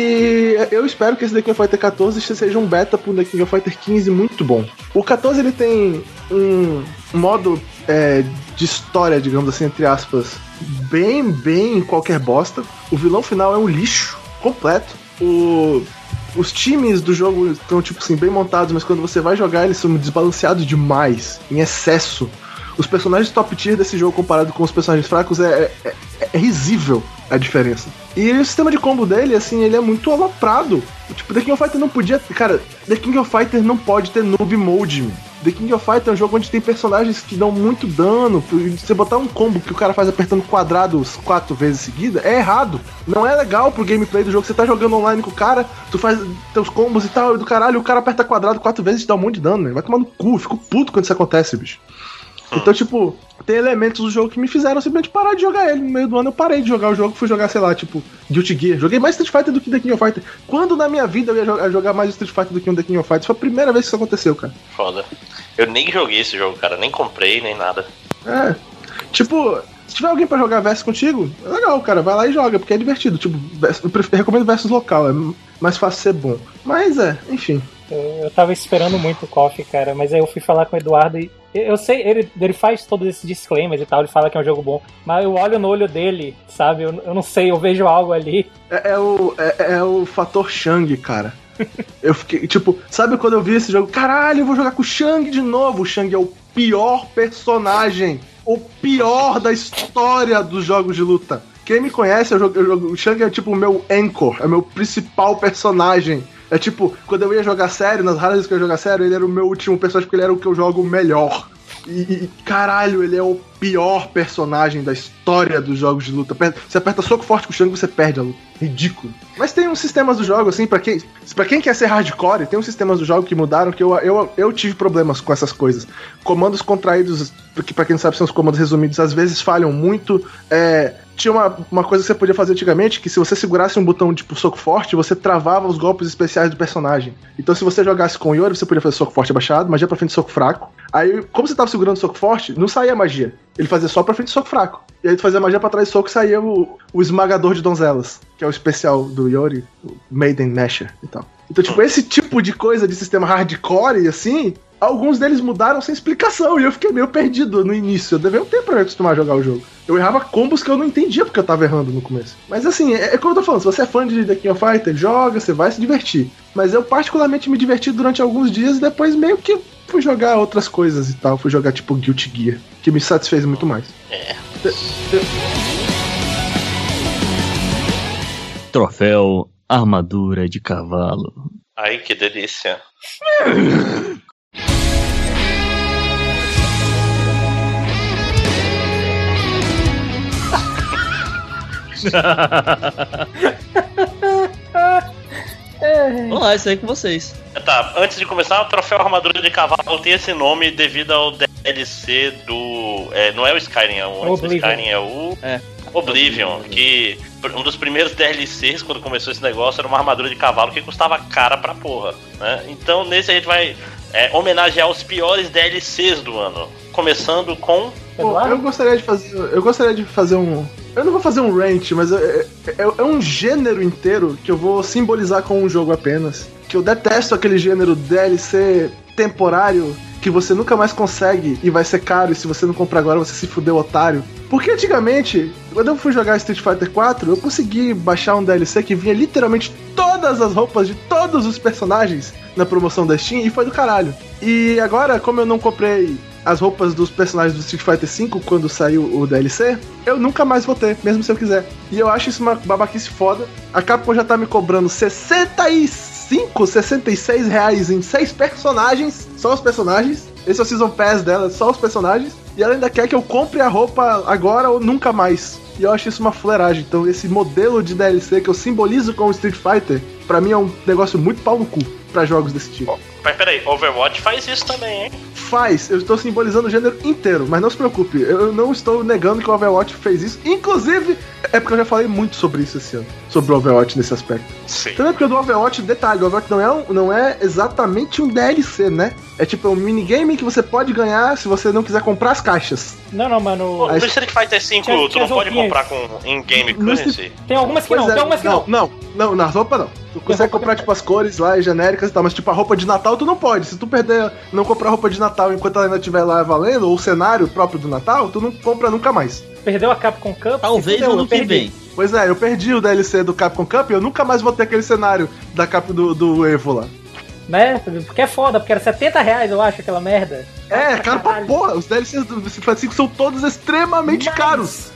E eu espero que esse The King of Fighters catorze seja um beta pro The King of Fighters quinze muito bom. O catorze ele tem um modo é, de história, digamos assim, entre aspas, bem, bem qualquer bosta. O vilão final é um lixo completo. O, os times do jogo estão, tipo assim, bem montados, mas quando você vai jogar eles são desbalanceados demais, em excesso. Os personagens top tier desse jogo comparado com os personagens fracos é, é, é risível a diferença. E o sistema de combo dele, assim, ele é muito aloprado. Tipo, The King of Fighters não podia... Cara, The King of Fighters não pode ter noob mode, meu. The King of Fighters é um jogo onde tem personagens que dão muito dano. Você botar um combo que o cara faz apertando quadrados quatro vezes seguida, é errado. Não é legal pro gameplay do jogo. Você tá jogando online com o cara, tu faz teus combos e tal, e do caralho, o cara aperta quadrado quatro vezes e te dá um monte de dano, né? Vai tomar no cu, eu fico puto quando isso acontece, bicho. Então, tipo, tem elementos do jogo que me fizeram simplesmente parar de jogar ele. No meio do ano eu parei de jogar o jogo, fui jogar, sei lá, tipo, Guilty Gear. Joguei mais Street Fighter do que The King of Fighters. Quando na minha vida eu ia jogar, jogar mais Street Fighter do que um The King of Fighters? Foi a primeira vez que isso aconteceu, cara. Foda. Eu nem joguei esse jogo, cara. Nem comprei, nem nada. É, tipo... Se tiver alguém pra jogar versus contigo, é legal, cara, vai lá e joga, porque é divertido. Tipo, eu, prefiro, eu recomendo versus local, é mais fácil ser bom. Mas é, enfim. Eu, eu tava esperando muito o Coffee, cara, mas aí eu fui falar com o Eduardo e eu sei, ele, ele faz todos esses disclaimers e tal, ele fala que é um jogo bom, mas eu olho no olho dele, sabe? Eu, eu não sei, eu vejo algo ali. É, é, o, é, é o fator Shang, cara. Eu fiquei, tipo, sabe quando eu vi esse jogo? Caralho, eu vou jogar com o Shang de novo. O Shang é o pior personagem. O pior da história dos jogos de luta. Quem me conhece, eu jogo, eu jogo, o Shang é tipo o meu anchor, é o meu principal personagem. É tipo, quando eu ia jogar sério, nas raras vezes que eu ia jogar sério, ele era o meu último personagem porque ele era o que eu jogo melhor. E, e caralho, ele é o pior personagem da história dos jogos de luta. Você aperta soco forte com o Shang e você perde a luta. Ridículo. Mas tem uns sistemas do jogo, assim, pra quem, pra quem quer ser hardcore, tem uns sistemas do jogo que mudaram que eu, eu, eu tive problemas com essas coisas. Comandos contraídos, que pra quem não sabe são os comandos resumidos, às vezes falham muito. É... Tinha uma, uma coisa que você podia fazer antigamente, que se você segurasse um botão tipo soco forte, você travava os golpes especiais do personagem. Então se você jogasse com o Yori, você podia fazer soco forte abaixado, magia pra frente, soco fraco. Aí, como você tava segurando o soco forte, não saía magia. Ele fazia só pra frente soco fraco. E aí tu fazia magia pra trás soco e saía o, o esmagador de donzelas, que é o especial do Yori, o Maiden Masher e tal. Então, tipo, esse tipo de coisa de sistema hardcore, assim, alguns deles mudaram sem explicação e eu fiquei meio perdido no início. Eu devia um tempo pra me acostumar a jogar o jogo. Eu errava combos que eu não entendia porque eu tava errando no começo. Mas assim, é, é como eu tô falando, se você é fã de The King of Fighters, joga, você vai se divertir. Mas eu particularmente me diverti durante alguns dias e depois meio que fui jogar outras coisas e tal. Fui jogar tipo Guilty Gear, que me satisfez muito mais. É. Troféu Armadura de Cavalo. Ai, que delícia. Vamos lá, isso aí com vocês. Tá, antes de começar, o Troféu Armadura de Cavalo tem esse nome devido ao D L C do... É, não é o Skyrim, é o, antes do Skyrim é o... É. Oblivion, que um dos primeiros D L Cs, quando começou esse negócio, era uma armadura de cavalo que custava cara pra porra, né? Então nesse a gente vai é, homenagear os piores D L Cs do ano. Começando com... Bom, eu gostaria de fazer. Eu gostaria de fazer um. Eu não vou fazer um rant, mas é, é, é um gênero inteiro que eu vou simbolizar com um jogo apenas. Que eu detesto aquele gênero D L C temporário que você nunca mais consegue e vai ser caro, e se você não comprar agora você se fudeu, otário. Porque antigamente, quando eu fui jogar Street Fighter quatro, eu consegui baixar um D L C que vinha literalmente todas as roupas de todos os personagens na promoção da Steam, e foi do caralho. E agora, como eu não comprei as roupas dos personagens do Street Fighter cinco quando saiu o D L C, eu nunca mais vou ter, mesmo se eu quiser. E eu acho isso uma babaquice foda. A Capcom já tá me cobrando sessenta e cinco, sessenta e seis reais em seis personagens, só os personagens. Esse é o Season Pass dela, só os personagens. E ela ainda quer que eu compre a roupa agora ou nunca mais. E eu acho isso uma fuleiragem. Então esse modelo de D L C que eu simbolizo com o Street Fighter, pra mim é um negócio muito pau no cu pra jogos desse tipo. Mas peraí, Overwatch faz isso também, hein? Faz, eu estou simbolizando o gênero inteiro, mas não se preocupe, eu não estou negando que o Overwatch fez isso. Inclusive, é porque eu já falei muito sobre isso esse ano, sobre o Overwatch nesse aspecto. Sim. Também porque do Overwatch, detalhe, o Overwatch não é, um, não é exatamente um D L C, né? É tipo um minigame que você pode ganhar se você não quiser comprar as caixas. Não, não, mano. Pô, no Street Fighter cinco, tinha, tu tinha não pode roupinhas. comprar com in-game currency? Tem algumas que Pois não, é, tem algumas que não. Não, não, não, na roupa não. Tu consegue comprar, tipo, as cores lá, genéricas e tal, mas, tipo, a roupa de Natal tu não pode. Se tu perder, não comprar roupa de Natal enquanto ela ainda estiver lá valendo, ou o cenário próprio do Natal, tu não compra nunca mais. Perdeu a Capcom Cup? Talvez fudeu, ano eu que perdi. vem. Pois é, eu perdi o D L C do Capcom Cup e eu nunca mais vou ter aquele cenário da Cap do, do Evo lá. Né? Porque é foda, porque era setenta reais, eu acho, aquela merda. É, caro pra porra. Os D L Cs do Street Fighter cinco são todos extremamente Mas- caros.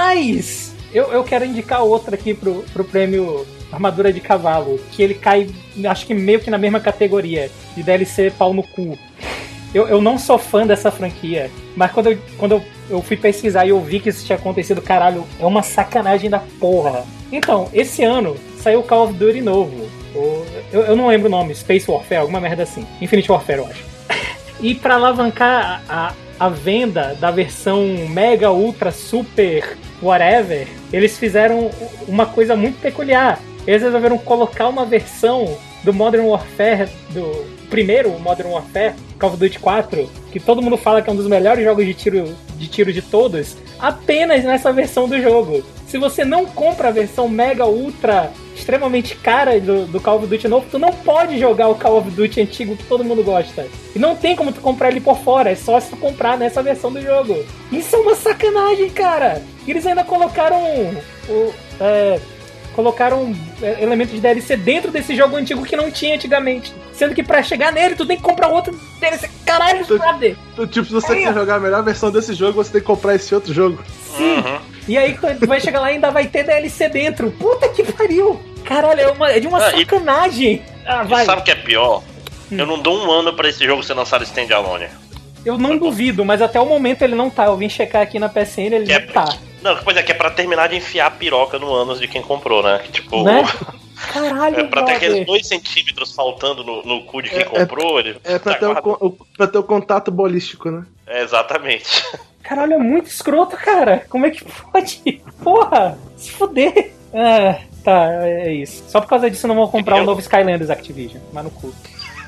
Mas eu, eu quero indicar outra aqui pro, pro prêmio Armadura de Cavalo, que ele cai, acho que meio que na mesma categoria de D L C pau no cu. Eu, eu não sou fã dessa franquia, mas quando, eu, quando eu, eu fui pesquisar e eu vi que isso tinha acontecido, caralho, é uma sacanagem da porra. Então, esse ano saiu o Call of Duty novo. O, eu, eu não lembro o nome, Space Warfare, alguma merda assim. Infinite Warfare, eu acho. E pra alavancar a, a venda da versão Mega, Ultra, Super, whatever, eles fizeram uma coisa muito peculiar. Eles resolveram colocar uma versão do Modern Warfare, do primeiro Modern Warfare, Call of Duty quatro, que todo mundo fala que é um dos melhores jogos de tiro de, tiro de todos, apenas nessa versão do jogo. Se você não compra a versão Mega, Ultra, extremamente cara do, do Call of Duty novo, tu não pode jogar o Call of Duty antigo que todo mundo gosta. E não tem como tu comprar ele por fora, é só se tu comprar nessa versão do jogo. Isso é uma sacanagem, cara! Eles ainda colocaram o... É, colocaram elementos de D L C dentro desse jogo antigo que não tinha antigamente. Sendo que pra chegar nele, tu tem que comprar outro D L C. Caralho, Tu- brother! Então, tipo, se você Aí, quer ó. jogar a melhor versão desse jogo, você tem que comprar esse outro jogo. Sim! Uhum. E aí, quando tu vai chegar lá, ainda vai ter D L C dentro. Puta que pariu! Caralho, é, uma, é de uma Ah, e- sacanagem! Ah, E vai! sabe o que é pior? Hum. Eu não dou um ano pra esse jogo ser lançado standalone. Eu não duvido, mas até o momento ele não tá. Eu vim checar aqui na P S N, ele Que é- não tá. Não, pois é, que é pra terminar de enfiar a piroca no ânus de quem comprou, né? Que, tipo, Né? Caralho, é pra ter aqueles brother. dois centímetros faltando no, no cu de quem É- comprou. Ele É pra tá ter, o, guardado. con- o- pra ter o contato bolístico, né? É, exatamente. Caralho, é muito escroto, cara. Como é que pode? Porra, se fuder. Ah, tá, é isso. Só por causa disso eu não vou comprar Eu- o novo Skylanders Activision. Mas no cu.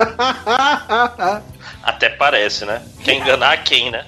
Até parece, né? Quer enganar quem, né?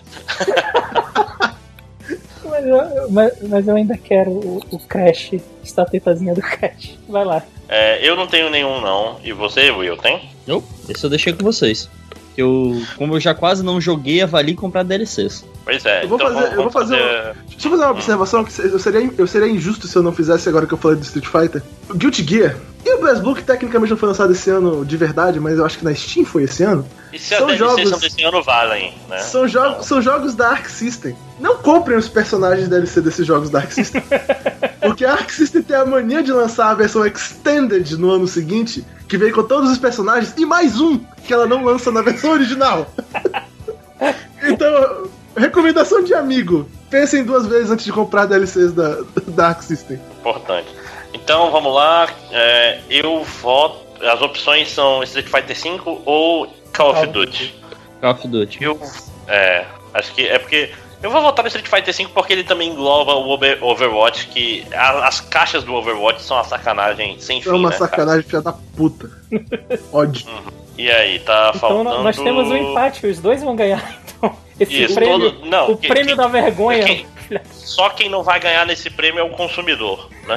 Mas eu, mas, mas eu ainda quero o, o Crash, estatuetazinha do Crash. Vai lá. É, eu não tenho nenhum, não. E você, Will, tem? Eu? Esse eu deixei com vocês. Que eu, como eu já quase não joguei, avalio comprar D L Cs. Pois é, Eu vou então fazer. vamos, Eu vou fazer, fazer... Um, deixa eu fazer uma observação que eu seria, eu seria injusto se eu não fizesse agora que eu falei do Street Fighter. O Guilty Gear e o BlazBlue, que tecnicamente não foi lançado esse ano de verdade, mas eu acho que na Steam foi esse ano. E se são a jogos são desse ano valem, né? São, jo então. são jogos da Arc System. Não comprem os personagens D L C desses jogos da Arc System. Porque a Arc System tem a mania de lançar a versão Extended no ano seguinte, que vem com todos os personagens e mais um que ela não lança na versão original. Então, recomendação de amigo: pensem duas vezes antes de comprar D L Cs da, da Arc System. Importante. Então vamos lá, é, eu voto. As opções são Street Fighter cinco ou Call of Duty. Call of Duty. Eu, é, acho que é porque eu vou votar no Street Fighter cinco porque ele também engloba o Overwatch, que a, as caixas do Overwatch são uma sacanagem sem fim. É uma né, sacanagem, filha da puta. Ódio. Uhum. E aí, tá então, faltando... nós temos um empate, os dois vão ganhar. Então, esse Isso, prêmio, todo... não, o que, prêmio que, da vergonha. Quem, só quem não vai ganhar nesse prêmio é o consumidor, né?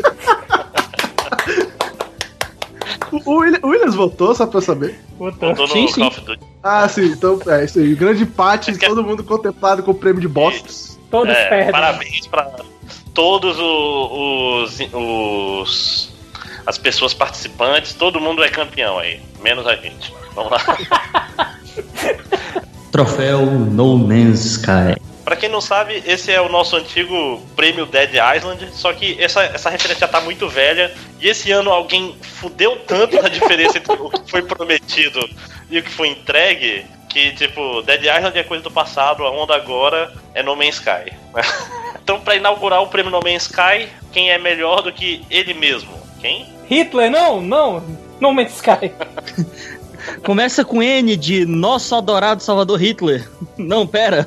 O Williams votou, só pra eu saber. Votou. Votou no sim, sim. Call of Duty. Ah, sim, então é isso aí. Grande empate, que... todo mundo contemplado com o prêmio de bosta. Isso. Todos é, perdem. Parabéns pra todos os, os, os as pessoas participantes. Todo mundo é campeão aí, menos a gente. Vamos lá. Troféu No Man's Sky. Pra quem não sabe, esse é o nosso antigo prêmio Dead Island, só que essa, essa referência já tá muito velha, e esse ano alguém fudeu tanto a diferença entre o que foi prometido e o que foi entregue, que, tipo, Dead Island é coisa do passado, a onda agora é No Man's Sky. Então, pra inaugurar o prêmio No Man's Sky, quem é melhor do que ele mesmo? Quem? Hitler, não, não, No Man's Sky. Começa com N de Nosso Adorado Salvador Hitler. Não, pera.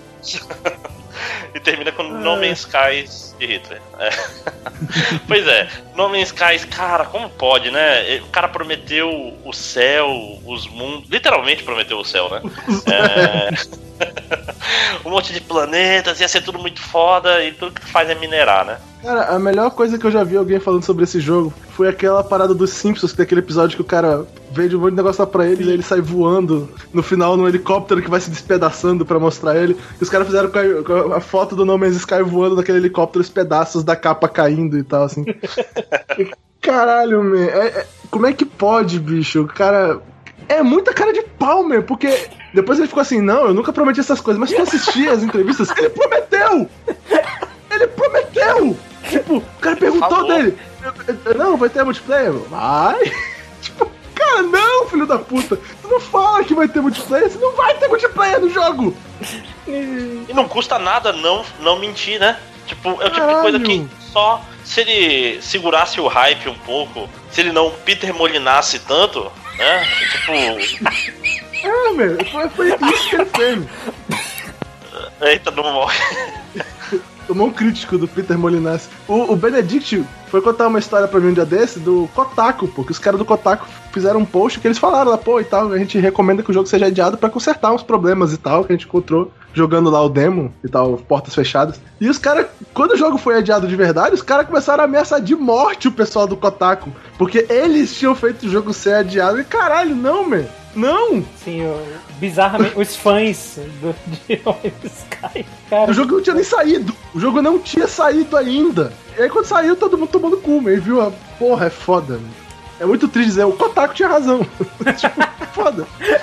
E termina com No Man's Skies de Hitler. É. Pois é, No Man's Skies, cara, como pode, né? O cara prometeu o céu, os mundos. Literalmente prometeu o céu, né? É... um monte de planetas, ia ser tudo muito foda e tudo que faz é minerar, né? Cara, a melhor coisa que eu já vi alguém falando sobre esse jogo foi aquela parada dos Simpsons, que tem aquele episódio que o cara vende um monte de negócio lá pra eles e ele sai voando no final num helicóptero que vai se despedaçando pra mostrar ele. E os caras fizeram com a, com a foto do No Man's Sky voando naquele helicóptero, os pedaços da capa caindo e tal, assim. Caralho, man. É, é, como é que pode, bicho? O cara... É muita cara de pau, man, porque depois ele ficou assim, não, eu nunca prometi essas coisas, mas tu assistia as entrevistas, ele prometeu! Ele prometeu! Tipo, o cara perguntou Falou. dele, não, vai ter multiplayer? Vai! Tipo, cara, não, filho da puta! Tu não fala que vai ter multiplayer, você não vai ter multiplayer no jogo! E não custa nada não, não mentir, né? Tipo, é o tipo Caralho. de coisa que só se ele segurasse o hype um pouco, se ele não Peter Molinasse tanto, né? Tipo... É, meu, foi, foi isso que ele fez. Eita, não morre. Tomou um crítico do Peter Molinassi. O, o Benedict foi contar uma história pra mim um dia desse do Kotaku, pô, que os caras do Kotaku fizeram um post que eles falaram lá, pô, e tal, a gente recomenda que o jogo seja adiado pra consertar uns problemas e tal, que a gente encontrou jogando lá o demo e tal, portas fechadas. E os caras, quando o jogo foi adiado de verdade, os caras começaram a ameaçar de morte o pessoal do Kotaku, porque eles tinham feito o jogo ser adiado. E caralho, não, man. Não! Sim, o, bizarramente, os fãs do, de No Man's Sky, cara. O jogo não tinha nem saído. O jogo não tinha saído ainda. E aí quando saiu, todo mundo tomando cu, man. Viu? A porra, é foda, man. É muito triste dizer, o Kotaku tinha razão. Tipo, foda.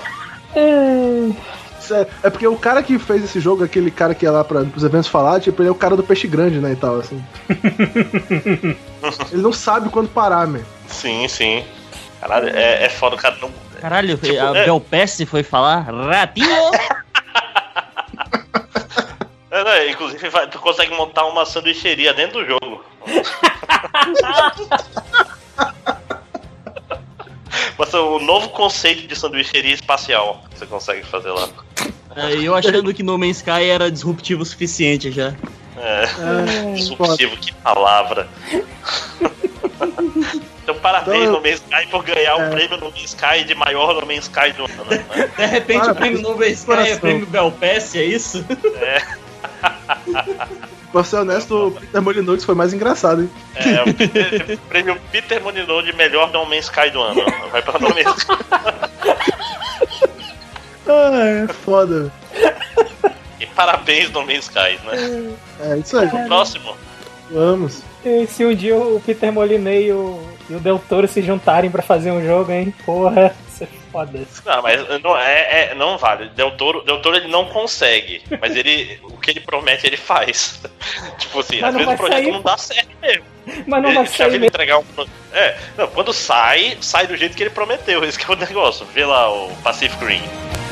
É, é porque o cara que fez esse jogo, aquele cara que ia lá pra, pros eventos falar, tipo, ele é o cara do peixe grande, né, e tal, assim. Ele não sabe quando parar, man. Sim, sim. Caralho, é, é foda, o cara não... Caralho, Tipo, a é. Belpeste foi falar ratinho. É, né, inclusive, vai, tu consegue montar uma sanduicheria dentro do jogo. Mas é o novo conceito de sanduicheria espacial que você consegue fazer lá. É, eu achando que No Man's Sky era disruptivo o suficiente já. É, É, disruptivo, que palavra. Então parabéns Então, No Man's Sky por ganhar é. o prêmio No Man's Sky de maior No Man's Sky do ano, né? De repente Parabéns, o prêmio No Man's Sky coração. é prêmio Belpeste, é isso? É, Pra ser honesto, o Peter Molyneux foi mais engraçado, hein? é o, Peter, o prêmio Peter Molyneux de melhor No Man's Sky do ano. Vai pra No Man's Sky. Ah, é foda. E parabéns, No Man's Sky, né? É, isso aí. O próximo. Vamos. E se um dia o Peter Molyneux e o, e o Del Toro se juntarem pra fazer um jogo, hein? Porra, isso é foda. Não, mas não, é, é, não vale. Del Toro, Del Toro ele não consegue, mas ele, o que ele promete ele faz. Tipo assim, Mas às não vezes vai o projeto sair, não dá certo mesmo. Mas não Ele- vai já sair viu ele mesmo. entregar um pro- É, não, quando sai, sai do jeito que ele prometeu. Esse que é o negócio. Vê lá o Pacific Rim.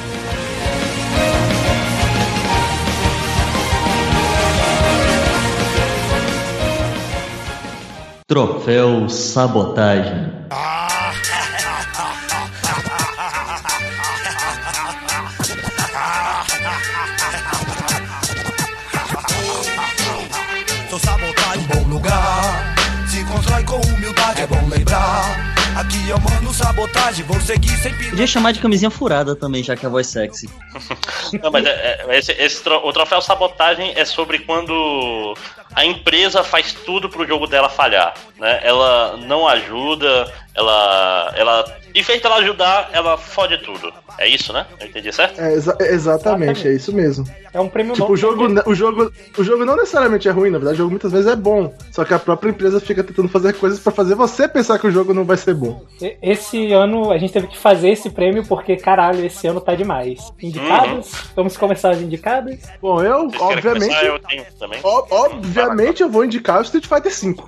Troféu Sabotagem. Sou sabotagem, bom lugar. Se constrói com humildade, é bom lembrar. Aqui eu mando sabotagem, vou seguir sempre. Podia chamar de camisinha furada também, já que é a voz sexy. Não, mas é, é, esse, esse tro- o troféu sabotagem é sobre quando a empresa faz tudo pro jogo dela falhar, né? Ela não ajuda, ela, ela, em vez dela ajudar, ela fode tudo. É isso, né? Eu entendi certo? É, exa- exatamente, é isso mesmo. É um prêmio Tipo, novo. o jogo, o, jogo, o jogo não necessariamente é ruim, na verdade, o jogo muitas vezes é bom. Só que a própria empresa fica tentando fazer coisas pra fazer você pensar que o jogo não vai ser bom. E- Esse ano a gente teve que fazer esse prêmio porque, caralho, esse ano tá demais. Indicados? Vamos começar as indicadas? Bom, eu, Vocês querem obviamente. começar? Eu tenho também. Ob- obviamente eu vou indicar o Street Fighter cinco.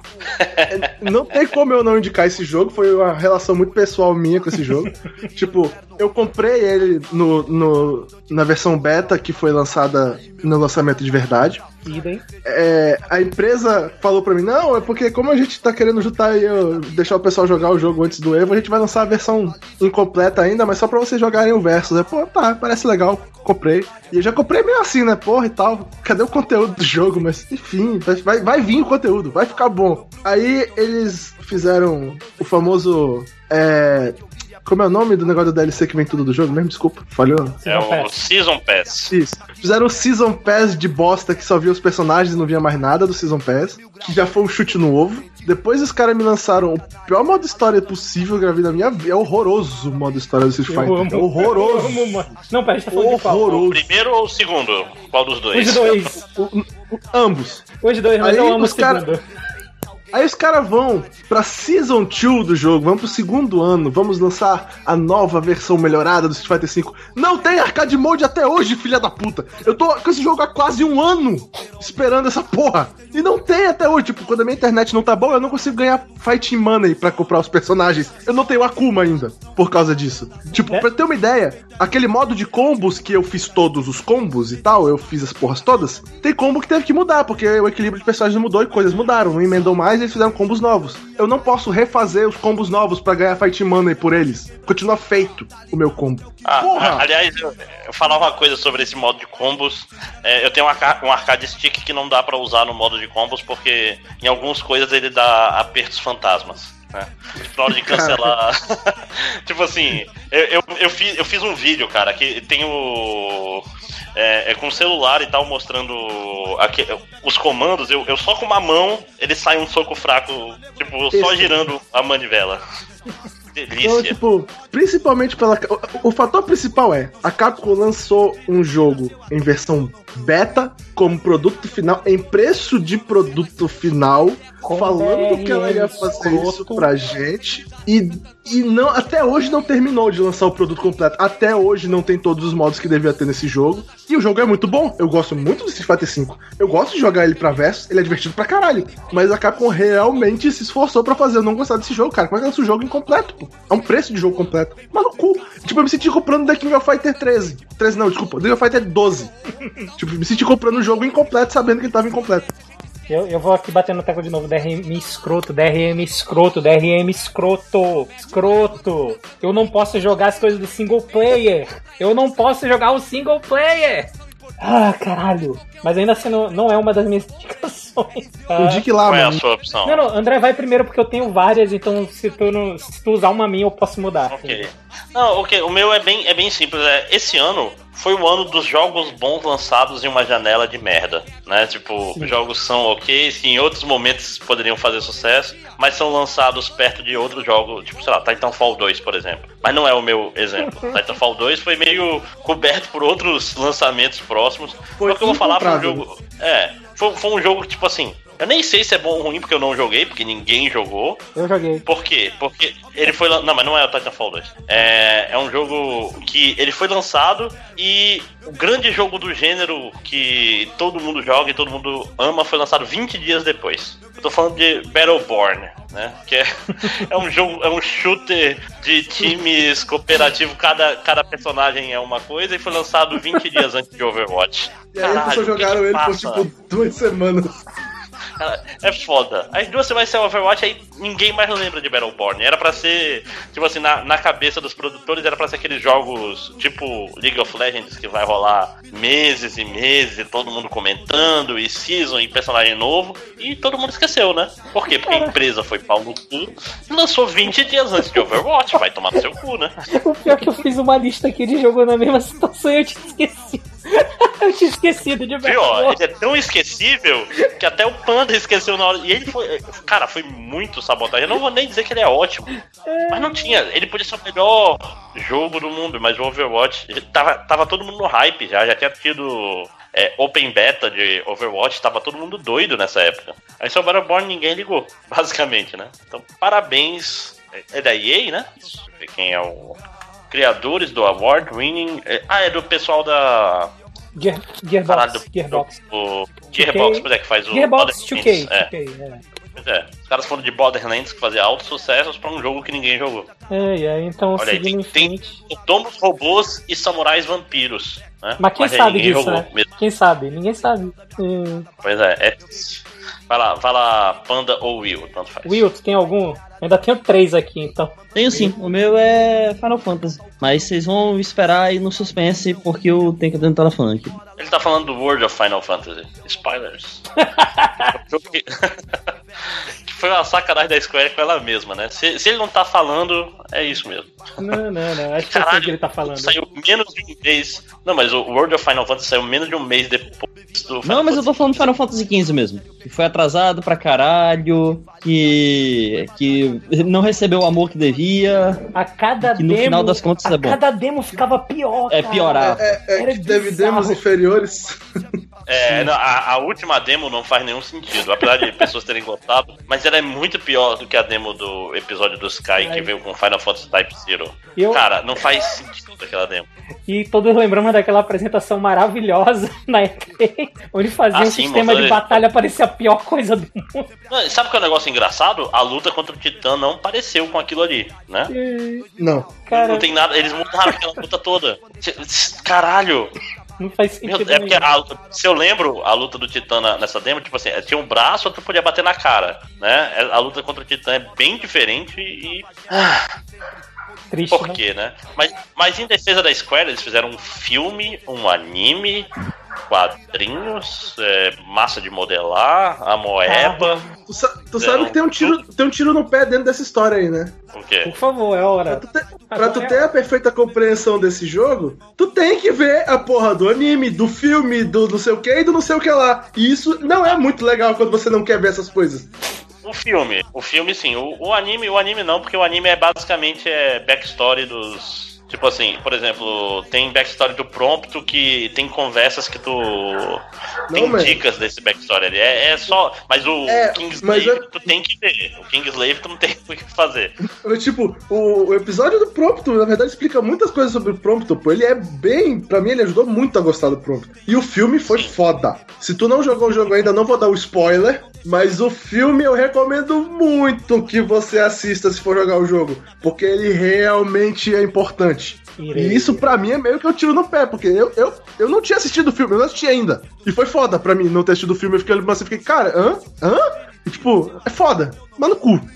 É, não tem como eu não indicar esse jogo, foi uma relação muito pessoal minha com esse jogo. Tipo, eu comprei ele no, no, na versão beta que foi lançada no lançamento de verdade. Idem. É, a empresa falou pra mim, não, é porque como a gente tá querendo juntar e eu deixar o pessoal jogar o jogo antes do Evo, a gente vai lançar a versão incompleta ainda, mas só pra vocês jogarem o Versus. Eu, pô, tá, parece legal, comprei. E eu já comprei meio assim, né, porra e tal, cadê o conteúdo do jogo? Mas enfim, vai, vai vir o conteúdo, vai ficar bom. Aí eles fizeram o famoso... É, como é o nome do negócio do D L C que vem tudo do jogo mesmo? Desculpa, falhou. É o Pass. Season Pass. Isso. Fizeram o Season Pass de bosta que só via os personagens e não via mais nada do Season Pass. Que já foi um chute no ovo. Depois os caras me lançaram o pior modo história possível que eu já vi na minha vida. É horroroso o modo história do Street Eu Fighter. amo. É horroroso. Eu amo, mano. Não, pera, a gente tá falando de qual? O Horroroso. primeiro ou o segundo? Qual dos dois? Os dois. O- o- ambos. Os dois, mas Aí eu amo o os cara- segundo. Aí os caras vão pra Season dois do jogo, vamos pro segundo ano, vamos lançar a nova versão melhorada do Street Fighter cinco. Não tem arcade mode até hoje, filha da puta. Eu tô com esse jogo há quase um ano esperando essa porra. E não tem até hoje, tipo, quando a minha internet não tá boa, eu não consigo ganhar fighting money pra comprar os personagens. Eu não tenho Akuma ainda, por causa disso. Tipo, É? pra ter uma ideia, aquele modo de combos que eu fiz todos os combos e tal, eu fiz as porras todas, tem combo que teve que mudar, porque o equilíbrio de personagens mudou e coisas mudaram, não emendou mais e eles fizeram combos novos. Eu não posso refazer os combos novos pra ganhar fighting money por eles. Continua feito o meu combo. Ah, Porra! a- aliás, eu, eu falar uma coisa sobre esse modo de combos. É, eu tenho um, arca- um arcade stick que não dá pra usar no modo de combos porque em algumas coisas ele dá apertos fantasmas. Né? Na hora de cancelar. Tipo assim, eu, eu, eu, fiz, eu fiz um vídeo, cara, que tem o. É, é com o celular e tal, mostrando aqui, os comandos. Eu, eu só com uma mão ele sai um soco fraco, tipo, só Esse. girando a manivela. Delícia. Então, tipo, principalmente pela. O, o fator principal é: a Capcom lançou um jogo em versão beta, como produto final, em preço de produto final, Com falando que ela ia fazer escroto. isso pra gente. E, e não, até hoje não terminou de lançar o produto completo. Até hoje não tem todos os modos que devia ter nesse jogo. E o jogo é muito bom. Eu gosto muito do Street Fighter cinco. Eu gosto de jogar ele pra versus, ele é divertido pra caralho. Mas a Capcom realmente se esforçou pra fazer eu não gostar desse jogo, cara. Como é que lança o jogo incompleto, pô? É um preço de jogo completo. Maluco. Tipo, eu me senti comprando The King of Fighter treze. treze não, desculpa. The King of Fighter doze. Tipo, me senti comprando um jogo incompleto sabendo que ele tava incompleto. Eu, eu vou aqui batendo no tecla de novo. D R M escroto, D R M escroto, D R M escroto, escroto. Eu não posso jogar as coisas do single player. Eu não posso jogar o single player. Ah, caralho. Mas ainda assim não, não é uma das minhas indicações. Ah, Indique lá, Qual é a mano. sua opção? não, não, André vai primeiro porque eu tenho várias, então se tu, não, se tu usar uma minha eu posso mudar. Ok. Não, ok, o meu é bem, é bem simples. É, esse ano foi o ano dos jogos bons lançados em uma janela de merda, né? Tipo, Sim. jogos são ok, que em outros momentos poderiam fazer sucesso, mas são lançados perto de outros jogos, tipo, sei lá, Titanfall dois, por exemplo. Mas não é o meu exemplo. Titanfall dois foi meio coberto por outros lançamentos próximos. Foi o que eu vou falar, foi um jogo... É, foi, foi um jogo que, tipo assim... Eu nem sei se é bom ou ruim, porque eu não joguei, porque ninguém jogou. Eu joguei. Por quê? Porque ele foi... Não, mas não é o Titanfall dois. É, é um jogo que ele foi lançado e o grande jogo do gênero que todo mundo joga e todo mundo ama foi lançado vinte dias depois. Eu tô falando de Battleborn, né? Que é, é um jogo, é um shooter de times cooperativo, cada, cada personagem é uma coisa, e foi lançado vinte dias antes de Overwatch. E aí as pessoas jogaram ele por tipo duas semanas. Cara, é foda. As duas semanas sem Overwatch, aí ninguém mais lembra de Battleborn. Era pra ser, tipo assim, na, na cabeça dos produtores, era pra ser aqueles jogos tipo League of Legends, que vai rolar meses e meses, e todo mundo comentando, e season, e personagem novo, e todo mundo esqueceu, né? Por quê? Porque a empresa foi pau no cu e lançou vinte dias antes de Overwatch. Vai tomar no seu cu, né? O pior é que eu fiz uma lista aqui de jogo na mesma situação e eu tinha esquecido. Eu tinha esquecido de Pior, ele é tão esquecível que até o Panda esqueceu na hora. E ele foi. Cara, foi muito sabotagem. Eu não vou nem dizer que ele é ótimo. Mas não tinha. Ele podia ser o melhor jogo do mundo, mas o Overwatch. Tava, tava todo mundo no hype já. Já tinha tido é, Open Beta de Overwatch. Tava todo mundo doido nessa época. Aí só o Battleborn ninguém ligou, basicamente, né? Então, parabéns. É da E A, né? Deixa eu ver quem é o. Criadores do Award Winning. Ah, é do pessoal da. Gear, Gearbox. Caralho, do, Gearbox. Do, do Gearbox, pois é, que faz o. Gearbox dois K. É. dois K, é. Pois é. Os caras foram de Borderlands que fazia altos sucessos pra um jogo que ninguém jogou. É, é, então Olha aí, seguindo tem, em frente. tem Domos Robôs e Samurais Vampiros. Né? Mas quem Mas sabe disso, jogou né? mesmo. Quem sabe? Ninguém sabe. Hum. Pois é, é. Vai lá, vai lá, Panda ou Will, tanto faz. Will, tu tem algum? Ainda tenho três aqui, então. Tenho sim, o meu é Final Fantasy. Mas vocês vão esperar aí no suspense, porque o Tenka não tá falando aqui. Ele tá falando do World of Final Fantasy. Spoilers. que... que foi uma sacanagem da Square com ela mesma, né? Se, se ele não tá falando, é isso mesmo. Não, não, não. Acho que é o que ele tá falando. Saiu menos de um mês. Não, mas o World of Final Fantasy saiu menos de um mês depois do Final Não, mas Fantasy eu tô falando de Final Fantasy quinze mesmo. Que foi atrasado pra caralho, que, que não recebeu o amor que devia. A cada que no demo, final das contas a é bom. cada demo ficava pior, É cara. piorar. É, é, é que teve demos inferiores. É, não, a, a última demo não faz nenhum sentido, apesar de pessoas terem gostado, mas ela é muito pior do que a demo do episódio do Sky, é. que veio com Final Fantasy Type Zero. Eu... Cara, não faz sentido aquela demo. E todos lembramos daquela apresentação maravilhosa na E três, onde fazia ah, um sim, sistema mostrou... de batalha parecia a pior coisa do mundo. Não, sabe qual é o negócio engraçado? A luta contra o Titã não pareceu com aquilo ali, né? Não. Cara... Não tem nada, eles mudaram aquela luta toda. Caralho! Não faz sentido. Meu, é porque a, se eu lembro a luta do Titã na, nessa demo, tipo assim, tinha um braço, outro podia bater na cara, né? A luta contra o Titã é bem diferente e. Ah, triste, por quê, né? Mas, mas em defesa da Square, eles fizeram um filme, um anime, quadrinhos, é, massa de modelar, a moeba. Ah, tu, sa tu sabe que tem um, tiro, tem um tiro no pé dentro dessa história aí, né? O quê? Por favor, é hora. Pra tu ter, pra tu ter a perfeita compreensão desse jogo, tu tem que ver a porra do anime, do filme, do não sei o que e do não sei o que lá. E isso não é muito legal quando você não quer ver essas coisas. O filme, o filme sim, o, o anime, o anime não, porque o anime é basicamente é backstory dos... Tipo assim, por exemplo, tem backstory do Prompto que tem conversas que tu... Tem não, dicas desse backstory ali, é, é só... Mas o é, Kingslave eu... tu tem que ver, o Kingslave tu não tem o que fazer. Tipo, o, o episódio do Prompto, na verdade, explica muitas coisas sobre o Prompto, pô, ele é bem... Pra mim, ele ajudou muito a gostar do Prompto. E o filme foi sim. foda. Se tu não jogou o jogo ainda, não vou dar o spoiler, mas o filme eu recomendo muito que você assista se for jogar o jogo, porque ele realmente é importante. Irei. E isso pra mim é meio que eu tiro no pé, porque eu, eu, eu não tinha assistido o filme, eu não assisti ainda. E foi foda pra mim não ter assistido o filme, eu fiquei olhando assim, fiquei, cara, hã? Hã? E tipo, é foda, mas no cu.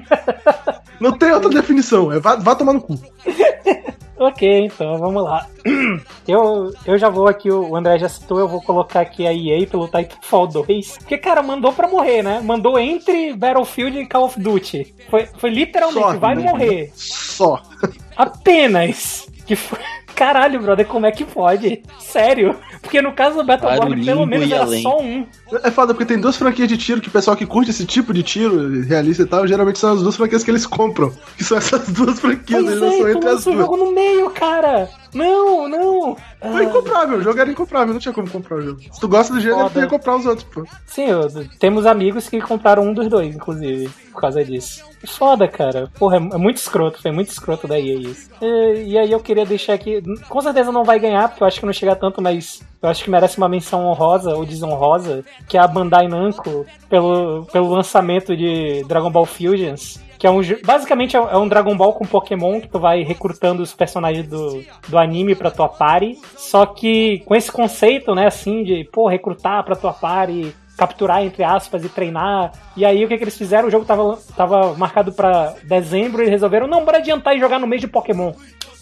Não tem outra definição, é vá, vá tomar no cu. Ok, então vamos lá. Eu, eu já vou aqui, o André já citou, eu vou colocar aqui a E A pelo Titanfall dois. Porque, cara, mandou pra morrer, né? Mandou entre Battlefield e Call of Duty. Foi, foi literalmente, só, vai né? morrer. Só. Apenas. Que foi, Caralho, brother, como é que pode? Sério? Porque no caso do Battleborn, pelo menos era além. só um. É foda, porque tem duas franquias de tiro que o pessoal que curte esse tipo de tiro realista e tal, geralmente são as duas franquias que eles compram. Que são essas duas franquias, Pois eles não é, são tu entre as lança o duas. jogo no meio, cara. Não, não. Foi incomprável, o jogo era incomprável, não tinha como comprar o jogo. Se tu gosta do gênero, Foda. tu ia comprar os outros, pô. Sim, eu, temos amigos que compraram um dos dois, inclusive, por causa disso. Foda, cara. Porra, é, é muito escroto, foi muito escroto da E A isso. E, e aí eu queria deixar aqui, com certeza não vai ganhar, porque eu acho que não chega tanto, mas eu acho que merece uma menção honrosa ou desonrosa, que é a Bandai Namco, pelo, pelo lançamento de Dragon Ball Fusions. Que é um, basicamente é um Dragon Ball com Pokémon, que tu vai recrutando os personagens do, do anime pra tua party. Só que com esse conceito, né, assim, de, pô, recrutar pra tua party, capturar, entre aspas, e treinar. E aí o que, que eles fizeram? O jogo tava, tava marcado pra dezembro e eles resolveram, não, bora adiantar e jogar no mês de Pokémon.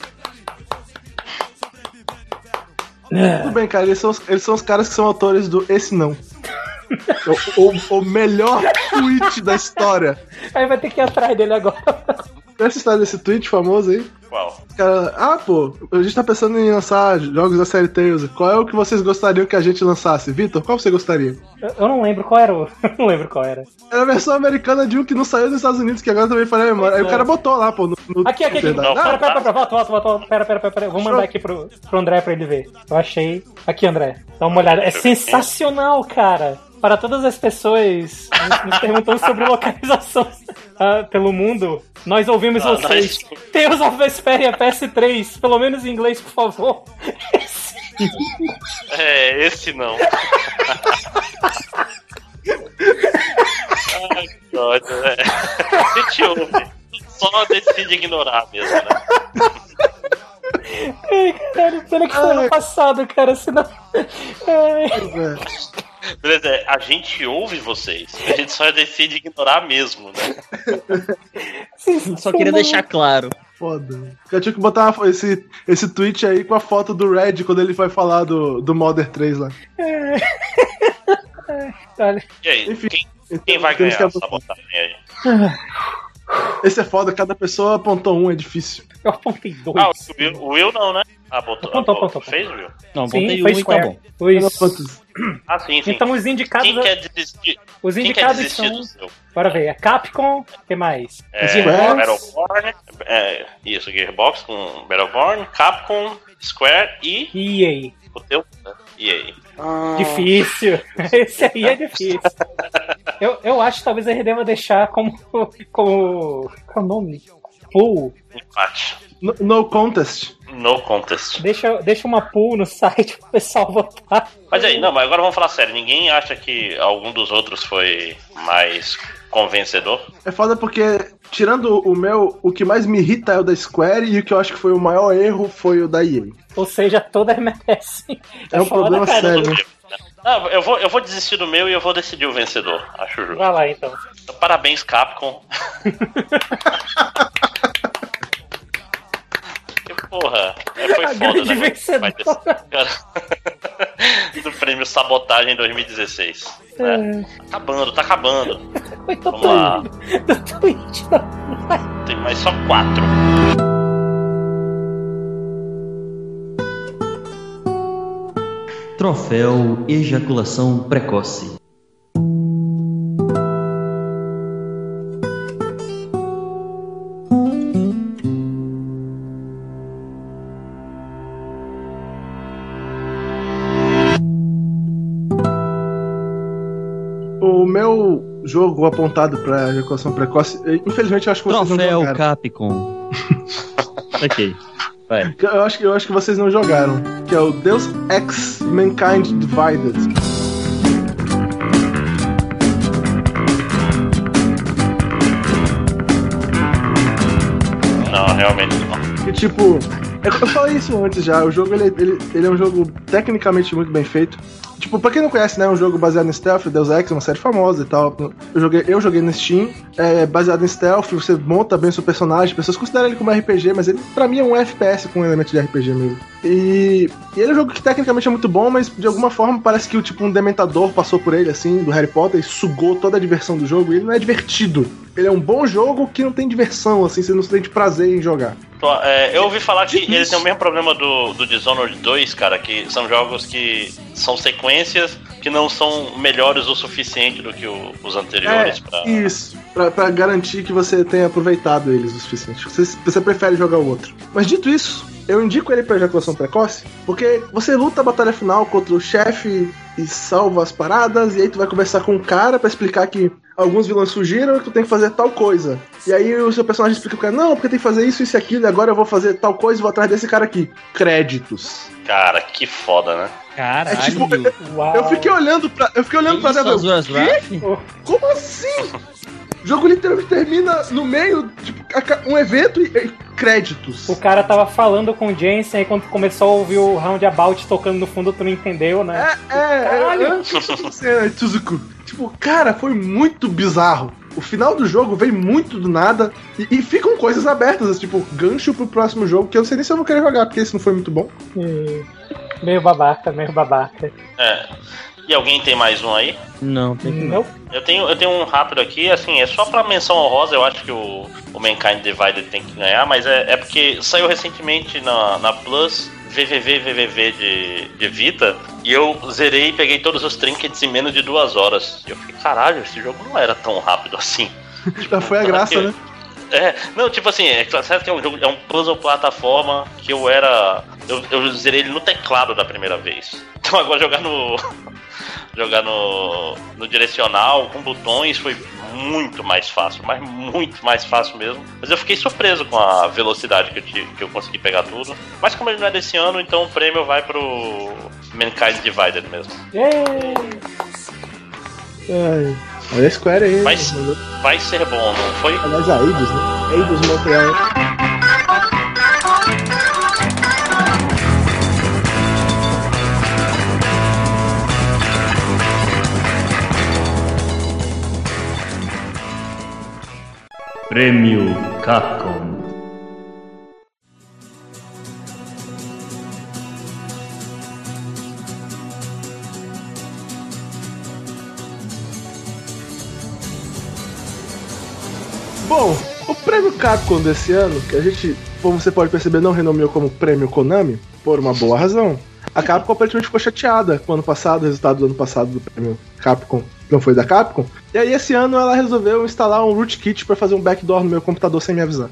Tudo bem, cara, eles são, os, eles são os caras que são autores do Esse Não. o, o, o melhor tweet da história. Aí vai ter que ir atrás dele agora. Essa história desse tweet famoso aí. Qual? Cara, ah, pô, a gente tá pensando em lançar jogos da série Tales. Qual é o que vocês gostariam que a gente lançasse? Vitor, qual você gostaria? Eu, eu não lembro qual era o... Eu não lembro qual era. Era a versão americana de um que não saiu dos Estados Unidos, que agora também falei a memória. Aí o cara botou lá, pô, no... no Aqui, aqui, aqui. verdade. Não, Pera, pera, pera, volta, volta, volta. Pera, pera, pera, pera. Vou mandar aqui pro, pro André pra ele ver. Eu achei... Aqui, André. Dá uma olhada. É sensacional, cara. Para todas as pessoas nos, nos perguntando sobre localização uh, pelo mundo, nós ouvimos Ah, vocês. nós- Tales of Vesperia P S três, pelo menos em inglês, por favor. É, esse não. Ai, que ódio, né? A gente ouve. Só decide ignorar mesmo, né? Ai, caralho, pena que foi ano passado, cara, senão... Ai. É. Beleza, é, a gente ouve vocês. A gente só decide ignorar mesmo, né? Só queria deixar claro. Foda. Eu tinha que botar uma- esse, esse tweet aí com a foto do Red quando ele vai falar do, do Modern três lá. Olha. E aí, Enfim, quem, então, quem vai temos ganhar que essa sabotagem aí? Esse é foda, cada pessoa apontou um, é difícil. Eu apontei dois. Ah, o Will, o Will não, né? Ah, botou. Apontou, ah, apontou, Fez, Will? Não, Sim, botei foi um e tá Square. bom. Final Os, Fantasy. Ah, sim, sim. então os indicados... Quem quer desistir? Os Quem quer indicados desistir são... do seu? Bora ver, a Capcom, o que mais? É, Square. Battleborn, é, isso, Gearbox com Battleborn, Capcom, Square e E A. o teu, né? E aí? Difícil. Esse aí é difícil. Eu, eu acho que talvez a gente deva deixar como... como... Qual é o nome? Pool. Empate. No, no contest. No contest. Deixa, deixa uma pool no site pro pessoal votar. Mas aí, não, mas agora vamos falar sério. Ninguém acha que algum dos outros foi mais convencedor? É foda porque, tirando o meu, o que mais me irrita é o da Square e o que eu acho que foi o maior erro foi o da E A. Ou seja, todas merecem. É um foda, problema cara. sério. Não, eu vou, eu vou desistir do meu e eu vou decidir o vencedor. Acho justo. Vai lá, então. Então, parabéns, Capcom. Que porra, é, foi A foda, grande né? vencedora. Vai ter- cara, do prêmio Sabotagem dois mil e dezesseis. Né? Tá acabando, tá acabando. Muito Vamos lá. do Twitch. Não. Tem mais só quatro. Troféu Ejaculação Precoce. O meu jogo apontado pra ejaculação precoce, infelizmente eu acho que vocês não Troféu jogaram. Capcom. Ok, vai. Eu acho, que- eu acho que vocês não jogaram. Que é o Deus Ex Mankind Divided. Não, realmente não. Que tipo, eu eu falei isso antes já, o jogo ele, ele, ele é um jogo tecnicamente muito bem feito. tipo, pra quem não conhece, né, um jogo baseado em stealth, Deus Ex, uma série famosa e tal. Eu joguei, eu joguei no Steam, é baseado em stealth, você monta bem o seu personagem, pessoas consideram ele como R P G, mas ele, pra mim, é um F P S com um elemento de R P G mesmo. E, e ele é um jogo que tecnicamente é muito bom, mas de alguma forma parece que tipo, um dementador passou por ele, assim, do Harry Potter, e sugou toda a diversão do jogo, e ele não é divertido. Ele é um bom jogo que não tem diversão, assim, você não sente prazer em jogar. É, eu ouvi falar que ele tem o mesmo problema do, do Dishonored dois, cara, que são jogos que são sequências que não são melhores o suficiente do que o, os anteriores. É, pra... isso, pra, pra garantir que você tenha aproveitado eles o suficiente. Você, você prefere jogar o outro. Mas dito isso, eu indico ele pra ejaculação precoce, porque você luta a batalha final contra o chefe e salva as paradas, e aí tu vai conversar com um cara pra explicar que alguns vilões surgiram e tu tem que fazer tal coisa. E aí o seu personagem explica pro cara, não, porque tem que fazer isso, isso e aquilo, e agora eu vou fazer tal coisa e vou atrás desse cara aqui. Créditos. Cara, que foda, né? Caralho. É tipo, eu, eu fiquei olhando pra. Eu fiquei olhando que pra isso, dentro. Azuras Wrath? Como assim? O jogo literalmente termina no meio de um evento e, e créditos. O cara tava falando com o Jensen, aí quando começou a ouvir o Roundabout tocando no fundo, tu não entendeu, né? É, é, é, é, Tsuzuku. Tipo, cara, foi muito bizarro. O final do jogo vem muito do nada e, e ficam coisas abertas, tipo, gancho pro próximo jogo, que eu não sei nem se eu vou querer jogar, porque esse não foi muito bom. Hum, meio babaca, meio babaca. É. E alguém tem mais um aí? Não, tem que não. Eu tenho, eu tenho um rápido aqui, assim, é só pra menção honrosa, eu acho que o, o Mankind Divided tem que ganhar, mas é, é porque saiu recentemente na, na Plus www de, de Vita, e eu zerei e peguei todos os trinkets em menos de duas horas. E eu fiquei, caralho, esse jogo não era tão rápido assim. Já foi a graça, que, né? É, não, tipo assim, é, sabe que é um jogo, é um puzzle plataforma que eu era. Eu, eu zerei ele no teclado da primeira vez. Então agora jogar no. jogar no, no direcional com botões foi muito mais fácil, mas muito mais fácil mesmo. Mas eu fiquei surpreso com a velocidade que eu, tive, que eu consegui pegar tudo. Mas como ele não é desse ano, então o prêmio vai pro Mankind Divided mesmo. Ai, olha a Square aí. Vai, vai ser bom, não foi? Aliás, a Eidos, né? Eidos Montreal. Prêmio Capcom. Bom, o prêmio Capcom desse ano, que a gente, como você pode perceber, não renomeou como prêmio Konami, por uma boa razão. A Capcom aparentemente ficou chateada com o ano passado, o resultado do ano passado do prêmio Capcom não foi da Capcom. E aí esse ano ela resolveu instalar um rootkit pra fazer um backdoor no meu computador sem me avisar.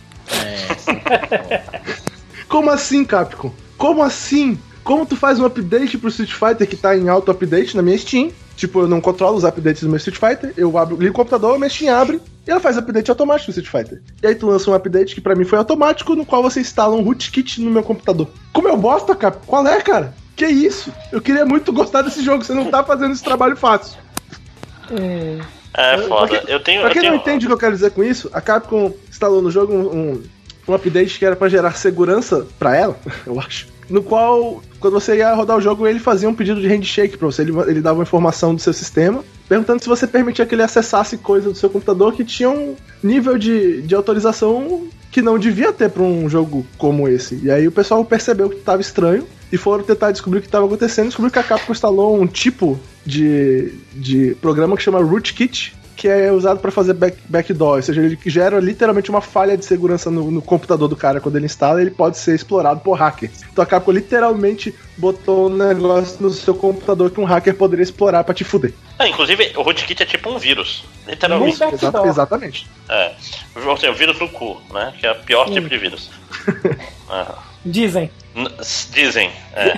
É. Como assim, Capcom? Como assim? Como tu faz um update pro Street Fighter que tá em auto-update na minha Steam? Tipo, eu não controlo os updates do meu Street Fighter, eu abro, ligo o computador, minha Steam abre, e ela faz update automático no Street Fighter. E aí tu lança um update que pra mim foi automático, no qual você instala um rootkit no meu computador. Como eu bosta, cara? Qual é, cara? Que isso? Eu queria muito gostar desse jogo, você não tá fazendo esse trabalho fácil. É, é foda. Pra, eu tenho, pra quem eu tenho... não entende o que eu quero dizer com isso, a Capcom instalou no jogo um, um, um update que era pra gerar segurança pra ela, eu acho. No qual, quando você ia rodar o jogo, ele fazia um pedido de handshake pra você. Ele, ele dava uma informação do seu sistema, perguntando se você permitia que ele acessasse coisas do seu computador que tinham um nível de, de autorização que não devia ter pra um jogo como esse. E aí o pessoal percebeu que tava estranho e foram tentar descobrir o que estava acontecendo. Descobriu que a Capcom instalou um tipo de, de programa que chama rootkit, que é usado para fazer back, backdoor, ou seja, ele gera literalmente uma falha de segurança no, no computador do cara. Quando ele instala, ele pode ser explorado por hackers. Então a Capcom literalmente botou um negócio no seu computador que um hacker poderia explorar pra te fuder. É, inclusive, o rootkit é tipo um vírus, literalmente. Exato, exatamente. É, o vírus do cu, né, que é o pior Sim. tipo de vírus. ah. Dizem. N- dizem, é.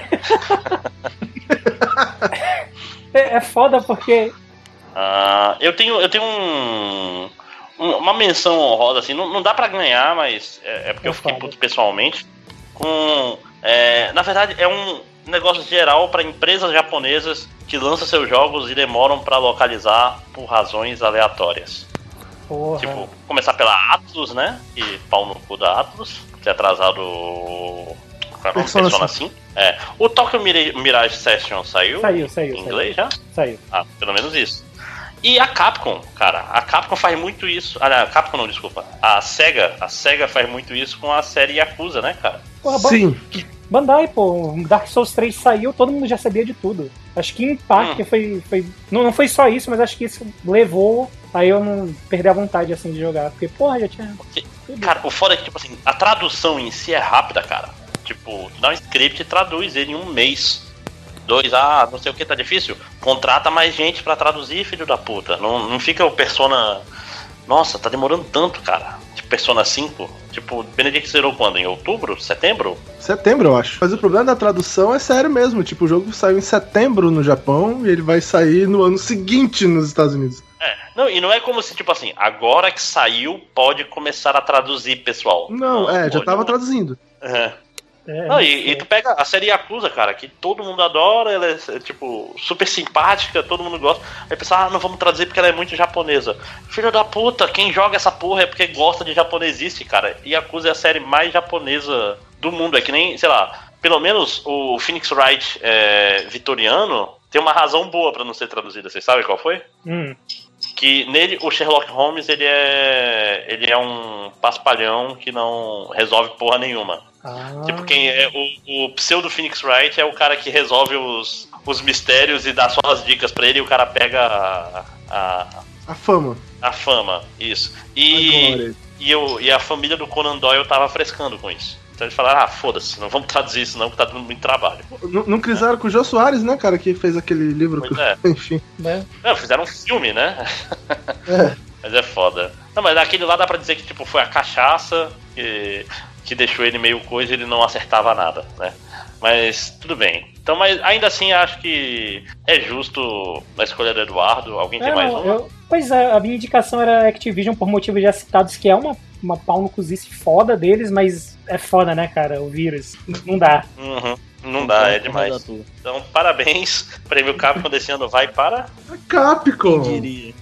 é. É foda porque... Uh, eu tenho, eu tenho um, um, uma menção honrosa, assim, não, não dá pra ganhar, mas é, é porque é eu fiquei foda. puto pessoalmente. Com, é, na verdade, é um negócio geral pra empresas japonesas que lançam seus jogos e demoram pra localizar por razões aleatórias. Porra. Tipo, começar pela Atlus, né? E pau no cu da Atlus, ter atrasado... Qual é o nome? Persona cinco. É. O Tokyo Mirage Session saiu? Saiu, saiu. Em inglês saiu. já? Saiu. Ah, pelo menos isso. E a Capcom, cara, a Capcom faz muito isso. Ah, não, a Capcom não, desculpa. A SEGA, a SEGA faz muito isso com a série Yakuza, né, cara? Porra, Sim. Bandai, pô, Dark Souls três saiu, todo mundo já sabia de tudo. Acho que em parte hum. foi. foi não, não foi só isso, mas acho que isso levou aí eu não perder a vontade assim de jogar. Porque, porra, já tinha. Porque, cara, o foda é que, tipo assim, a tradução em si é rápida, cara. Tipo, dá um script e traduz ele em um mês. Dois, ah, não sei o que, tá difícil? Contrata mais gente pra traduzir, filho da puta. Não, não fica o Persona. Nossa, tá demorando tanto, cara. Tipo, Persona cinco. Tipo, Benedict zerou quando? Em outubro? Setembro? Setembro, eu acho. Mas o problema da tradução é sério mesmo. Tipo, o jogo saiu em setembro no Japão e ele vai sair no ano seguinte nos Estados Unidos. É, não, e não é como se, tipo assim, agora que saiu, pode começar a traduzir, pessoal. Não, não é, já pode, tava não. traduzindo. É. É, não, e, e tu pega a série Yakuza, cara, que todo mundo adora, ela é, tipo, super simpática, todo mundo gosta. Aí pensa, ah, não vamos traduzir porque ela é muito japonesa. Filho da puta, quem joga essa porra é porque gosta de japonesice, cara. E Yakuza é a série mais japonesa do mundo. É que nem, sei lá, pelo menos o Phoenix Wright é, vitoriano tem uma razão boa pra não ser traduzida. Vocês sabem qual foi? Hum. Que nele, o Sherlock Holmes, ele é, ele é um paspalhão que não resolve porra nenhuma. Ah. Tipo, quem é o, o pseudo Phoenix Wright é o cara que resolve os, os mistérios e dá só as dicas pra ele e o cara pega a... A, a fama. A fama, isso. E, e, o, e a família do Conan Doyle tava frescando com isso. Então eles falaram, ah, foda-se, não vamos traduzir isso não, que tá dando muito trabalho. Não, não crisaram é. com o Jô Soares, né, cara, que fez aquele livro. Pois que... é. Enfim. É. Não, fizeram um filme, né? É. Mas é foda. Não, mas naquele lá dá pra dizer que tipo, foi a cachaça que, que deixou ele meio coisa e ele não acertava nada, né? Mas tudo bem. Então, mas ainda assim acho que é justo a escolha do Eduardo. Alguém tem é, mais não, uma? Eu, pois é, a minha indicação era Activision por motivos já citados, que é uma, uma pau no cozice foda deles, mas é foda, né, cara? O vírus. Não dá. Uhum. Não dá, é demais. Então, parabéns. Prêmio Capcom desse ano vai para... A Capcom! Quem diria?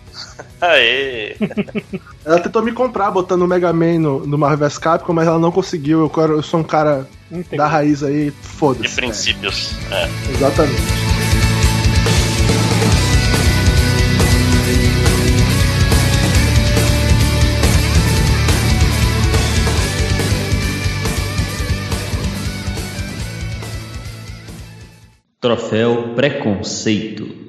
Aê! Ela tentou me comprar botando o Mega Man no, no Marvel vs Capcom, mas ela não conseguiu. Eu, quero, eu sou um cara Entendi. da raiz aí, foda-se. De princípios. É. É. Exatamente. Troféu Preconceito.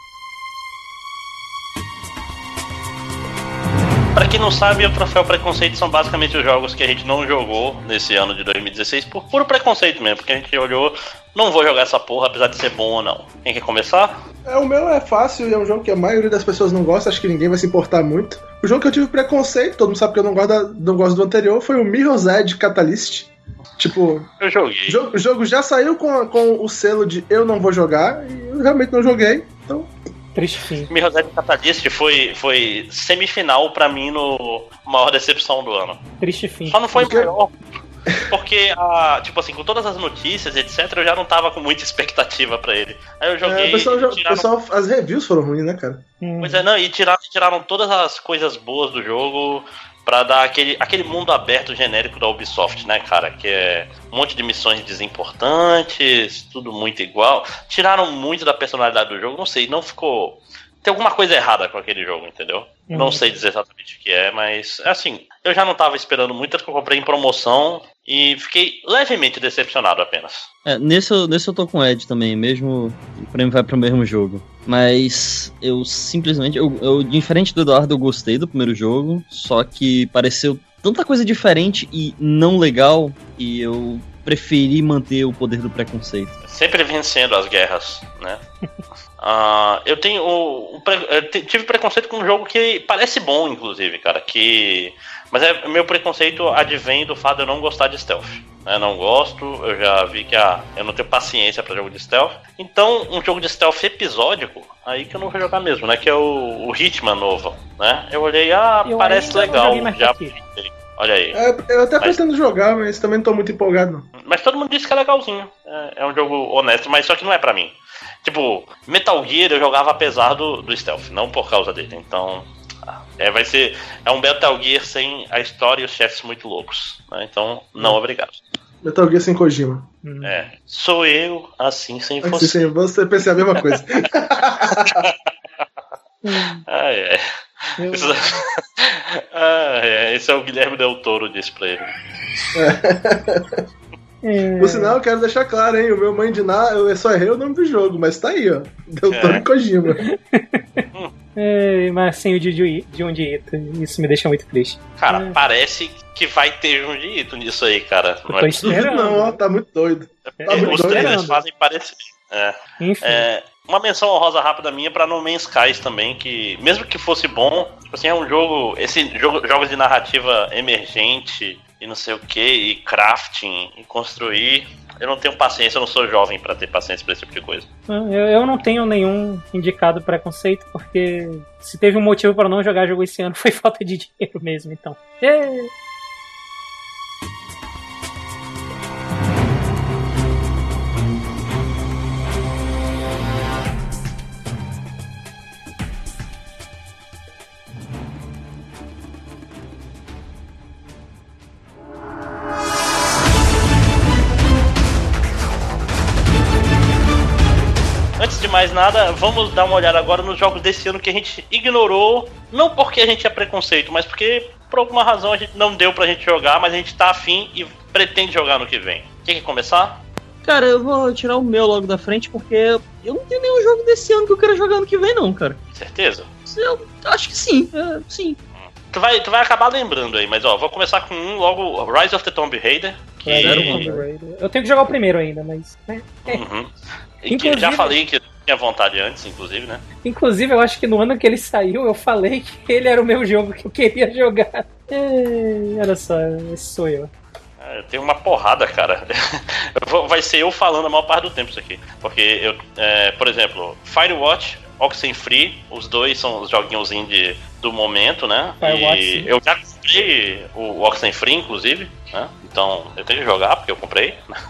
Pra quem não sabe, o Troféu Preconceito são basicamente os jogos que a gente não jogou nesse ano de dois mil e dezesseis por puro preconceito mesmo, porque a gente olhou, não vou jogar essa porra, apesar de ser bom ou não. Quem quer começar? É, o meu é fácil e é um jogo que a maioria das pessoas não gosta, acho que ninguém vai se importar muito. O jogo que eu tive preconceito, todo mundo sabe que eu não gosto, da, não gosto do anterior, foi o Mirror's Edge Catalyst. Tipo, eu joguei. O jogo, o jogo já saiu com, com o selo de eu não vou jogar, e eu realmente não joguei, então... Triste fim. Mirror's Edge Catalyst foi, foi semifinal pra mim no maior decepção do ano. Triste fim. Só não foi porque... maior, porque, a, tipo assim, com todas as notícias, etcétera, eu já não tava com muita expectativa pra ele. Aí eu joguei... É, o pessoal, e tiraram... pessoal, as reviews foram ruins, né, cara? Hum. Pois é, não, e tiraram, tiraram todas as coisas boas do jogo... Pra dar aquele, aquele mundo aberto genérico da Ubisoft, né, cara? Que é um monte de missões desimportantes, tudo muito igual. Tiraram muito da personalidade do jogo, não sei, não ficou... Tem alguma coisa errada com aquele jogo, entendeu? Uhum. Não sei dizer exatamente o que é, mas, assim, eu já não tava esperando muito, acho que eu comprei em promoção e fiquei levemente decepcionado apenas. É, nesse, eu, nesse eu tô com o Ed também, mesmo o prêmio vai pro mesmo jogo. Mas eu simplesmente, eu, eu, diferente do Eduardo, eu gostei do primeiro jogo, só que pareceu tanta coisa diferente e não legal, e eu preferi manter o poder do preconceito. Sempre vencendo as guerras, né? Uh, eu tenho o, o pre, eu tive preconceito com um jogo que parece bom, inclusive, cara, que... Mas é, meu preconceito advém do fato de eu não gostar de stealth. Eu não gosto, eu já vi que ah, eu não tenho paciência pra jogo de stealth. Então, um jogo de stealth episódico, aí que eu não vou jogar mesmo, né? Que é o, o Hitman novo, né? Eu olhei, ah, eu parece legal, já olha aí. É, eu até mas, pretendo jogar, mas também não tô muito empolgado, não. Mas todo mundo disse que é legalzinho. É, é um jogo honesto, mas só que não é pra mim. Tipo, Metal Gear eu jogava apesar do, do stealth, não por causa dele. Então, é, vai ser... É um Metal Gear sem a história e os chefes muito loucos, né? Então, não, obrigado. Metal Gear sem Kojima. Hum. É, sou eu, assim, sem Assim, você. sem você, pensei a mesma coisa. Ah, é. Eu- Isso... ah, é. Esse é o Guilherme Del Toro disse pra ele. É. Por sinal, eu quero deixar claro, hein? O meu mãe de Ná, eu só errei o nome do jogo, mas tá aí, ó. Del Toro É. e Kojima. É, mas sem o Junji Junji Ito, isso me deixa muito triste. Cara, É. parece que vai ter Junji Ito nisso aí, cara. Eu Não tô é esperando. Não, ó, tá muito doido. É, tá É, muito os doido. trailers esperando. fazem parecer. É. Enfim. É, uma menção honrosa rápida minha pra No Man's Skies também, que mesmo que fosse bom, tipo assim, é um jogo, esse jogo, jogos de narrativa emergente e não sei o que, e crafting, e construir, eu não tenho paciência, eu não sou jovem pra ter paciência pra esse tipo de coisa. Eu, eu não tenho nenhum indicado preconceito, porque se teve um motivo pra não jogar jogo esse ano foi falta de dinheiro mesmo, então. É. Antes de mais nada, vamos dar uma olhada agora nos jogos desse ano que a gente ignorou, não porque a gente é preconceito, mas porque por alguma razão a gente não deu pra gente jogar, mas a gente tá afim e pretende jogar no que vem. Quem quer começar? Cara, eu vou tirar o meu logo da frente, porque eu não tenho nenhum jogo desse ano que eu quero jogar no que vem, não, cara. Certeza? Eu acho que sim, é, sim. Tu vai, tu vai acabar lembrando aí, mas ó, vou começar com um logo, Rise of the Tomb Raider. Que... Zero Tomb Raider. Eu tenho que jogar o primeiro ainda, mas. né. Uhum. E Inclusive- que já falei que tinha vontade antes, inclusive, né? Inclusive, eu acho que no ano que ele saiu, eu falei que ele era o meu jogo que eu queria jogar. É, olha só, esse sou eu. É, tem uma porrada, cara. Eu vou- Vai ser eu falando a maior parte do tempo isso aqui. Porque, eu, é, por exemplo, Firewatch, Oxenfree, os dois são os joguinhos indie do momento, né? Firewatch, E sim. eu já comprei o Oxenfree, inclusive, né? Então eu tenho que jogar porque eu comprei.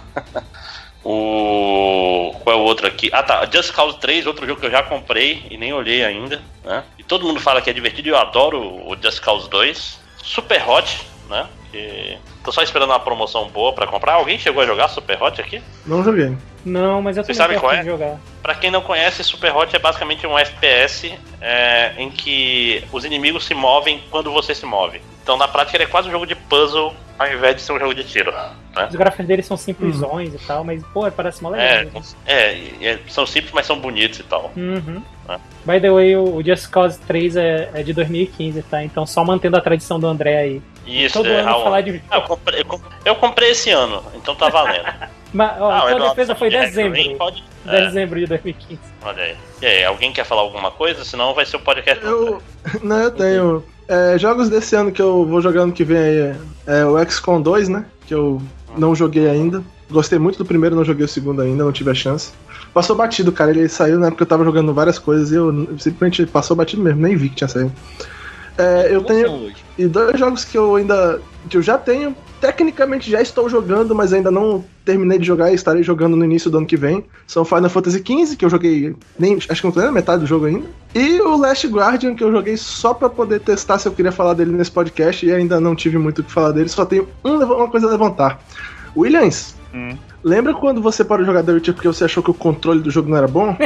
O... Qual é o outro aqui? Ah tá, Just Cause três, outro jogo que eu já comprei e nem olhei ainda, né? E todo mundo fala que é divertido e eu adoro o Just Cause dois. Super Hot, né? Que... Tô só esperando uma promoção boa pra comprar. Alguém chegou a jogar Super Hot aqui? Não joguei. Não, mas eu Vocês também sabem qual quero é? jogar. Pra quem não conhece, Super Hot é basicamente um F P S é, em que os inimigos se movem quando você se move. Então na prática ele é quase um jogo de puzzle ao invés de ser um jogo de tiro, né? Os gráficos deles são simplesões e tal, mas, pô, parece mó legal. É, mesmo. é, é, são simples, mas são bonitos e tal. Uhum. É. By the way, o Just Cause três é, é de dois mil e quinze, tá? Então só mantendo a tradição do André aí. Isso, Todo é, ano Raul. falar de... Ah, eu, comprei, eu, comprei, eu comprei esse ano, então tá valendo. Mas, ó, Ah, o então a Eduardo defesa foi de dezembro. Green pode... É, Dezembro de dois mil e quinze. olha aí. E aí, alguém quer falar alguma coisa? Senão vai ser o podcast. Eu. Não, eu tenho. É, jogos desse ano que eu vou jogar ano que vem aí é, é o X COM dois, né? Que eu não joguei ainda. Gostei muito do primeiro, não joguei o segundo ainda, não tive a chance. Passou batido, cara. Ele saiu na época que eu tava jogando várias coisas e eu simplesmente passou batido mesmo, nem vi que tinha saído. É, eu tenho. E dois jogos que eu ainda. Que eu já tenho. Tecnicamente já estou jogando, mas ainda não terminei de jogar e estarei jogando no início do ano que vem. São Final Fantasy quinze, que eu joguei. Nem, acho que não tô nem na metade do jogo ainda. E o Last Guardian, que eu joguei só pra poder testar se eu queria falar dele nesse podcast e ainda não tive muito o que falar dele. Só tenho um, uma coisa a levantar. Williams, Hum. lembra quando você parou de jogar The Witcher porque você achou que o controle do jogo não era bom?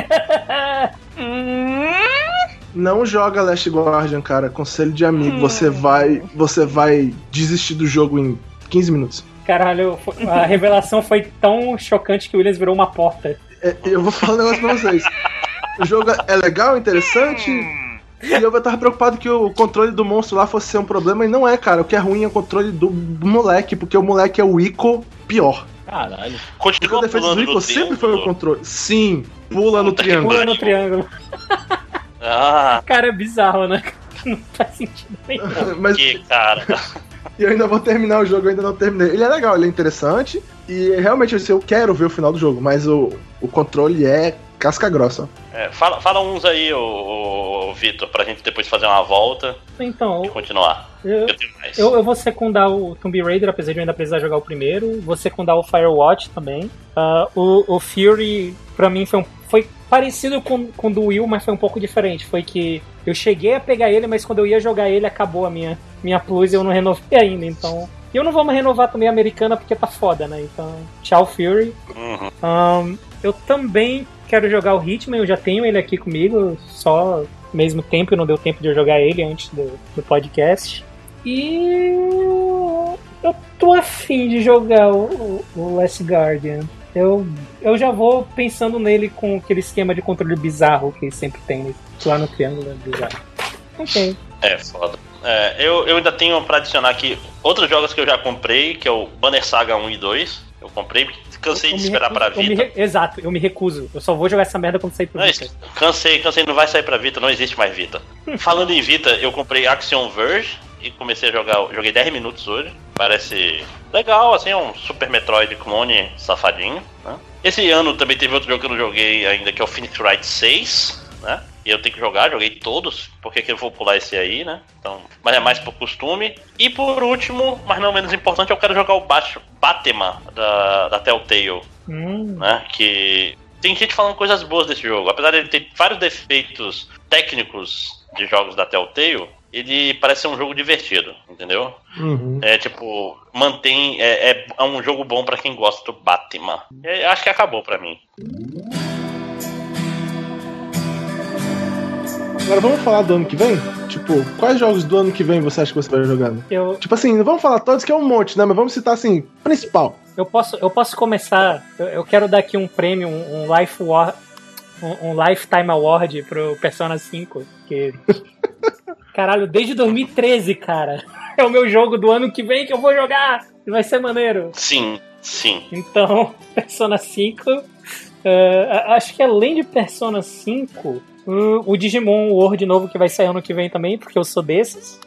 Não joga Last Guardian, cara. Conselho de amigo. Você vai, você vai desistir do jogo em quinze minutos. Caralho, a revelação foi tão chocante que o Williams virou uma porta. É, eu vou falar um negócio pra vocês. O jogo é legal, interessante. E eu tava preocupado que o controle do monstro lá fosse ser um problema. E não é, cara. O que é ruim é o controle do moleque. Porque o moleque é o Ico pior. Caralho. Porque Continua a defesa do pulando Ico no sempre foi o triângulo. controle. Sim, pula no triângulo. Pula no triângulo. Ah, Cara, é bizarro, né? Não faz sentido nenhum. Mas que cara. e eu ainda vou terminar o jogo, eu ainda não terminei. Ele é legal, ele é interessante. E realmente assim, eu quero ver o final do jogo. Mas o, o controle é casca grossa. É, fala, fala uns aí, ô, ô, Vitor, pra gente depois fazer uma volta Então, e continuar. eu, Eu tenho mais. eu, eu vou secundar o Tomb Raider, apesar de eu ainda precisar jogar o primeiro. Vou secundar o Firewatch também. Uh, o, o Fury, pra mim, foi, um, foi parecido com, com o do Will, mas foi um pouco diferente. Foi que eu cheguei a pegar ele, mas quando eu ia jogar ele, acabou a minha, minha plus e eu não renovei ainda. Então, E eu não vou mais renovar também a americana porque tá foda, né? Então, tchau Fury. Uhum. Um, eu também quero jogar o Hitman, eu já tenho ele aqui comigo, só mesmo tempo, não deu tempo de eu jogar ele antes do, do podcast. E eu tô afim de jogar o, o Last Guardian. Eu, eu já vou pensando nele com aquele esquema de controle bizarro que sempre tem lá no Triângulo Bizarro. Ok. É, foda. É, eu, eu ainda tenho pra adicionar aqui outros jogos que eu já comprei, que é o Banner Saga um e dois. Eu comprei porque cansei eu de esperar recuso, pra Vita. Eu me, exato, eu me recuso. Eu só vou jogar essa merda quando sair pra não, Vita. Cansei, cansei, não vai sair pra Vita, não existe mais Vita. Falando em Vita, eu comprei Axiom Verge e comecei a jogar, joguei dez minutos hoje. Parece legal, assim, é um Super Metroid clone safadinho, né? Esse ano também teve outro jogo que eu não joguei ainda, que é o Phoenix Wright seis, né? E eu tenho que jogar, joguei todos, porque que eu vou pular esse aí, né? Então, mas é mais por costume. E por último, mas não menos importante, eu quero jogar o Batman da, da Telltale, hum. né? Que tem gente falando coisas boas desse jogo. Apesar de ele ter vários defeitos técnicos de jogos da Telltale, ele parece ser um jogo divertido, entendeu? Uhum. É tipo, mantém. É, é, é um jogo bom pra quem gosta do Batman. E acho que acabou pra mim. Agora vamos falar do ano que vem? Tipo, quais jogos do ano que vem você acha que você vai jogar? Eu... Tipo assim, não vamos falar todos que é um monte, né? Mas vamos citar assim, principal. Eu posso, eu posso começar. Eu, eu quero dar aqui um prêmio, um, um, life war, um, um Lifetime Award pro Persona cinco. Que... Caralho, desde dois mil e treze, cara. É o meu jogo do ano que vem que eu vou jogar. E vai ser maneiro. Sim, sim. Então, Persona cinco. Uh, acho que além de Persona cinco, uh, o Digimon World novo que vai sair ano que vem também, porque eu sou desses.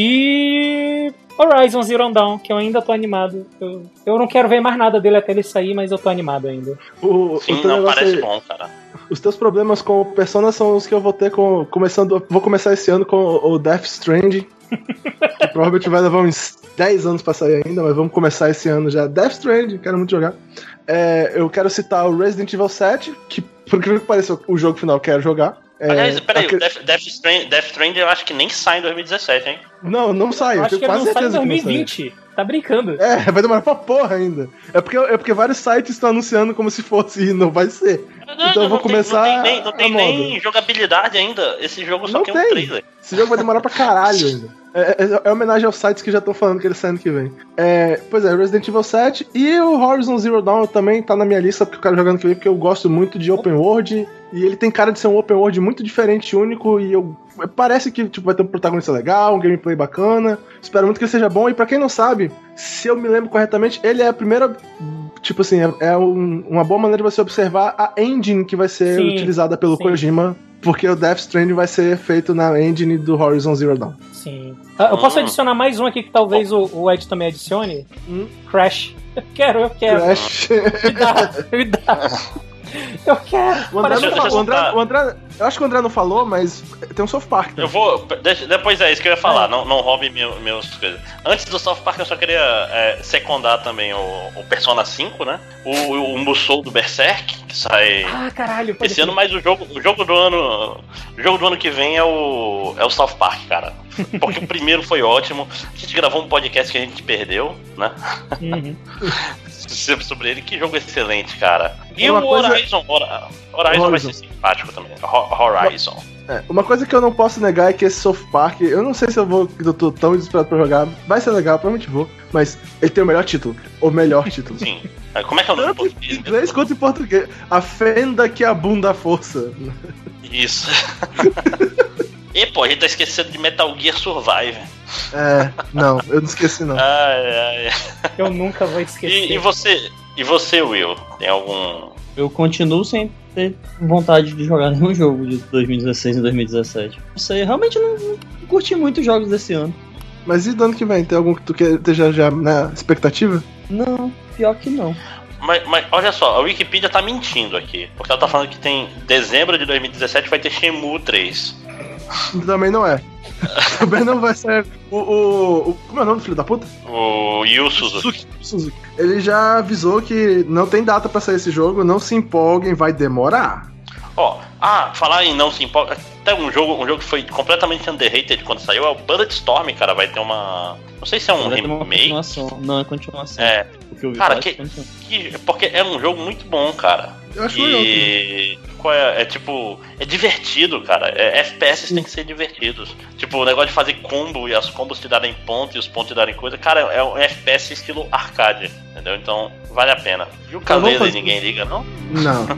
E Horizon Zero Dawn, que eu ainda tô animado. Eu, eu não quero ver mais nada dele até ele sair, mas eu tô animado ainda. O, Sim, o não parece aí, bom, cara. Os teus problemas com o Persona são os que eu vou ter com. Começando. Vou começar esse ano com o Death Stranding. Que provavelmente vai levar uns dez anos pra sair ainda, mas vamos começar esse ano já. Death Stranding, quero muito jogar. É, eu quero citar o Resident Evil sete, que por incrível que pareça, o jogo final eu quero jogar. É, Aliás, peraí, aquele... o Death, Death, Stranding, Death Stranding eu acho que nem sai em dois mil e dezessete, hein? Não, não sai, eu, eu acho tenho que ele quase não sai em certeza dois mil e que não vinte. Tá brincando. É, vai demorar pra porra ainda. É porque, é porque vários sites estão anunciando como se fosse e não vai ser. Não, então eu vou não começar. Tem, não tem nem, não tem a nem moda. jogabilidade ainda. Esse jogo só não tem, tem um trailer. Esse jogo vai demorar pra caralho ainda. É, é, é homenagem aos sites que já estão falando que ele sai ano que vem. É, pois é, Resident Evil sete e o Horizon Zero Dawn também tá na minha lista porque eu quero jogar ano que vem, porque eu gosto muito de Open World. E ele tem cara de ser um Open World muito diferente e único. E eu parece que tipo, vai ter um protagonista legal, um gameplay bacana. Espero muito que ele seja bom. E pra quem não sabe, se eu me lembro corretamente, ele é a primeira. Tipo assim, é, é um, uma boa maneira de você observar a engine que vai ser sim, utilizada pelo sim. Kojima. Porque o Death Stranding vai ser feito na engine do Horizon Zero Dawn. Sim. Ah, eu posso Hum. adicionar mais um aqui que talvez o, o Ed também adicione? Hum. Crash. Eu quero, eu quero. Crash. Me dá, me dá. Eu quero. O André, Parece não Deixa eu falou, o, André, citar. o André. Eu acho que o André não falou, mas tem um South Park. Né? Eu vou. deixa- Depois é isso que eu ia falar, não, não roube meu, meus coisas. Antes do South Park, eu só queria é, secundar também o, o Persona cinco, né? O, o Musou do Berserk, que sai Ah, caralho. pode esse ser. ano, mas o jogo, o jogo do ano. O jogo do ano que vem é o. É o South Park, cara. Porque o primeiro foi ótimo. A gente gravou um podcast que a gente perdeu, né? Uhum. Sobre ele, que jogo excelente, cara. E Uma o coisa- Horizon, Hora- Horizon, vai Horizon. ser simpático também. Ho- Horizon. É, uma coisa que eu não posso negar é que esse South Park, eu não sei se eu vou, eu tô tão desesperado pra jogar, vai ser legal, provavelmente vou, mas ele tem o melhor título, o melhor título. Sim. Como é que é o nome em Tanto em português? inglês quanto em português. A fenda que abunda a força. Isso. E pô, a gente tá esquecendo de Metal Gear Survive. É, não, eu não esqueci não. Ai, ai, ai. Eu nunca vou esquecer. E, e você, e você, Will? Tem algum. Eu continuo sem ter vontade de jogar nenhum jogo de dois mil e dezesseis e dois mil e dezessete. Não sei, realmente não, não curti muito os jogos desse ano. Mas e do ano que vem? Tem algum que tu quer, esteja já na expectativa? Não, pior que não. Mas, mas olha só, a Wikipedia tá mentindo aqui. Porque ela tá falando que tem dezembro de dois mil e dezessete vai ter Shenmue três. Também não é. Também não vai ser. O, o, o- Como é o nome do filho da puta? O Yu Suzuki. Suzuki. Ele já avisou que não tem data pra sair esse jogo, não se empolguem, vai demorar. Ó, ah, falar em não se importa. Até um jogo, um jogo que foi completamente underrated quando saiu é o Bulletstorm, cara. Vai ter uma. Não sei se é um Vai ter uma remake. continuação. Não, é continuação. É. O que eu vi Cara, falar que, é continuação. que. Porque é um jogo muito bom, cara. Eu acho E. Qual é? É tipo. É divertido, cara. É, F P S tem que ser divertidos. Tipo, o negócio de fazer combo e as combos te darem ponto e os pontos te darem coisa. Cara, é um F P S estilo arcade. Entendeu? Então, vale a pena. E o Caleza fazer... ninguém liga, não? Não.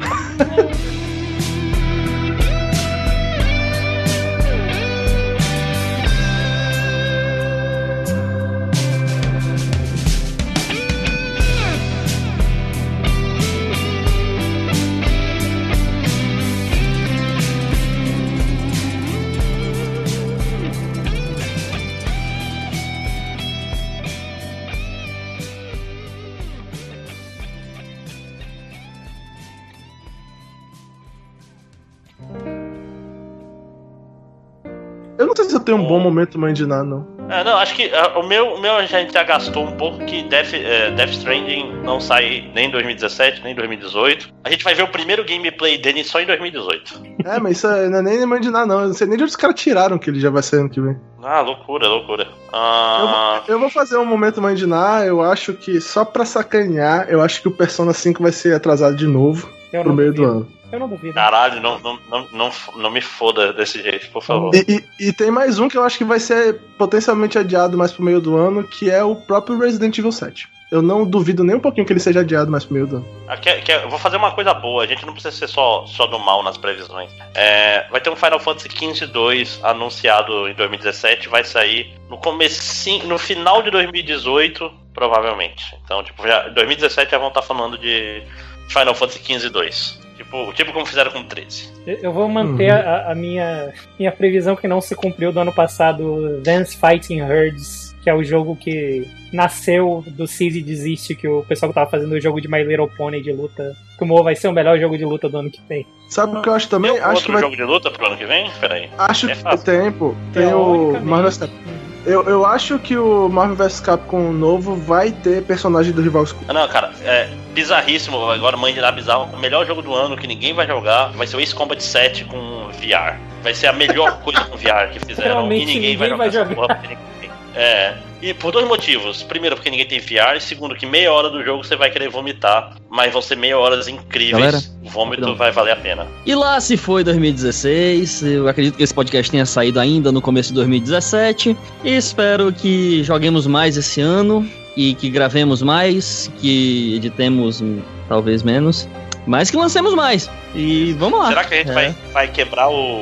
Eu não sei se eu tenho um bom momento mandinar, não. É, não, acho que uh, o, meu, o meu a gente já gastou um pouco, que Death, uh, Death Stranding não sai nem em dois mil e dezessete, nem em dois mil e dezoito. A gente vai ver o primeiro gameplay dele só em dois mil e dezoito. É, mas isso é, não é nem mandinar, não. Eu não sei nem de onde os caras tiraram que ele já vai sair ano que vem. Ah, loucura, loucura. Uh... Eu, vou, eu vou fazer um momento mandinar, eu acho que, só pra sacanear, eu acho que o Persona cinco vai ser atrasado de novo Eu pro não meio duvido. do ano. Eu não duvido. Caralho, não, não, não, não, não me foda desse jeito, por favor. E, e, e tem mais um que eu acho que vai ser potencialmente adiado mais pro meio do ano, que é o próprio Resident Evil sete. Eu não duvido nem um pouquinho que ele seja adiado mais pro meio do ano. Aqui, aqui, eu vou fazer uma coisa boa, a gente não precisa ser só, só do mal nas previsões. É, vai ter um Final Fantasy quinze dois anunciado em dois mil e dezessete, vai sair no comecinho, no final de dois mil e dezoito, provavelmente. Então, tipo, já, em dois mil e dezessete já vão estar falando de Final Fantasy quinze dois. Tipo, tipo como fizeram com o treze. Eu vou manter Uhum. a, a minha, minha previsão que não se cumpriu do ano passado, Dance Fighting Herds, que é o jogo que nasceu do Cease Desist, que o pessoal que tava fazendo o jogo de My Little Pony de luta, como vai ser o melhor jogo de luta do ano que vem. Sabe o que eu acho também? Tem Acho outro que vai... jogo de luta pro ano que vem? Peraí. Acho É que fácil. tem, pô. Tem o Marvel vs. Capcom. Eu, eu acho que o Marvel vs. Capcom novo vai ter personagem do Rival School. Ah, não, cara, é bizarríssimo. Agora, mãe de lá bizarro. O melhor jogo do ano que ninguém vai jogar vai ser o Ace Combat sete com V R. Vai ser a melhor coisa com V R que fizeram. Realmente E ninguém, ninguém vai jogar. vai essa jogar. porra porque ninguém tem. É. E por dois motivos. Primeiro, porque ninguém tem V R. E segundo, que meia hora do jogo você vai querer vomitar. Mas vão ser meia horas incríveis. Galera, o vômito rapidão. vai valer a pena. E lá se foi dois mil e dezesseis, eu acredito que esse podcast tenha saído ainda no começo de dois mil e dezessete, e espero que joguemos mais esse ano, e que gravemos mais, que editemos hum, talvez menos, mas que lancemos mais, e vamos lá. Será que a gente É. vai, vai quebrar o,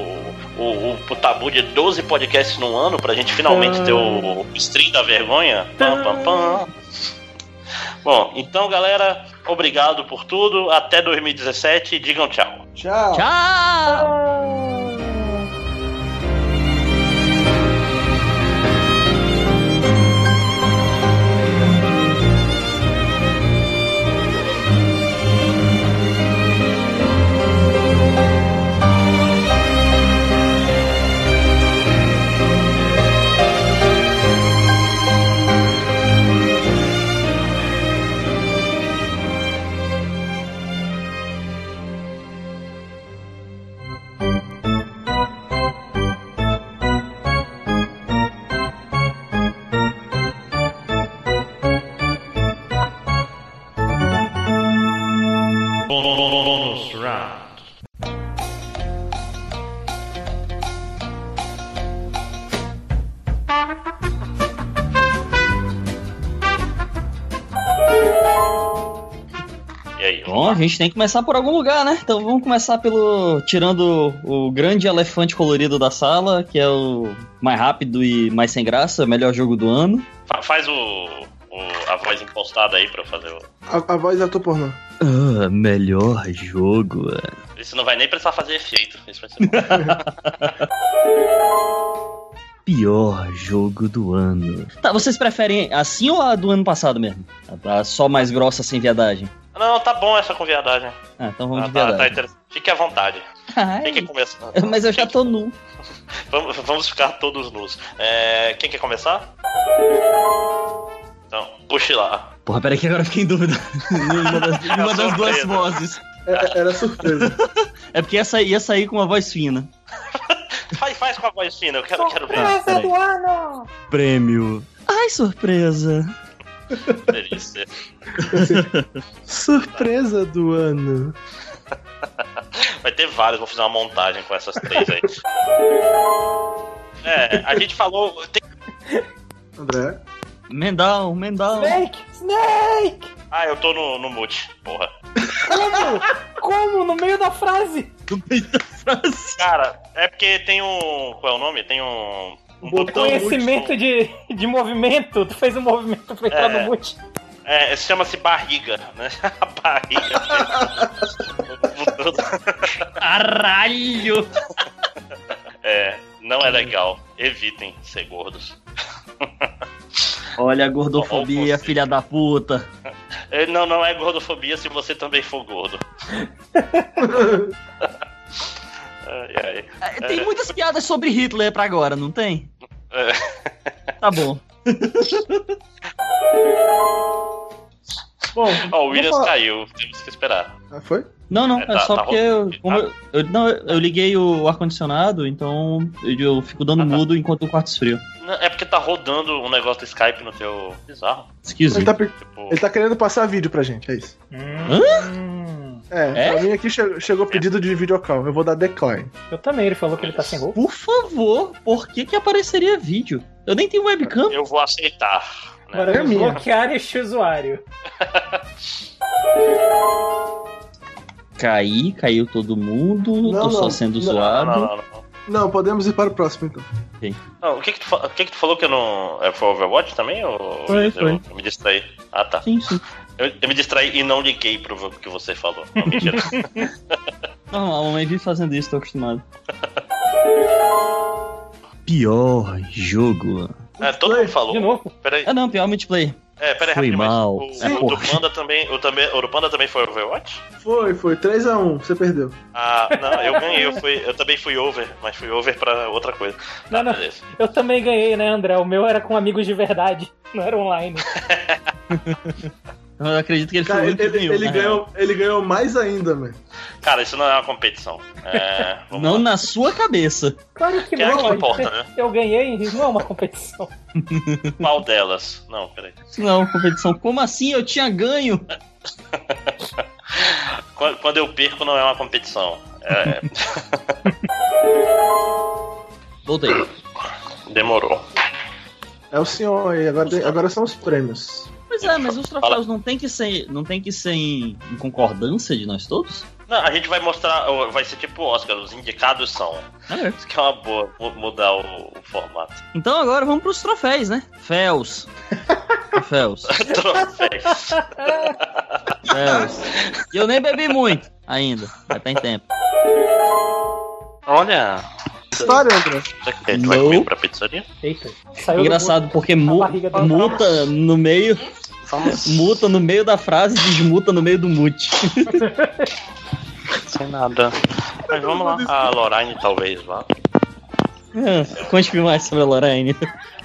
o, o tabu de doze podcasts no ano pra gente finalmente ter o, o stream da vergonha? Pam, pam, pam. Bom, então galera, obrigado por tudo, até dois mil e dezessete, digam tchau. Tchau. Tchau! Bonus round. E aí, Bom, a gente tem que começar por algum lugar, né? Então vamos começar pelo... tirando o grande elefante colorido da sala, que é o mais rápido e mais sem graça, melhor jogo do ano. fa- faz o, o- a voz impostada aí pra eu fazer o... A, a voz é ator pornô. Ah, melhor jogo, é. Isso não vai nem precisar fazer efeito. Isso vai ser bom. Pior jogo do ano. Tá, vocês preferem assim ou a do ano passado mesmo? A, a só mais grossa sem viadagem? Não, tá bom essa com viadagem. Ah, então vamos Ah, de tá, tá viadagem. interessante. Fique à vontade. Ai, Quem quer começar? mas eu já tô nu. Vamos, vamos ficar todos nus. É, quem quer começar? Então, puxe lá. Porra, peraí que agora eu fiquei em dúvida. Em uma das, em uma das duas Surpresa. vozes. É- era surpresa. É porque ia sair, ia sair com uma voz fina. Faz, faz com a voz fina, eu quero, quero ver. Surpresa do ano! Prêmio. Ai, surpresa. Delícia. Surpresa do ano. Vai ter vários, vou fazer uma montagem com essas três aí. É, a gente falou. Tem... André? Mendal, Mendal. Snake! Snake! Ah, eu tô no, no mute, porra. Como? Como? No meio da frase? No meio da frase. Cara, é porque tem um. Qual é o nome? Tem um. Um botão conhecimento de, de movimento. Tu fez um movimento pra entrar no mute. É, chama-se barriga, né? A barriga. Caralho! É, não é legal. Evitem ser gordos. Olha a gordofobia, filha da puta. Não, não é gordofobia se você também for gordo. Ai, ai. Tem muitas piadas sobre Hitler pra agora, não tem? É. Tá bom. Bom, oh, o Williams falar... caiu, temos que esperar. Ah, foi? Não, não, É, é, tá, só tá porque eu, como eu, eu, não, eu liguei o ar-condicionado, então eu, eu fico dando ah, tá. mudo enquanto o quarto esfria. É porque tá rodando um negócio do Skype no teu... Bizarro. Esquisito. Ele tá, tipo... ele tá querendo passar vídeo pra gente, é isso. Hum. É, É? pra mim aqui chegou, chegou pedido de videocall, eu vou dar decline. Eu também, ele falou que ele tá sem roupa. Por favor, por que que apareceria vídeo? Eu nem tenho webcam. Eu vou aceitar. Né? Agora É minha. bloquear este usuário. Caí, caiu todo mundo, Não, tô só não, sendo não, zoado. Não, não, não. Não, podemos ir para o próximo então. Não, o que que, tu, fa- o que que tu falou que eu não... É, foi Overwatch também? Ou Foi, eu, foi. eu me distraí? Ah, tá. Sim, sim. Eu, eu me distraí e não liguei pro que você falou. Não, mentira. Normal, a mamãe vive fazendo isso, tô acostumado. Pior jogo. É, todo mundo falou. De novo? Peraí. Ah não, pior multiplayer. É, peraí, Foi rapidinho, mas mal. O, Sim. o do Panda também, o, também, o do Panda também foi Overwatch? Foi, foi três a um, você perdeu. Ah, não, eu ganhei, eu, fui, eu também fui over, mas fui over pra outra coisa. Não, não. Beleza. Eu também ganhei, né, André? O meu era com amigos de verdade, não era online. Eu acredito que ele Cara, foi o ele, único que ele, ganhou, ele na ganhou, real. ele ganhou mais ainda, mano. Cara, isso não é uma competição. É, vamos Não lá. na sua cabeça. Claro que Que é não, que olha, importa, né? eu ganhei, não é uma competição. Qual delas? Não, peraí. Isso não é uma competição. Como assim? Eu tinha ganho. Quando, quando eu perco, não é uma competição. É, Voltei. demorou. É o senhor aí, agora, tem- agora são os prêmios. Pois é, mas os troféus não tem que ser, não tem que ser em, em concordância de nós todos? Não, a gente vai mostrar, vai ser tipo o Oscar, os indicados são. É. Isso que é uma boa, mu- mudar o, o formato. Então agora vamos pros troféus, né? Féus. Troféus. Troféus. Féus. E eu nem bebi muito ainda. Mas tem tempo. Olha, História, André. será que tu vai Não. comigo pra pizzaria? Eita, saiu Engraçado porque mu- barriga do- muta no meio, Vamos. muta no meio da frase e desmuta no meio do mute. Sem nada. Mas vamos lá. A Lorraine talvez vá. Ah, Conte mais sobre a Lorraine.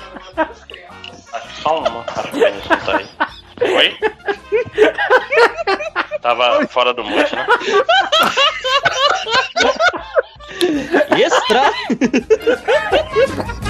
Só uma, cara, que vai me soltar aí. Oi? Tava fora do mute, né? Extra!